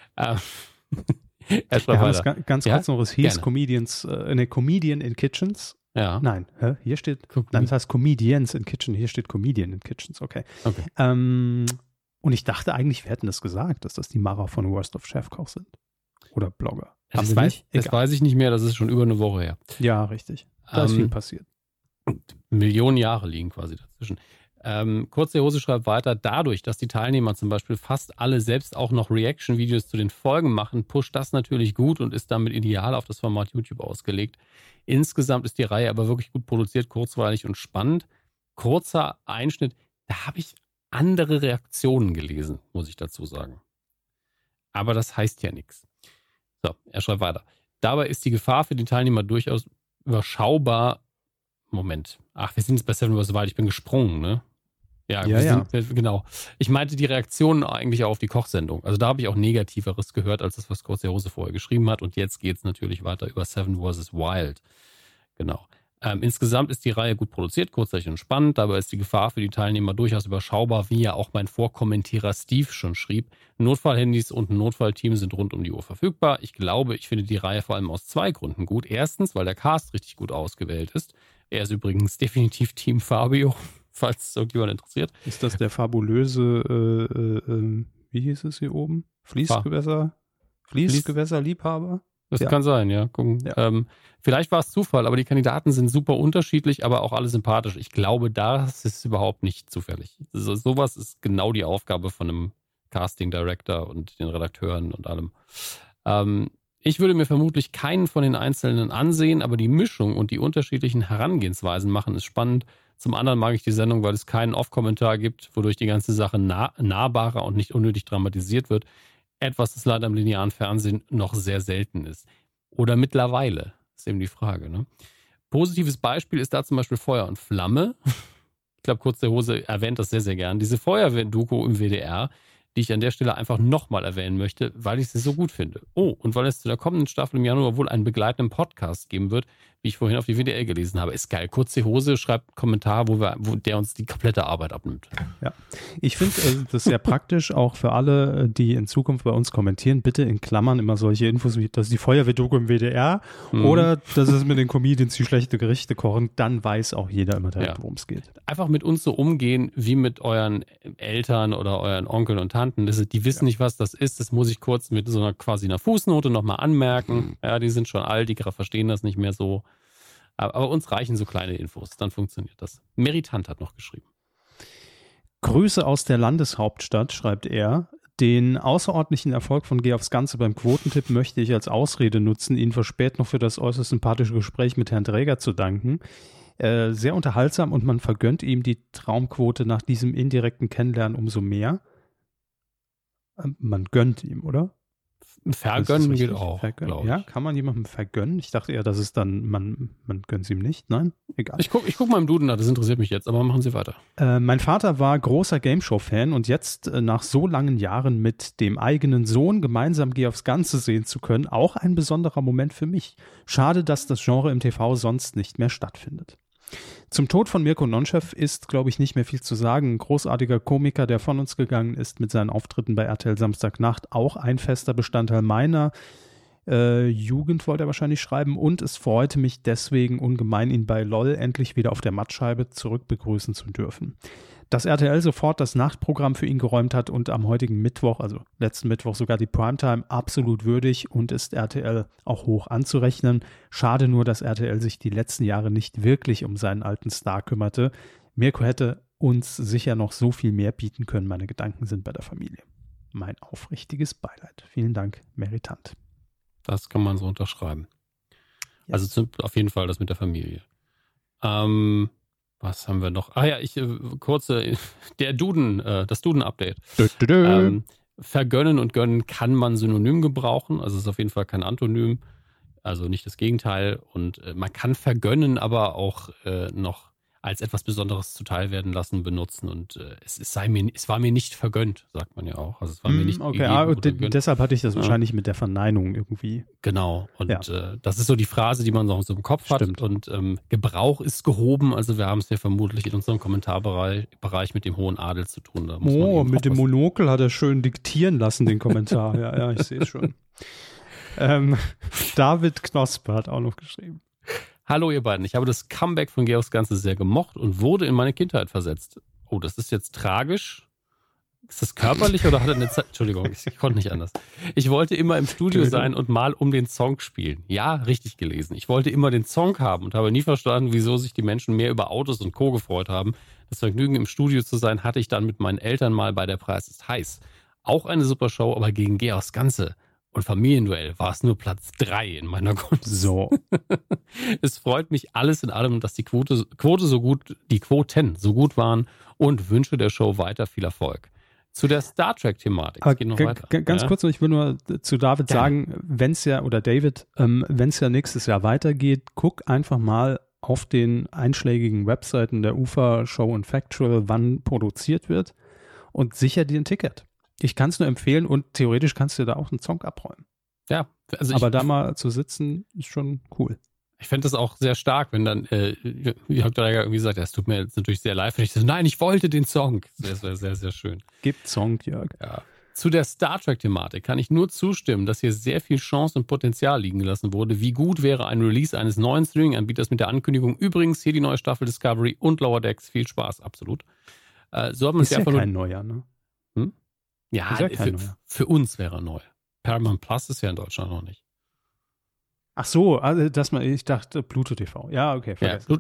Ganz kurz noch, es hieß Comedian in Kitchens. Ja. Nein, hier steht, das heißt Comedians in Kitchens, hier steht Comedian in Kitchens, okay. Und ich dachte eigentlich, wir hätten das gesagt, dass das die Macher von Worst of Chefkoch sind. Oder Blogger. Das weiß ich nicht mehr, das ist schon über eine Woche her. Ja, richtig. Da ist viel passiert. Millionen Jahre liegen quasi dazwischen. Kurze Hose schreibt weiter, dadurch, dass die Teilnehmer zum Beispiel fast alle selbst auch noch Reaction-Videos zu den Folgen machen, pusht das natürlich gut und ist damit ideal auf das Format YouTube ausgelegt. Insgesamt ist die Reihe aber wirklich gut produziert, kurzweilig und spannend. Kurzer Einschnitt, da habe ich andere Reaktionen gelesen, muss ich dazu sagen. Aber das heißt ja nichts. So, er schreibt weiter. Dabei ist die Gefahr für die Teilnehmer durchaus überschaubar. Moment. Ach, wir sind jetzt bei Seven vs. Wild. Ich bin gesprungen, ne? Ja. Genau. Ich meinte die Reaktionen eigentlich auch auf die Kochsendung. Also da habe ich auch Negativeres gehört, als das, was Kurze Hose vorher geschrieben hat. Und jetzt geht es natürlich weiter über Seven vs. Wild. Genau. Insgesamt ist die Reihe gut produziert, kurzweilig und spannend. Dabei ist die Gefahr für die Teilnehmer durchaus überschaubar, wie ja auch mein Vorkommentierer Steve schon schrieb. Notfallhandys und ein Notfallteam sind rund um die Uhr verfügbar. Ich finde die Reihe vor allem aus 2 Gründen gut. Erstens, weil der Cast richtig gut ausgewählt ist. Er ist übrigens definitiv Team Fabio, falls es irgendjemand interessiert. Ist das der fabulöse, wie hieß es hier oben? Fließgewässerliebhaber? Das kann sein, ja. Vielleicht war es Zufall, aber die Kandidaten sind super unterschiedlich, aber auch alle sympathisch. Ich glaube, das ist überhaupt nicht zufällig. Sowas ist genau die Aufgabe von einem Casting Director und den Redakteuren und allem. Ich würde mir vermutlich keinen von den Einzelnen ansehen, aber die Mischung und die unterschiedlichen Herangehensweisen machen es spannend. Zum anderen mag ich die Sendung, weil es keinen Off-Kommentar gibt, wodurch die ganze Sache nahbarer und nicht unnötig dramatisiert wird. Etwas, das leider im linearen Fernsehen noch sehr selten ist. Oder mittlerweile, ist eben die Frage. Ne? Positives Beispiel ist da zum Beispiel Feuer und Flamme. Ich glaube, Kurze Hose erwähnt das sehr, sehr gern. Diese Feuerwehr-Doku im WDR, die ich an der Stelle einfach nochmal erwähnen möchte, weil ich sie so gut finde. Oh, und weil es zu der kommenden Staffel im Januar wohl einen begleitenden Podcast geben wird, wie ich vorhin auf die WDR gelesen habe. Ist geil. Kurze Hose schreibt einen Kommentar, wo der uns die komplette Arbeit abnimmt. Ja, ich finde das sehr praktisch, auch für alle, die in Zukunft bei uns kommentieren, bitte in Klammern immer solche Infos wie, das ist die Feuerwehr-Doku im WDR oder das ist mit den Comedians, die schlechte Gerichte kochen, dann weiß auch jeder immer direkt, worum es geht. Einfach mit uns so umgehen, wie mit euren Eltern oder euren Onkeln und Tanten. Die wissen nicht, was das ist. Das muss ich kurz mit so einer Fußnote nochmal anmerken. Ja, die sind schon alt, die verstehen das nicht mehr so. Aber uns reichen so kleine Infos, dann funktioniert das. Meritant hat noch geschrieben. Grüße aus der Landeshauptstadt, schreibt er. Den außerordentlichen Erfolg von Geh aufs Ganze beim Quotentipp möchte ich als Ausrede nutzen, Ihnen verspät noch für das äußerst sympathische Gespräch mit Herrn Dräger zu danken. Sehr unterhaltsam und man vergönnt ihm die Traumquote nach diesem indirekten Kennenlernen umso mehr. Man gönnt ihm, oder? Vergönnen geht auch, glaube ich. Ja, kann man jemandem vergönnen? Ich dachte eher, dass es dann, man gönnt es ihm nicht. Nein? Egal. Ich guck mal im Duden nach, das interessiert mich jetzt, aber machen Sie weiter. Mein Vater war großer Gameshow-Fan und jetzt nach so langen Jahren mit dem eigenen Sohn gemeinsam Geh aufs Ganze sehen zu können, auch ein besonderer Moment für mich. Schade, dass das Genre im TV sonst nicht mehr stattfindet. Zum Tod von Mirko Nonchef ist, glaube ich, nicht mehr viel zu sagen. Ein großartiger Komiker, der von uns gegangen ist mit seinen Auftritten bei RTL Samstagnacht, auch ein fester Bestandteil meiner Jugend wollte er wahrscheinlich schreiben und es freute mich deswegen ungemein, ihn bei LOL endlich wieder auf der Mattscheibe zurück begrüßen zu dürfen. Dass RTL sofort das Nachtprogramm für ihn geräumt hat und am heutigen Mittwoch, also letzten Mittwoch sogar die Primetime, absolut würdig und ist RTL auch hoch anzurechnen. Schade nur, dass RTL sich die letzten Jahre nicht wirklich um seinen alten Star kümmerte. Mirko hätte uns sicher noch so viel mehr bieten können. Meine Gedanken sind bei der Familie. Mein aufrichtiges Beileid. Vielen Dank, Meritant. Das kann man so unterschreiben. Ja. Also auf jeden Fall das mit der Familie. Was haben wir noch? Der Duden, das Duden-Update. Vergönnen und gönnen kann man synonym gebrauchen. Also es ist auf jeden Fall kein Antonym. Also nicht das Gegenteil. Und man kann vergönnen aber auch noch als etwas Besonderes zuteil werden lassen, benutzen. Und es war mir nicht vergönnt, sagt man ja auch. Also es war mir nicht gegeben. Deshalb hatte ich das wahrscheinlich mit der Verneinung irgendwie. Genau. Und das ist so die Phrase, die man so im Kopf hat. Und Gebrauch ist gehoben. Also wir haben es ja vermutlich in unserem Kommentarbereich mit dem hohen Adel zu tun. Da muss mit dem Monokel hat er schön diktieren lassen, den Kommentar. ja, ich sehe es schon. David Knospe hat auch noch geschrieben. Hallo ihr beiden, ich habe das Comeback von Georgs Ganze sehr gemocht und wurde in meine Kindheit versetzt. Oh, das ist jetzt tragisch. Ist das körperlich oder hat er eine Zeit? Entschuldigung, ich konnte nicht anders. Ich wollte immer im Studio sein und mal um den Song spielen. Ja, richtig gelesen. Ich wollte immer den Song haben und habe nie verstanden, wieso sich die Menschen mehr über Autos und Co. gefreut haben. Das Vergnügen im Studio zu sein, hatte ich dann mit meinen Eltern mal bei Der Preis ist heiß. Auch eine super Show, aber gegen Georgs Ganze. Und Familienduell war es nur Platz 3 in meiner Kunst. So. Es freut mich alles in allem, dass die Quoten so gut waren und wünsche der Show weiter viel Erfolg. Zu der Star Trek-Thematik. Ganz kurz, ich will nur zu David sagen, wenn es ja nächstes Jahr weitergeht, guck einfach mal auf den einschlägigen Webseiten der UFA, Show und Factual, wann produziert wird und sicher dir ein Ticket. Ich kann es nur empfehlen und theoretisch kannst du da auch einen Song abräumen. Ja, also aber da mal zu sitzen, ist schon cool. Ich fände das auch sehr stark, wenn dann Jörg Dreiger irgendwie sagt, es tut mir jetzt natürlich sehr leid, wenn ich so, nein, ich wollte den Song. Das wäre sehr, sehr schön. Gibt Song, Jörg. Ja. Zu der Star Trek-Thematik kann ich nur zustimmen, dass hier sehr viel Chance und Potenzial liegen gelassen wurde. Wie gut wäre ein Release eines neuen Streaming-Anbieters mit der Ankündigung, übrigens hier die neue Staffel Discovery und Lower Decks. Viel Spaß, absolut. So hat man ist ja kein neuer, ne? Ja, für uns wäre er neu. Paramount Plus ist ja in Deutschland noch nicht. Ach so, also ich dachte Pluto TV. Ja, okay.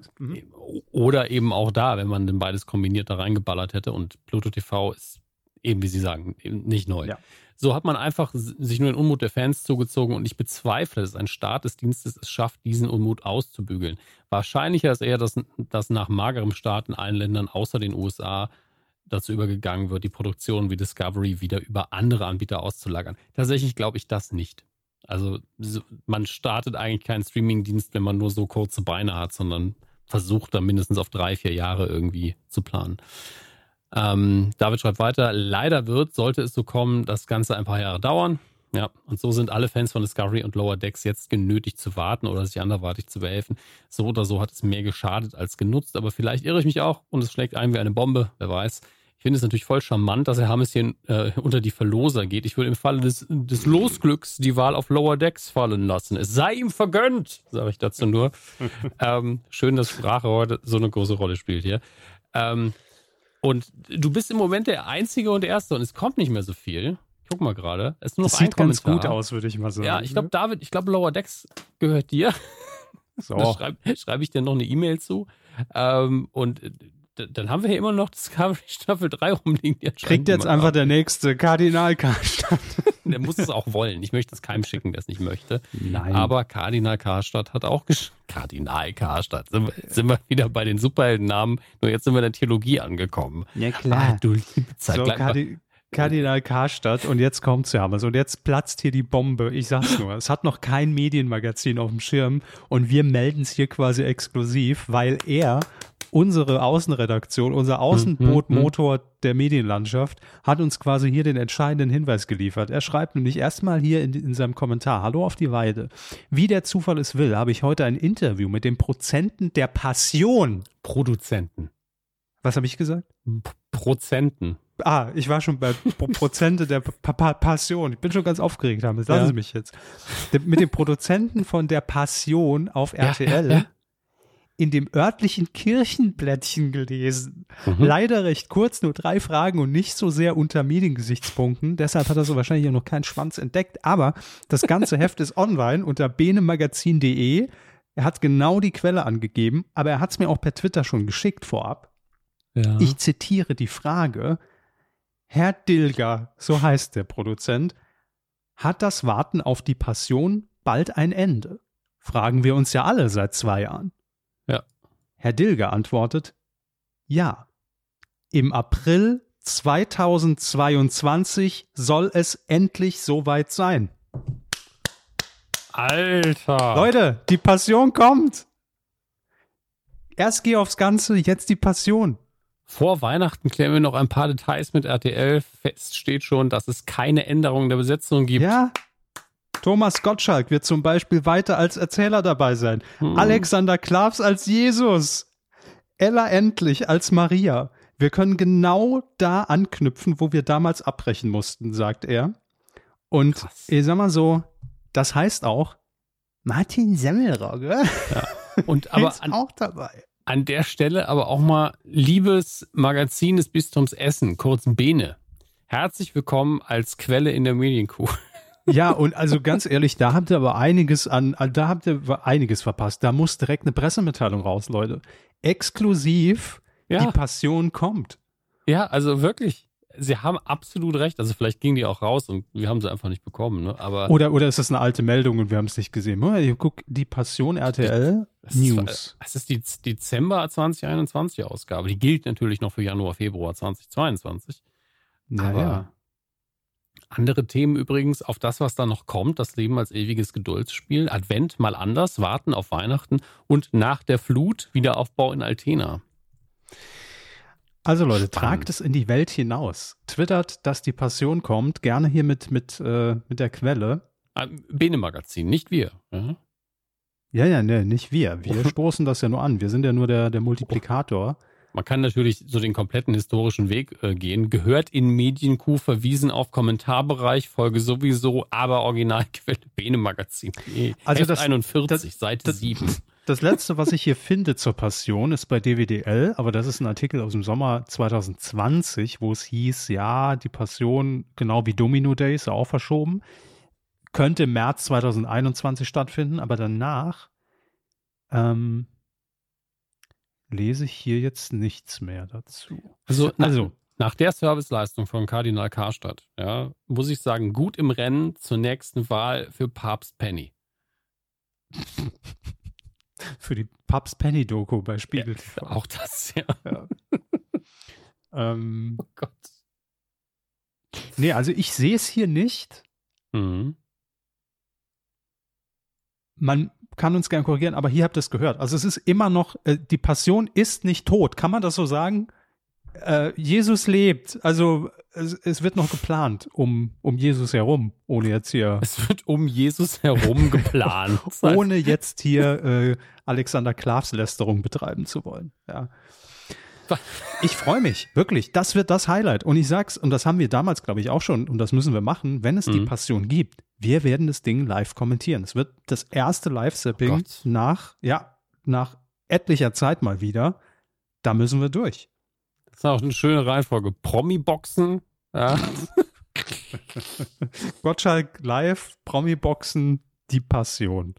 Oder eben auch da, wenn man denn beides kombiniert da reingeballert hätte und Pluto TV ist eben, wie Sie sagen, nicht neu. Ja. So hat man einfach sich nur den Unmut der Fans zugezogen und ich bezweifle, dass ein Start des Dienstes es schafft, diesen Unmut auszubügeln. Wahrscheinlicher ist eher, dass nach magerem Start in allen Ländern außer den USA dazu übergegangen wird, die Produktion wie Discovery wieder über andere Anbieter auszulagern. Tatsächlich glaube ich das nicht. Also man startet eigentlich keinen Streamingdienst, wenn man nur so kurze Beine hat, sondern versucht dann mindestens auf 3-4 Jahre irgendwie zu planen. David schreibt weiter, leider sollte es so kommen, das Ganze ein paar Jahre dauern. Ja, und so sind alle Fans von Discovery und Lower Decks jetzt genötigt zu warten oder sich anderweitig zu behelfen. So oder so hat es mehr geschadet als genutzt, aber vielleicht irre ich mich auch und es schlägt ein wie eine Bombe, wer weiß. Ich finde es natürlich voll charmant, dass Herr Hammes hier unter die Verloser geht. Ich würde im Falle des Losglücks die Wahl auf Lower Decks fallen lassen. Es sei ihm vergönnt, sage ich dazu nur. Schön, dass Sprache heute so eine große Rolle spielt hier. Und du bist im Moment der Einzige und der Erste und es kommt nicht mehr so viel. Guck mal gerade. Es ist nur noch ein Kommentar. Sieht ganz gut aus, würde ich mal sagen. Ja, ich glaube, David, Lower Decks gehört dir. So. Da schreibe ich dir noch eine E-Mail zu. Und dann haben wir hier immer noch Discovery Staffel 3 rumliegen. Kriegt jetzt einfach der nächste Kardinal Karstadt. Der muss es auch wollen. Ich möchte es keinem schicken, der es nicht möchte. Nein. Aber Kardinal Karstadt hat auch Kardinal Karstadt. Sind wir wieder bei den Superheldennamen. Nur jetzt sind wir in der Theologie angekommen. Ja, klar. Du liebe Zeit. So, Kardinal Karstadt und jetzt kommt's ja mal. Und jetzt platzt hier die Bombe. Ich sag's nur. Es hat noch kein Medienmagazin auf dem Schirm und wir melden es hier quasi exklusiv, weil unsere Außenredaktion, unser Außenbootmotor der Medienlandschaft, hat uns quasi hier den entscheidenden Hinweis geliefert. Er schreibt nämlich erstmal hier in seinem Kommentar, Hallo auf die Weide. Wie der Zufall es will, habe ich heute ein Interview mit dem Prozenten der Passion. Produzenten. Was habe ich gesagt? Prozenten. Ich war schon bei Prozente der Passion. Ich bin schon ganz aufgeregt, damit. Lassen Sie mich jetzt. Mit dem Produzenten von der Passion auf RTL in dem örtlichen Kirchenblättchen gelesen. Leider recht kurz, nur 3 Fragen und nicht so sehr unter Mediengesichtspunkten. Deshalb hat er so wahrscheinlich auch noch keinen Schwanz entdeckt. Aber das ganze Heft ist online unter benemagazin.de. Er hat genau die Quelle angegeben, aber er hat es mir auch per Twitter schon geschickt vorab. Ja. Ich zitiere die Frage: Herr Dilger, so heißt der Produzent, hat das Warten auf die Passion bald ein Ende? Fragen wir uns ja alle seit 2 Jahren. Ja. Herr Dilger antwortet: Ja. Im April 2022 soll es endlich soweit sein. Alter. Leute, die Passion kommt. Erst geh aufs Ganze, jetzt die Passion. Vor Weihnachten klären wir noch ein paar Details mit RTL. Fest steht schon, dass es keine Änderung der Besetzung gibt. Ja. Thomas Gottschalk wird zum Beispiel weiter als Erzähler dabei sein. Alexander Klavs als Jesus. Ella Endlich als Maria. Wir können genau da anknüpfen, wo wir damals abbrechen mussten, sagt er. Und krass. Ich sag mal so, das heißt auch, Martin Semmelrogge und aber ist auch dabei. An der Stelle aber auch mal, liebes Magazin des Bistums Essen, kurz Bene, herzlich willkommen als Quelle in der Medienkuh. Ja, und also ganz ehrlich, da habt ihr aber einiges verpasst. Da muss direkt eine Pressemitteilung raus, Leute. Exklusiv, die Passion kommt. Ja, also wirklich, Sie haben absolut recht. Also vielleicht ging die auch raus und wir haben sie einfach nicht bekommen. Ne? Aber oder ist das eine alte Meldung und wir haben es nicht gesehen? Guck, die Passion RTL News. Es ist die Dezember 2021 Ausgabe. Die gilt natürlich noch für Januar, Februar 2022. Aber andere Themen übrigens, auf das, was da noch kommt, das Leben als ewiges Geduldsspiel, Advent mal anders, Warten auf Weihnachten und nach der Flut Wiederaufbau in Altena. Also Leute, tragt es in die Welt hinaus. Twittert, dass die Passion kommt. Gerne hier mit der Quelle. Bene-Magazin, nicht wir. Ja, nicht wir. Wir stoßen das ja nur an. Wir sind ja nur der Multiplikator. Man kann natürlich so den kompletten historischen Weg gehen. Gehört in Medienkuh, verwiesen auf Kommentarbereich, Folge sowieso, aber Originalquelle Bene-Magazin. Also Heft 41, Seite 7. Das letzte, was ich hier finde zur Passion, ist bei DWDL, aber das ist ein Artikel aus dem Sommer 2020, wo es hieß, ja, die Passion, genau wie Domino Days, auch verschoben, könnte im März 2021 stattfinden, aber danach lese ich hier jetzt nichts mehr dazu. Also nach der Serviceleistung von Kardinal Karstadt, muss ich sagen, gut im Rennen zur nächsten Wahl für Papst Penny. Für die Papst Penny Doku bei Spiegel. Ja, auch das, ja. Oh Gott. Nee, also ich sehe es hier nicht. Mhm. Man kann uns gerne korrigieren, aber hier habt ihr es gehört. Also es ist immer noch, die Passion ist nicht tot. Kann man das so sagen? Jesus lebt. Also es wird noch geplant um Jesus herum, ohne jetzt hier. Es wird um Jesus herum geplant. Ohne jetzt hier Alexander Klavs Lästerung betreiben zu wollen. Ja. Ich freue mich, wirklich. Das wird das Highlight. Und ich sag's, und das haben wir damals, glaube ich, auch schon, und das müssen wir machen, wenn es die Passion gibt. Wir werden das Ding live kommentieren. Es wird das erste Live-Zapping nach etlicher Zeit mal wieder. Da müssen wir durch. Das ist auch eine schöne Reihenfolge. Promi-Boxen. Ja. Gottschalk live, Promi-Boxen, die Passion.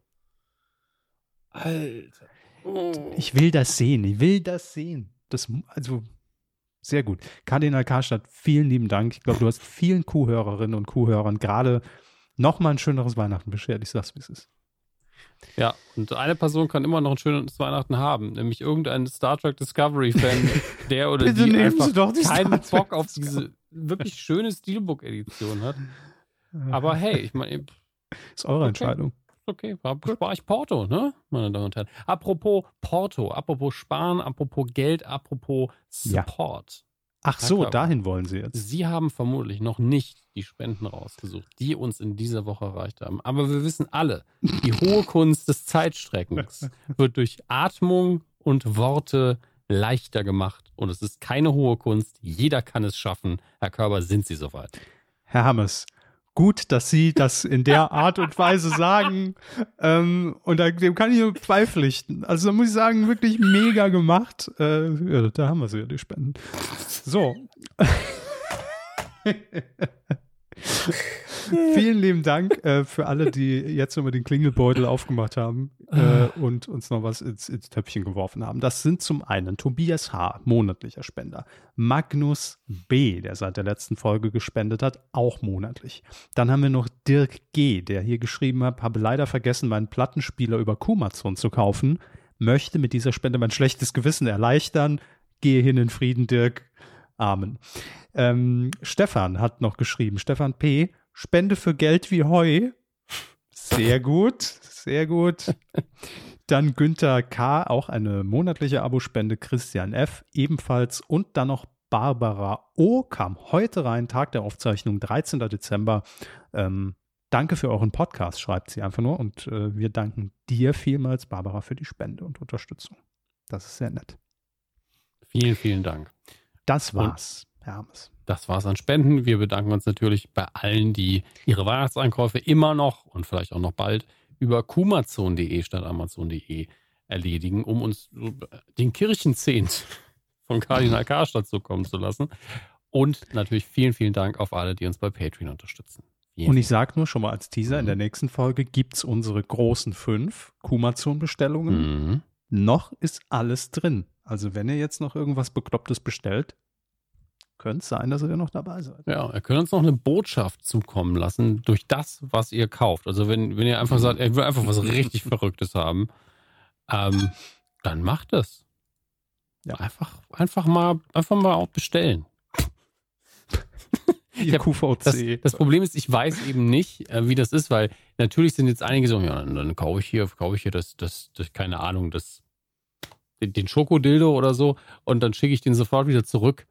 Alter. Ich will das sehen. Also, sehr gut. Kardinal Karstadt, vielen lieben Dank. Ich glaube, du hast vielen Kuhhörerinnen und Kuhhörern gerade nochmal ein schöneres Weihnachten beschert. Ich sag's, wie es ist. Ja, und eine Person kann immer noch ein schönes Weihnachten haben, nämlich irgendein Star Trek Discovery-Fan, der oder die einfach keinen Bock auf diese wirklich schöne Steelbook-Edition hat. Aber hey, ich meine... Ist eure Entscheidung. Okay, spare ich Porto, ne, meine Damen und Herren. Apropos Porto, apropos Sparen, apropos Geld, apropos Support. Ach so, dahin wollen Sie jetzt. Sie haben vermutlich noch nicht die Spenden rausgesucht, die uns in dieser Woche erreicht haben. Aber wir wissen alle, die hohe Kunst des Zeitstreckens wird durch Atmung und Worte leichter gemacht und es ist keine hohe Kunst. Jeder kann es schaffen. Herr Körber, sind Sie soweit? Herr Hammes, gut, dass Sie das in der Art und Weise sagen. Und dem kann ich nur beipflichten. Also da muss ich sagen, wirklich mega gemacht. Ja, da haben wir sie ja, die Spenden. So. Vielen lieben Dank für alle, die jetzt nochmal den Klingelbeutel aufgemacht haben und uns noch was ins Töpfchen geworfen haben. Das sind zum einen Tobias H., monatlicher Spender. Magnus B., der seit der letzten Folge gespendet hat, auch monatlich. Dann haben wir noch Dirk G., der hier geschrieben hat, habe leider vergessen, meinen Plattenspieler über Kumazon zu kaufen, möchte mit dieser Spende mein schlechtes Gewissen erleichtern. Gehe hin in Frieden, Dirk. Amen. Stefan hat noch geschrieben, Stefan P., Spende für Geld wie Heu. Sehr gut, sehr gut. Dann Günther K., auch eine monatliche Abospende, Christian F. ebenfalls und dann noch Barbara O. kam heute rein, Tag der Aufzeichnung, 13. Dezember. Danke für euren Podcast, schreibt sie einfach nur und wir danken dir vielmals, Barbara, für die Spende und Unterstützung. Das ist sehr nett. Vielen, vielen Dank. Das war's, Herr Hammes. Das war's an Spenden. Wir bedanken uns natürlich bei allen, die ihre Weihnachtseinkäufe immer noch und vielleicht auch noch bald über kumazon.de statt amazon.de erledigen, um uns den Kirchenzehnt von Kardinal Karstadt zukommen zu lassen. Und natürlich vielen, vielen Dank auf alle, die uns bei Patreon unterstützen. Und ich sage nur schon mal als Teaser, in der nächsten Folge gibt's unsere großen 5 Kumazon-Bestellungen. Noch ist alles drin. Also wenn ihr jetzt noch irgendwas Beklopptes bestellt, könnte es sein, dass ihr noch dabei seid. Ja, ihr könnt uns noch eine Botschaft zukommen lassen durch das, was ihr kauft. Also wenn ihr einfach sagt, ihr will einfach was richtig Verrücktes haben, dann macht es. Ja. Einfach mal auch bestellen. QVC. Das Problem ist, ich weiß eben nicht, wie das ist, weil natürlich sind jetzt einige so, ja, dann kaufe ich hier das keine Ahnung, den Schokodildo oder so und dann schicke ich den sofort wieder zurück.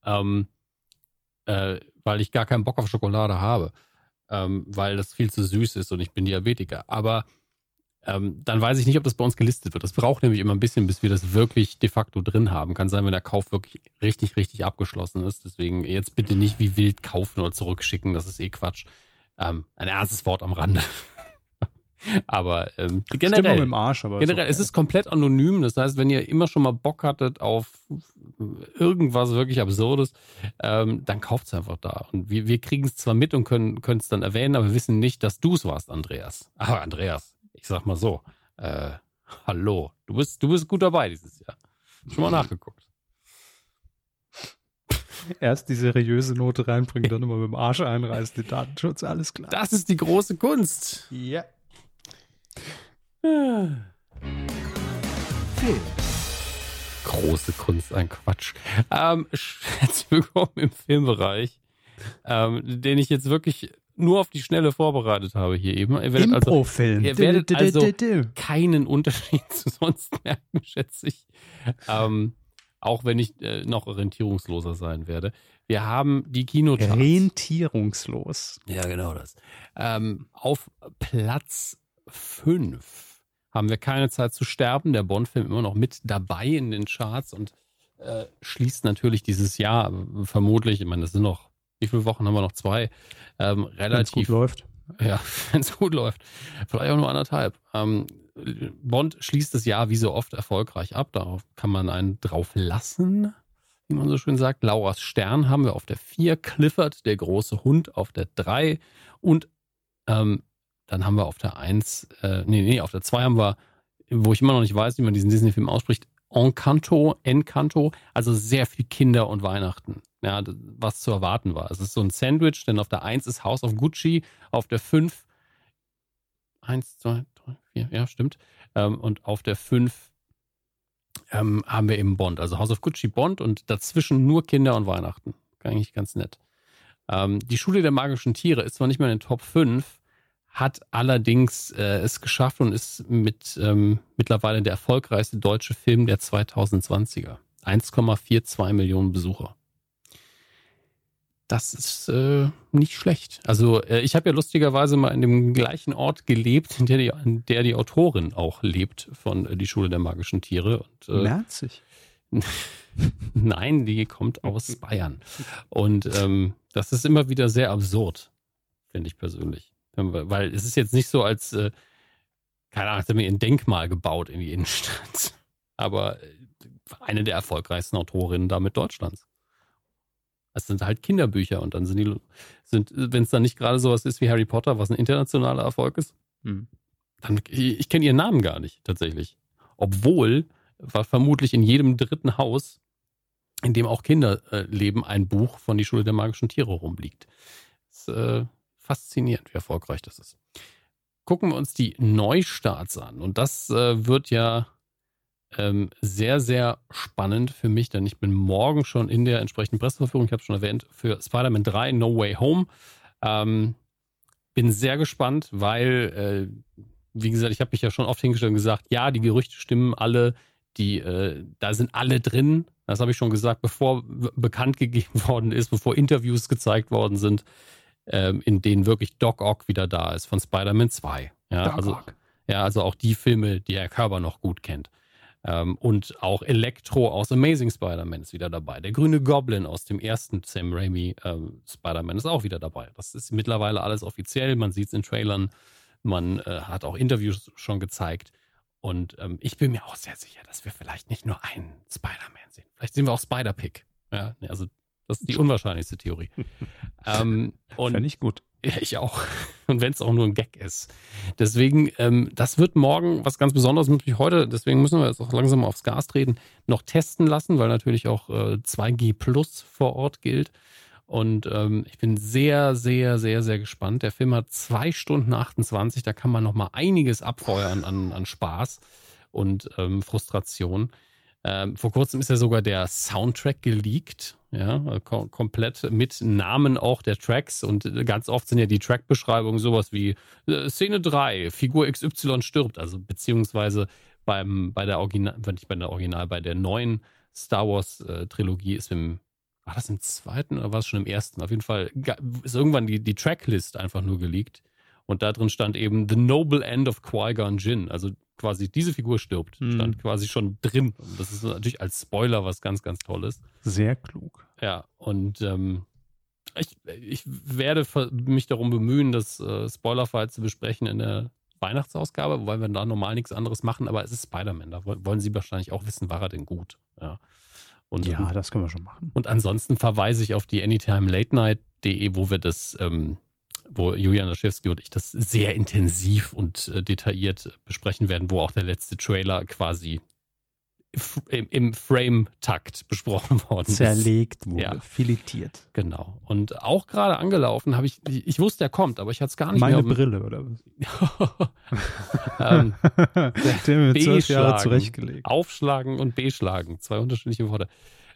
Weil ich gar keinen Bock auf Schokolade habe, weil das viel zu süß ist und ich bin Diabetiker. Aber dann weiß ich nicht, ob das bei uns gelistet wird. Das braucht nämlich immer ein bisschen, bis wir das wirklich de facto drin haben. Kann sein, wenn der Kauf wirklich richtig, richtig abgeschlossen ist. Deswegen jetzt bitte nicht wie wild kaufen oder zurückschicken. Das ist Quatsch. Ein ernstes Wort am Rande. Aber generell, im Arsch, aber generell, es ist komplett anonym. Das heißt, wenn ihr immer schon mal Bock hattet auf irgendwas wirklich Absurdes, dann kauft es einfach da. Und wir kriegen es zwar mit und können es dann erwähnen, aber wir wissen nicht, dass du es warst, Andreas. Aber Andreas, ich sag mal so, hallo, du bist gut dabei dieses Jahr. Schon mal nachgeguckt. Erst die seriöse Note reinbringen, dann immer mit dem Arsch einreißen, den Datenschutz, alles klar. Das ist die große Kunst. Ja. Film. Große Kunst, ein Quatsch. Herzlich willkommen im Filmbereich, den ich jetzt wirklich nur auf die Schnelle vorbereitet habe hier eben. Ihr werdet also keinen Unterschied zu sonst merken, schätze ich. Auch wenn ich noch orientierungsloser sein werde. Wir haben die Kinocharts. Orientierungslos. Ja, genau das. Auf Platz 5 haben wir Keine Zeit zu sterben. Der Bond-Film immer noch mit dabei in den Charts und schließt natürlich dieses Jahr vermutlich, ich meine, das sind noch, wie viele Wochen haben wir noch? 2? Relativ. Wenn es gut läuft. Ja, wenn es gut läuft. Vielleicht auch nur 1,5. Bond schließt das Jahr wie so oft erfolgreich ab. Darauf kann man einen drauf lassen, wie man so schön sagt. Lauras Stern haben wir auf der 4, Clifford, der große Hund, auf der 3 und dann haben wir auf der 1, auf der 2 haben wir, wo ich immer noch nicht weiß, wie man diesen Disney-Film ausspricht, Encanto, also sehr viel Kinder und Weihnachten. Ja, was zu erwarten war. Es ist so ein Sandwich, denn auf der 1 ist House of Gucci, auf der 5 1, 2, 3, 4, ja, stimmt. Und auf der 5 haben wir eben Bond, also House of Gucci, Bond und dazwischen nur Kinder und Weihnachten. Eigentlich ganz nett. Die Schule der magischen Tiere ist zwar nicht mehr in den Top 5, hat allerdings es geschafft und ist mit mittlerweile der erfolgreichste deutsche Film der 2020er. 1,42 Millionen Besucher. Das ist nicht schlecht. Also ich habe ja lustigerweise mal in dem gleichen Ort gelebt, in der die Autorin auch lebt von Die Schule der magischen Tiere. Und, Merzig. Nein, die kommt aus Bayern. Und das ist immer wieder sehr absurd, finde ich persönlich. Weil es ist jetzt nicht so, als, keine Ahnung, hat er mir ein Denkmal gebaut in die Innenstadt. Aber eine der erfolgreichsten Autorinnen damit Deutschlands. Es sind halt Kinderbücher und dann wenn es dann nicht gerade sowas ist wie Harry Potter, was ein internationaler Erfolg ist, dann, ich kenne ihren Namen gar nicht, tatsächlich. Obwohl vermutlich in jedem dritten Haus, in dem auch Kinder leben, ein Buch von Die Schule der magischen Tiere rumliegt. Das ist faszinierend, wie erfolgreich das ist. Gucken wir uns die Neustarts an. Und das wird ja sehr, sehr spannend für mich, denn ich bin morgen schon in der entsprechenden Presseverführung, ich habe es schon erwähnt, für Spider-Man 3 No Way Home. Bin sehr gespannt, weil, wie gesagt, ich habe mich ja schon oft hingestellt und gesagt, ja, die Gerüchte stimmen alle, da sind alle drin. Das habe ich schon gesagt, bevor bekannt gegeben worden ist, bevor Interviews gezeigt worden sind, in denen wirklich Doc Ock wieder da ist von Spider-Man 2. Ja, also auch die Filme, die Herr Körber noch gut kennt. Und auch Electro aus Amazing Spider-Man ist wieder dabei. Der grüne Goblin aus dem ersten Sam Raimi Spider-Man ist auch wieder dabei. Das ist mittlerweile alles offiziell. Man sieht es in Trailern. Man hat auch Interviews schon gezeigt. Und ich bin mir auch sehr sicher, dass wir vielleicht nicht nur einen Spider-Man sehen. Vielleicht sehen wir auch Spider-Pig. Ja, also das ist die unwahrscheinlichste Theorie. Fände ich gut. Ja, ich auch. Und wenn es auch nur ein Gag ist. Deswegen, das wird morgen was ganz Besonderes. Natürlich heute, deswegen müssen wir jetzt auch langsam mal aufs Gas treten, noch testen lassen, weil natürlich auch 2G Plus vor Ort gilt. Und ich bin sehr, sehr, sehr, sehr gespannt. Der Film hat 2 Stunden 28. Da kann man noch mal einiges abfeuern an Spaß und Frustration. Vor kurzem ist ja sogar der Soundtrack geleakt. Ja, komplett mit Namen auch der Tracks. Und ganz oft sind ja die Trackbeschreibungen sowas wie Szene 3, Figur XY stirbt. Also beziehungsweise bei der neuen Star Wars Trilogie war das im zweiten oder war es schon im ersten? Auf jeden Fall ist irgendwann die Tracklist einfach nur geleakt. Und da drin stand eben The Noble End of Qui-Gon Jinn. Also quasi diese Figur stirbt. Stand quasi schon drin. Und das ist natürlich als Spoiler was ganz, ganz Tolles. Sehr klug. Ja, und ich werde mich darum bemühen, das spoilerfrei zu besprechen in der Weihnachtsausgabe, wobei wir da normal nichts anderes machen. Aber es ist Spider-Man. Da wollen Sie wahrscheinlich auch wissen, war er denn gut? Ja. Und, ja, das können wir schon machen. Und ansonsten verweise ich auf die anytimelatenight.de, wo Julian Laschewski und ich das sehr intensiv und detailliert besprechen werden, wo auch der letzte Trailer quasi im Frame-Takt besprochen worden ist. Zerlegt wurde, ja. Filetiert. Genau. Und auch gerade angelaufen habe ich wusste, er kommt, aber ich hatte es gar nicht Meine mehr. Brille, oder was? Der mir 12 Jahre zurechtgelegt. Aufschlagen und beschlagen. 2 unterschiedliche Worte.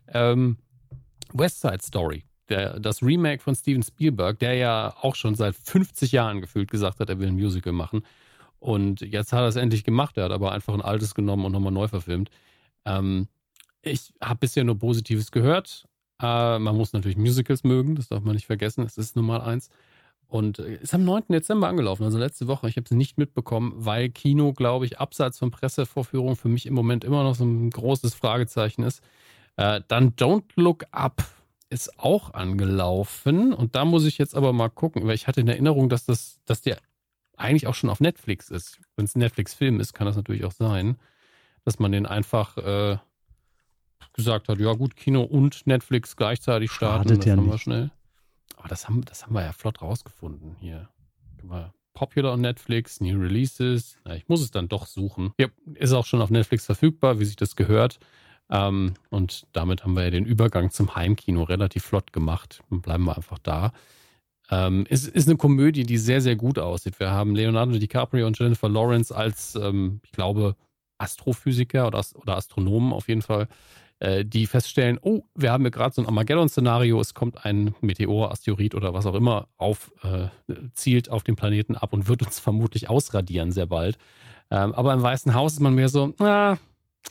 West Side Story. Das Remake von Steven Spielberg, der ja auch schon seit 50 Jahren gefühlt gesagt hat, er will ein Musical machen. Und jetzt hat er es endlich gemacht. Er hat aber einfach ein altes genommen und nochmal neu verfilmt. Ich habe bisher nur Positives gehört. Man muss natürlich Musicals mögen, das darf man nicht vergessen. Es ist Nummer 1. Und ist am 9. Dezember angelaufen, also letzte Woche. Ich habe es nicht mitbekommen, weil Kino, glaube ich, abseits von Pressevorführungen für mich im Moment immer noch so ein großes Fragezeichen ist. Dann Don't Look Up ist auch angelaufen. Und da muss ich jetzt aber mal gucken, weil ich hatte in Erinnerung, dass der eigentlich auch schon auf Netflix ist. Wenn es ein Netflix-Film ist, kann das natürlich auch sein, dass man den einfach gesagt hat, ja gut, Kino und Netflix gleichzeitig starten. Schadet das ja haben wir nicht. schnell. Aber das haben wir ja flott rausgefunden hier. Popular on Netflix, New Releases. Na, ich muss es dann doch suchen. Ja, ist auch schon auf Netflix verfügbar, wie sich das gehört. Und damit haben wir ja den Übergang zum Heimkino relativ flott gemacht. Dann bleiben wir einfach da. Es ist eine Komödie, die sehr, sehr gut aussieht. Wir haben Leonardo DiCaprio und Jennifer Lawrence als, ich glaube, Astrophysiker oder Astronomen auf jeden Fall, die feststellen, oh, wir haben hier gerade so ein Armageddon-Szenario, es kommt ein Meteor, Asteroid oder was auch immer zielt auf den Planeten ab und wird uns vermutlich ausradieren sehr bald. Aber im Weißen Haus ist man mehr so, ja,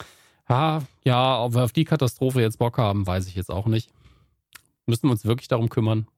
ob wir auf die Katastrophe jetzt Bock haben, weiß ich jetzt auch nicht. Müssen wir uns wirklich darum kümmern?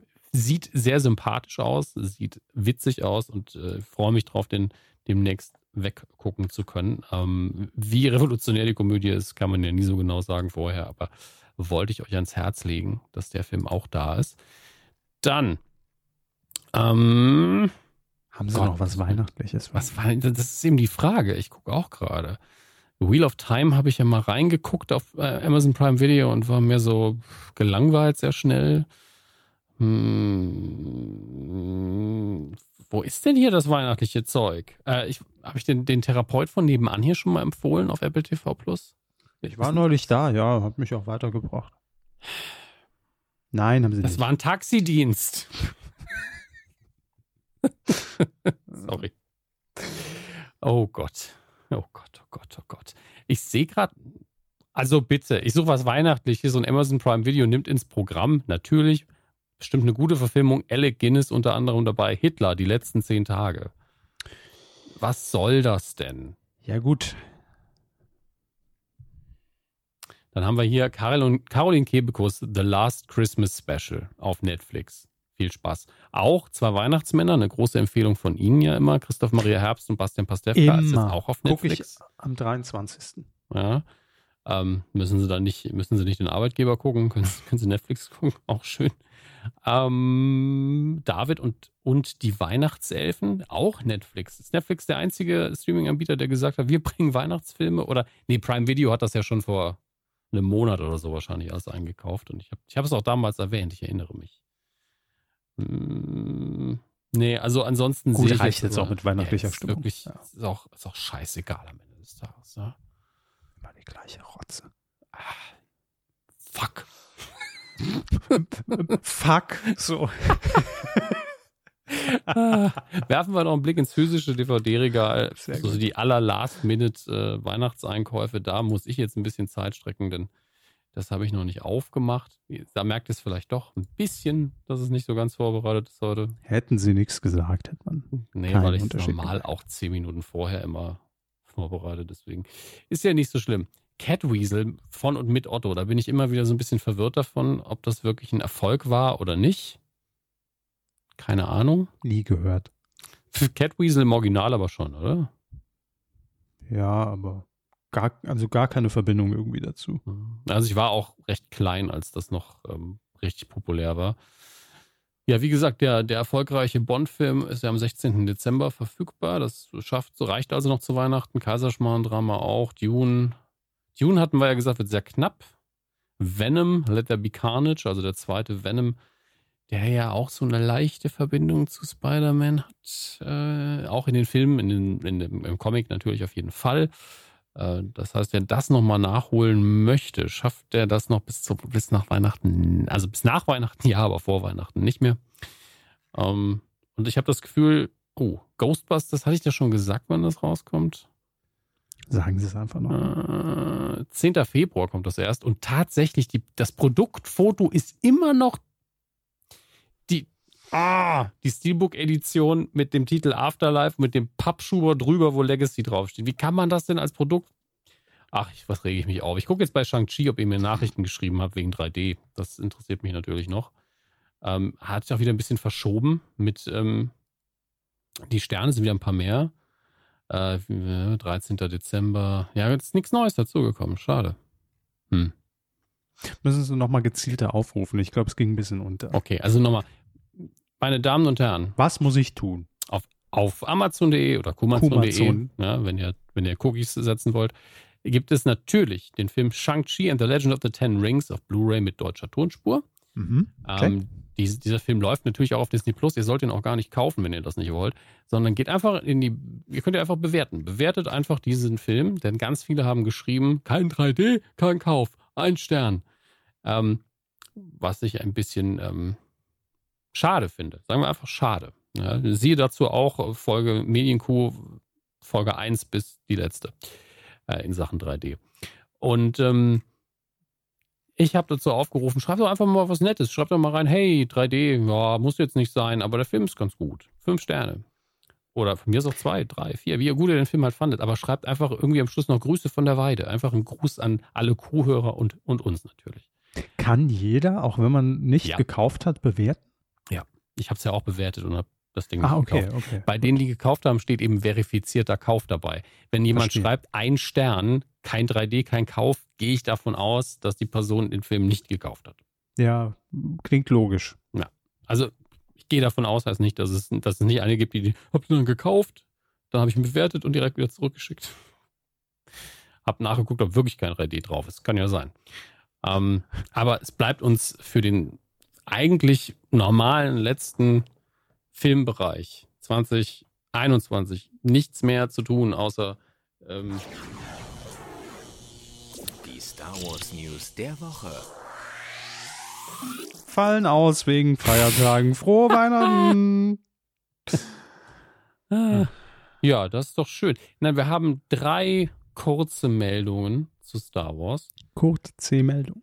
Sieht sehr sympathisch aus, sieht witzig aus und freue mich drauf, den demnächst weggucken zu können. Wie revolutionär die Komödie ist, kann man ja nie so genau sagen vorher, aber wollte ich euch ans Herz legen, dass der Film auch da ist. Dann haben Sie noch was Weihnachtliches? Das ist eben die Frage. Ich gucke auch gerade. Wheel of Time habe ich ja mal reingeguckt auf Amazon Prime Video und war mir so gelangweilt sehr schnell. Wo ist denn hier das weihnachtliche Zeug? Habe ich den Therapeut von nebenan hier schon mal empfohlen auf Apple TV Plus? Ich war neulich da, ja, hat mich auch weitergebracht. Nein, haben Sie nicht. Das war ein Taxidienst. Sorry. Oh Gott. Oh Gott, oh Gott, oh Gott. Ich sehe gerade, also bitte, ich suche was Weihnachtliches und Amazon Prime Video nimmt ins Programm, natürlich, bestimmt eine gute Verfilmung, Alec Guinness unter anderem dabei, Hitler, die letzten 10 Tage. Was soll das denn? Ja gut. Dann haben wir hier Caroline Kebekus, The Last Christmas Special auf Netflix. Viel Spaß. Auch 2 Weihnachtsmänner, eine große Empfehlung von Ihnen ja immer, Christoph Maria Herbst und Bastian Pastewka. Ist jetzt auch auf Netflix. Guck ich am 23. Ja. Müssen Sie nicht den Arbeitgeber gucken, können Sie Netflix gucken, auch schön. David und die Weihnachtselfen, auch Netflix. Ist Netflix der einzige Streaming-Anbieter, der gesagt hat, wir bringen Weihnachtsfilme? Oder, nee, Prime Video hat das ja schon vor einem Monat oder so wahrscheinlich alles eingekauft. Und ich habe es auch damals erwähnt, ich erinnere mich. Nee, also ansonsten gut, sehe ich reicht jetzt auch mit weihnachtlicher Stimmung. Wirklich, ja. ist auch scheißegal am Ende des Tages. Ja? Immer die gleiche Rotze. Fuck. Fuck. So. Werfen wir noch einen Blick ins physische DVD-Regal. Also die aller Last-Minute Weihnachtseinkäufe, da muss ich jetzt ein bisschen Zeit strecken, denn das habe ich noch nicht aufgemacht. Da merkt es vielleicht doch ein bisschen, dass es nicht so ganz vorbereitet ist heute. Hätten Sie nichts gesagt, hätte man. Nee, weil ich es normal auch 10 Minuten vorher immer vorbereite. Deswegen ist ja nicht so schlimm. Catweasel von und mit Otto, da bin ich immer wieder so ein bisschen verwirrt davon, ob das wirklich ein Erfolg war oder nicht. Keine Ahnung. Nie gehört. Catweasel im Original aber schon, oder? Ja, aber gar keine Verbindung irgendwie dazu. Also ich war auch recht klein, als das noch richtig populär war. Ja, wie gesagt, der erfolgreiche Bond-Film ist ja am 16. Dezember verfügbar. Das reicht also noch zu Weihnachten. Kaiserschmarrn-Drama auch. Dune hatten wir ja gesagt, wird sehr knapp. Venom, Let There Be Carnage, also der zweite Venom, der ja auch so eine leichte Verbindung zu Spider-Man hat. Auch in den Filmen, im Comic natürlich auf jeden Fall. Das heißt, wer das nochmal nachholen möchte, schafft der das noch bis nach Weihnachten. Also bis nach Weihnachten, ja, aber vor Weihnachten nicht mehr. Und ich habe das Gefühl, Ghostbusters, hatte ich ja schon gesagt, wann das rauskommt? Sagen Sie es einfach noch. 10. Februar kommt das erst. Und tatsächlich, das Produktfoto ist immer noch die Steelbook-Edition mit dem Titel Afterlife, mit dem Pappschuber drüber, wo Legacy draufsteht. Wie kann man das denn als Produkt? Was rege ich mich auf? Ich gucke jetzt bei Shang-Chi, ob ihr mir Nachrichten geschrieben habt wegen 3D. Das interessiert mich natürlich noch. Hat sich auch wieder ein bisschen verschoben mit die Sterne sind wieder ein paar mehr. 13. Dezember. Ja, jetzt ist nichts Neues dazugekommen. Schade. Müssen Sie nochmal gezielter aufrufen. Ich glaube, es ging ein bisschen unter. Okay, also nochmal. Meine Damen und Herren. Was muss ich tun? Auf Amazon.de oder Kumazon.de, ja, wenn ihr Cookies setzen wollt, gibt es natürlich den Film Shang-Chi and the Legend of the Ten Rings auf Blu-ray mit deutscher Tonspur. Okay. Dieser Film läuft natürlich auch auf Disney Plus. Ihr sollt ihn auch gar nicht kaufen, wenn ihr das nicht wollt, sondern geht einfach ihr könnt ja einfach bewerten. Bewertet einfach diesen Film, denn ganz viele haben geschrieben, kein 3D, kein Kauf, 1 Stern. Was ich ein bisschen schade finde. Sagen wir einfach schade. Ja, siehe dazu auch Folge Medienkuh, Folge 1 bis die letzte in Sachen 3D. Und ich habe dazu aufgerufen, schreibt doch einfach mal was Nettes. Schreibt doch mal rein, hey, 3D, ja, muss jetzt nicht sein, aber der Film ist ganz gut. 5 Sterne. Oder von mir ist auch 2, 3, 4, wie gut ihr den Film halt fandet. Aber schreibt einfach irgendwie am Schluss noch Grüße von der Weide. Einfach einen Gruß an alle Kuhhörer und uns natürlich. Kann jeder, auch wenn man nicht gekauft hat, bewerten? Ja, ich habe es ja auch bewertet und habe das Ding nicht gekauft. Okay. Bei denen, die gekauft haben, steht eben verifizierter Kauf dabei. Wenn jemand schreibt, 1 Stern, kein 3D, kein Kauf, gehe ich davon aus, dass die Person den Film nicht gekauft hat. Ja, klingt logisch. Ja, also ich gehe davon aus, heißt nicht, dass es nicht eine gibt, die habt ihr dann gekauft, dann habe ich ihn bewertet und direkt wieder zurückgeschickt. Hab nachgeguckt, ob wirklich kein 3D drauf ist. Kann ja sein. Aber es bleibt uns für den eigentlich normalen letzten Filmbereich 2021 nichts mehr zu tun, außer die Star Wars News der Woche. Fallen aus wegen Feiertagen. Frohe Weihnachten! Ja, das ist doch schön. Nein, wir haben 3 kurze Meldungen zu Star Wars. Kurz-C-Meldung.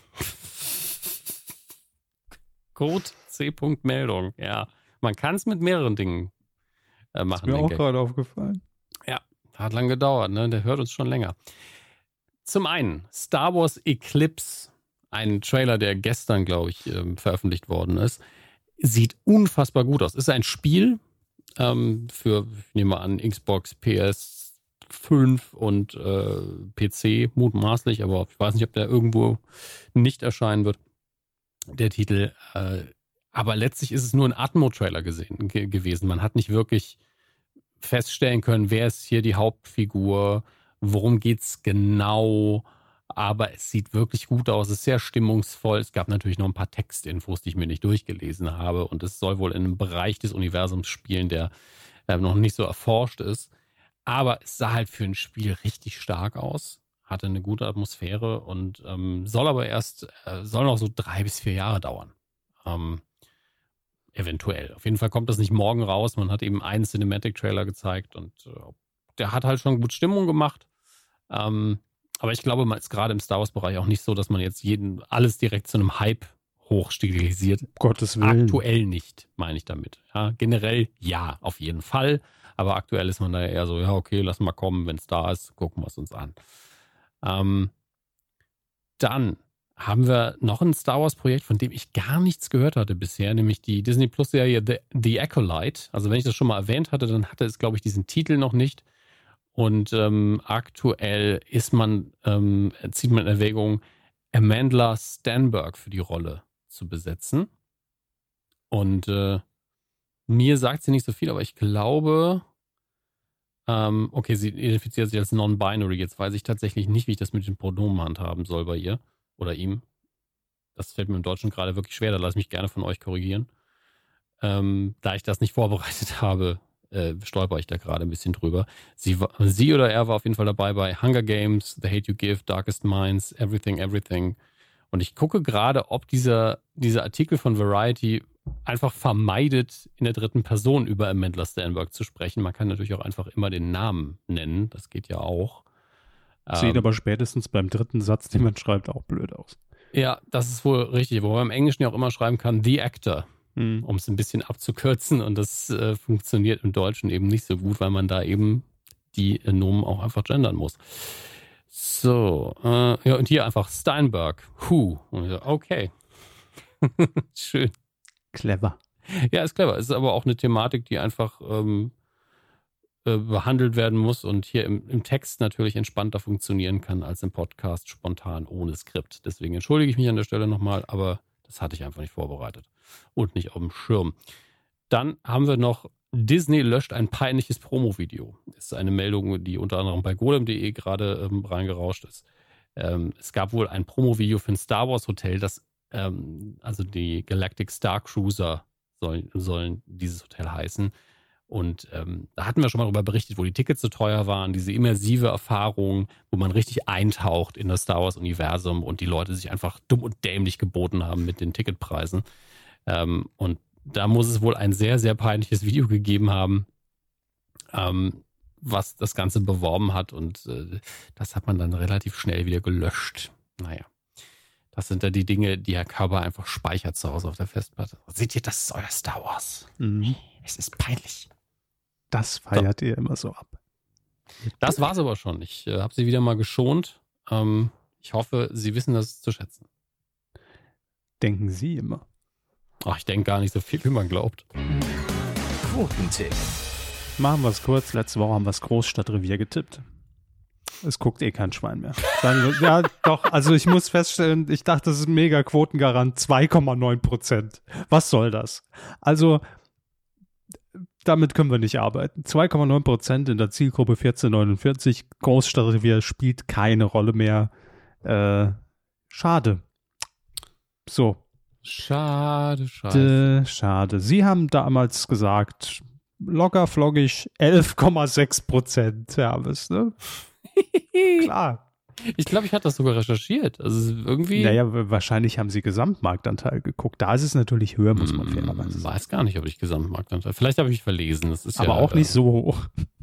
Code C-Meldung, ja. Man kann es mit mehreren Dingen machen. Ist mir auch gerade aufgefallen. Ja, hat lang gedauert, ne? Der hört uns schon länger. Zum einen Star Wars Eclipse, ein Trailer, der gestern, glaube ich, veröffentlicht worden ist. Sieht unfassbar gut aus. Ist ein Spiel für, ich nehme an, Xbox, PS5 und PC mutmaßlich, aber ich weiß nicht, ob der irgendwo nicht erscheinen wird, der Titel. Aber letztlich ist es nur ein Atmo-Trailer gewesen. Man hat nicht wirklich feststellen können, wer ist hier die Hauptfigur, worum geht's genau, aber es sieht wirklich gut aus, es ist sehr stimmungsvoll. Es gab natürlich noch ein paar Textinfos, die ich mir nicht durchgelesen habe, und es soll wohl in einem Bereich des Universums spielen, der noch nicht so erforscht ist, aber es sah halt für ein Spiel richtig stark aus, hatte eine gute Atmosphäre und soll noch so 3 bis 4 Jahre dauern. Eventuell. Auf jeden Fall kommt das nicht morgen raus. Man hat eben einen Cinematic-Trailer gezeigt und der hat halt schon gut Stimmung gemacht. Aber ich glaube, man ist gerade im Star Wars-Bereich auch nicht so, dass man jetzt alles direkt zu einem Hype hochstilisiert. Gottes Willen. Aktuell nicht, meine ich damit. Ja, generell ja, auf jeden Fall. Aber aktuell ist man da eher so, ja, okay, lass mal kommen, wenn es da ist, gucken wir es uns an. Dann haben wir noch ein Star Wars-Projekt, von dem ich gar nichts gehört hatte bisher, nämlich die Disney Plus-Serie The Acolyte. Also wenn ich das schon mal erwähnt hatte, dann hatte es, glaube ich, diesen Titel noch nicht. Und aktuell zieht man in Erwägung, Amandla Stenberg für die Rolle zu besetzen. Und mir sagt sie nicht so viel, aber ich glaube, okay, sie identifiziert sich als non-binary. Jetzt weiß ich tatsächlich nicht, wie ich das mit den Pronomen handhaben soll bei ihr oder ihm. Das fällt mir im Deutschen gerade wirklich schwer, da lasse ich mich gerne von euch korrigieren. Da ich das nicht vorbereitet habe, stolper ich da gerade ein bisschen drüber. Sie oder er war auf jeden Fall dabei bei Hunger Games, The Hate You Give, Darkest Minds, Everything. Und ich gucke gerade, ob dieser Artikel von Variety einfach vermeidet, in der dritten Person über Amandla Stenberg zu sprechen. Man kann natürlich auch einfach immer den Namen nennen. Das geht ja auch. Sieht aber spätestens beim 3. Satz, den man schreibt, auch blöd aus. Ja, das ist wohl richtig. Wobei man im Englischen ja auch immer schreiben kann, The Actor, um es ein bisschen abzukürzen. Und das funktioniert im Deutschen eben nicht so gut, weil man da eben die Nomen auch einfach gendern muss. So, ja, und hier einfach Steinberg, Who. Okay. Schön. Clever. Ja, ist clever. Es ist aber auch eine Thematik, die einfach behandelt werden muss und hier im Text natürlich entspannter funktionieren kann als im Podcast spontan ohne Skript. Deswegen entschuldige ich mich an der Stelle nochmal, aber das hatte ich einfach nicht vorbereitet und nicht auf dem Schirm. Dann haben wir noch, Disney löscht ein peinliches Promo-Video. Das ist eine Meldung, die unter anderem bei golem.de gerade reingerauscht ist. Es gab wohl ein Promo-Video für ein Star Wars Hotel, das also die Galactic Star Cruiser sollen dieses Hotel heißen. Und da hatten wir schon mal darüber berichtet, wo die Tickets so teuer waren, diese immersive Erfahrung, wo man richtig eintaucht in das Star Wars-Universum und die Leute sich einfach dumm und dämlich geboten haben mit den Ticketpreisen. Und da muss es wohl ein sehr, sehr peinliches Video gegeben haben, was das Ganze beworben hat. Und das hat man dann relativ schnell wieder gelöscht. Naja, das sind da die Dinge, die Herr Körber einfach speichert zu Hause auf der Festplatte. Seht ihr, das ist euer Star Wars. Mhm. Es ist peinlich. Das feiert ihr immer so ab. Das war's aber schon. Ich habe sie wieder mal geschont. Ich hoffe, Sie wissen das zu schätzen. Denken Sie immer. Ach, ich denke gar nicht so viel, wie man glaubt. Quotentipp. Machen wir es kurz. Letzte Woche haben wir das Großstadtrevier getippt. Es guckt eh kein Schwein mehr. Sagen wir, ja, doch, also ich muss feststellen, ich dachte, das ist ein mega Quotengarant, 2,9%. Was soll das? Also, damit können wir nicht arbeiten. 2,9% in der Zielgruppe 1449. Großstadtrevier spielt keine Rolle mehr. Schade. So. Schade. Sie haben damals gesagt, locker floggig 11,6%. Ja, was, ne? Klar. Ich glaube, ich hatte das sogar recherchiert. Also irgendwie. Naja, wahrscheinlich haben sie Gesamtmarktanteil geguckt. Da ist es natürlich höher, muss man fairerweise sagen. Weiß gar nicht, ob ich Gesamtmarktanteil. Vielleicht habe ich verlesen. Das ist aber ja, auch nicht so hoch.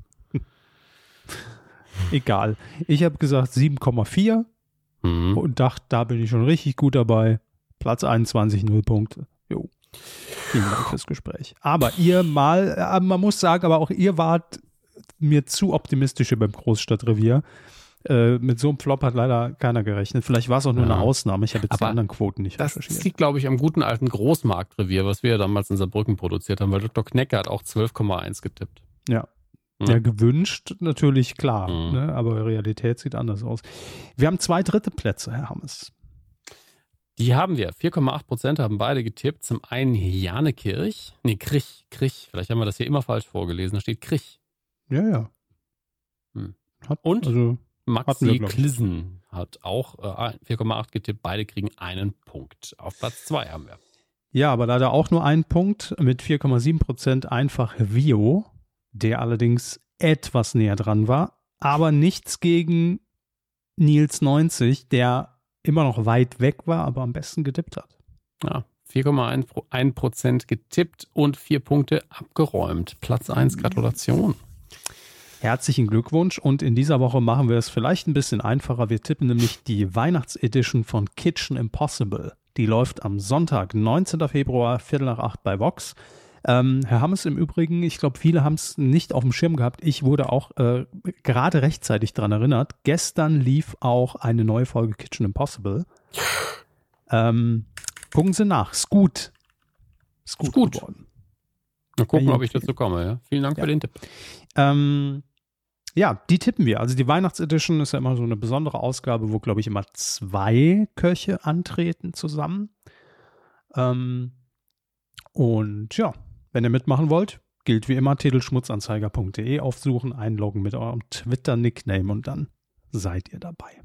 Egal. Ich habe gesagt 7,4 und dachte, da bin ich schon richtig gut dabei. Platz 21, 0 Punkte. Jo. Vielen Dank fürs Gespräch. Aber man muss sagen, aber auch ihr wart mir zu optimistisch beim Großstadtrevier. Mit so einem Flop hat leider keiner gerechnet. Vielleicht war es auch nur eine Ausnahme. Ich habe jetzt die anderen Quoten nicht recherchiert. Das liegt, glaube ich, am guten alten Großmarktrevier, was wir ja damals in Saarbrücken produziert haben, weil Dr. Knecker hat auch 12,1 getippt. Ja. Ja, gewünscht natürlich, klar. Ne? Aber Realität sieht anders aus. Wir haben 2 dritte Plätze, Herr Hammes. Die haben wir. 4,8% haben beide getippt. Zum einen Janekirch. Nee, Krich. Vielleicht haben wir das hier immer falsch vorgelesen. Da steht Krich. Ja. Und also Maxi Klissen hat auch 4,8 getippt. Beide kriegen einen Punkt. Auf Platz 2 haben wir. Ja, aber leider auch nur einen Punkt mit 4,7% einfach Vio, der allerdings etwas näher dran war. Aber nichts gegen Nils 90, der immer noch weit weg war, aber am besten getippt hat. Ja, 4,1% getippt und 4 Punkte abgeräumt. Platz 1, Gratulation. Herzlichen Glückwunsch und in dieser Woche machen wir es vielleicht ein bisschen einfacher. Wir tippen nämlich die Weihnachtsedition von Kitchen Impossible. Die läuft am Sonntag, 19. Februar, 7:45 bei Vox. Herr Hammes im Übrigen, ich glaube, viele haben es nicht auf dem Schirm gehabt. Ich wurde auch gerade rechtzeitig daran erinnert. Gestern lief auch eine neue Folge Kitchen Impossible. Gucken Sie nach. Ist gut geworden. Mal gucken, ob ich dazu komme. Ja? Vielen Dank für den Tipp. Ja, die tippen wir. Also die Weihnachtsedition ist ja immer so eine besondere Ausgabe, wo, glaube ich, immer 2 Köche antreten zusammen. Und ja, wenn ihr mitmachen wollt, gilt wie immer titelschmutzanzeiger.de aufsuchen, einloggen mit eurem Twitter-Nickname und dann seid ihr dabei.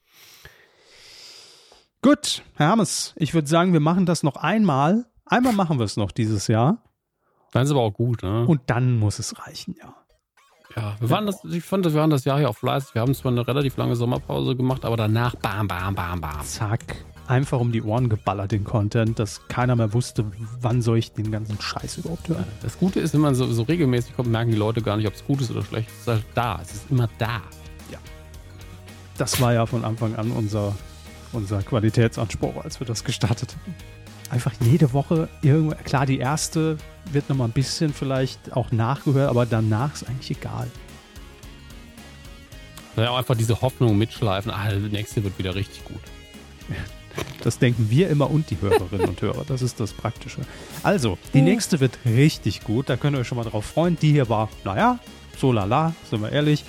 Gut, Herr Hammes, ich würde sagen, wir machen das noch einmal. Einmal machen wir es noch dieses Jahr. Dann ist aber auch gut, ne? Und dann muss es reichen, ja. Ja, ich fand, wir waren das Jahr hier auch fleißig. Wir haben zwar eine relativ lange Sommerpause gemacht, aber danach bam. Zack. Einfach um die Ohren geballert, den Content, dass keiner mehr wusste, wann soll ich den ganzen Scheiß überhaupt hören. Das Gute ist, wenn man so regelmäßig kommt, merken die Leute gar nicht, ob es gut ist oder schlecht. Es ist halt da. Es ist immer da. Ja. Das war ja von Anfang an unser Qualitätsanspruch, als wir das gestartet haben. Einfach jede Woche klar, die erste wird nochmal ein bisschen vielleicht auch nachgehört, aber danach ist eigentlich egal. Ja, auch einfach diese Hoffnung mitschleifen, der nächste wird wieder richtig gut. Das denken wir immer und die Hörerinnen und Hörer. Das ist das Praktische. Also, die nächste wird richtig gut. Da könnt ihr euch schon mal drauf freuen. Die hier war, so lala, sind wir ehrlich.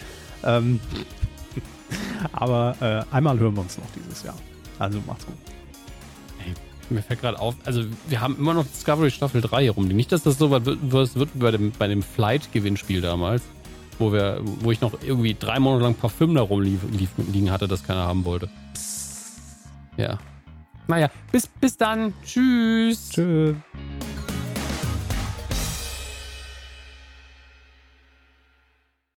Aber einmal hören wir uns noch dieses Jahr. Also macht's gut. Hey, mir fällt gerade auf, also wir haben immer noch Discovery Staffel 3 hier rumliegen. Nicht, dass das so wird wie bei dem Flight-Gewinnspiel damals, wo ich noch irgendwie 3 Monate lang Parfüm da rumliegen hatte, das keiner haben wollte. Ja. Naja, bis dann. Tschüss. Tschüss.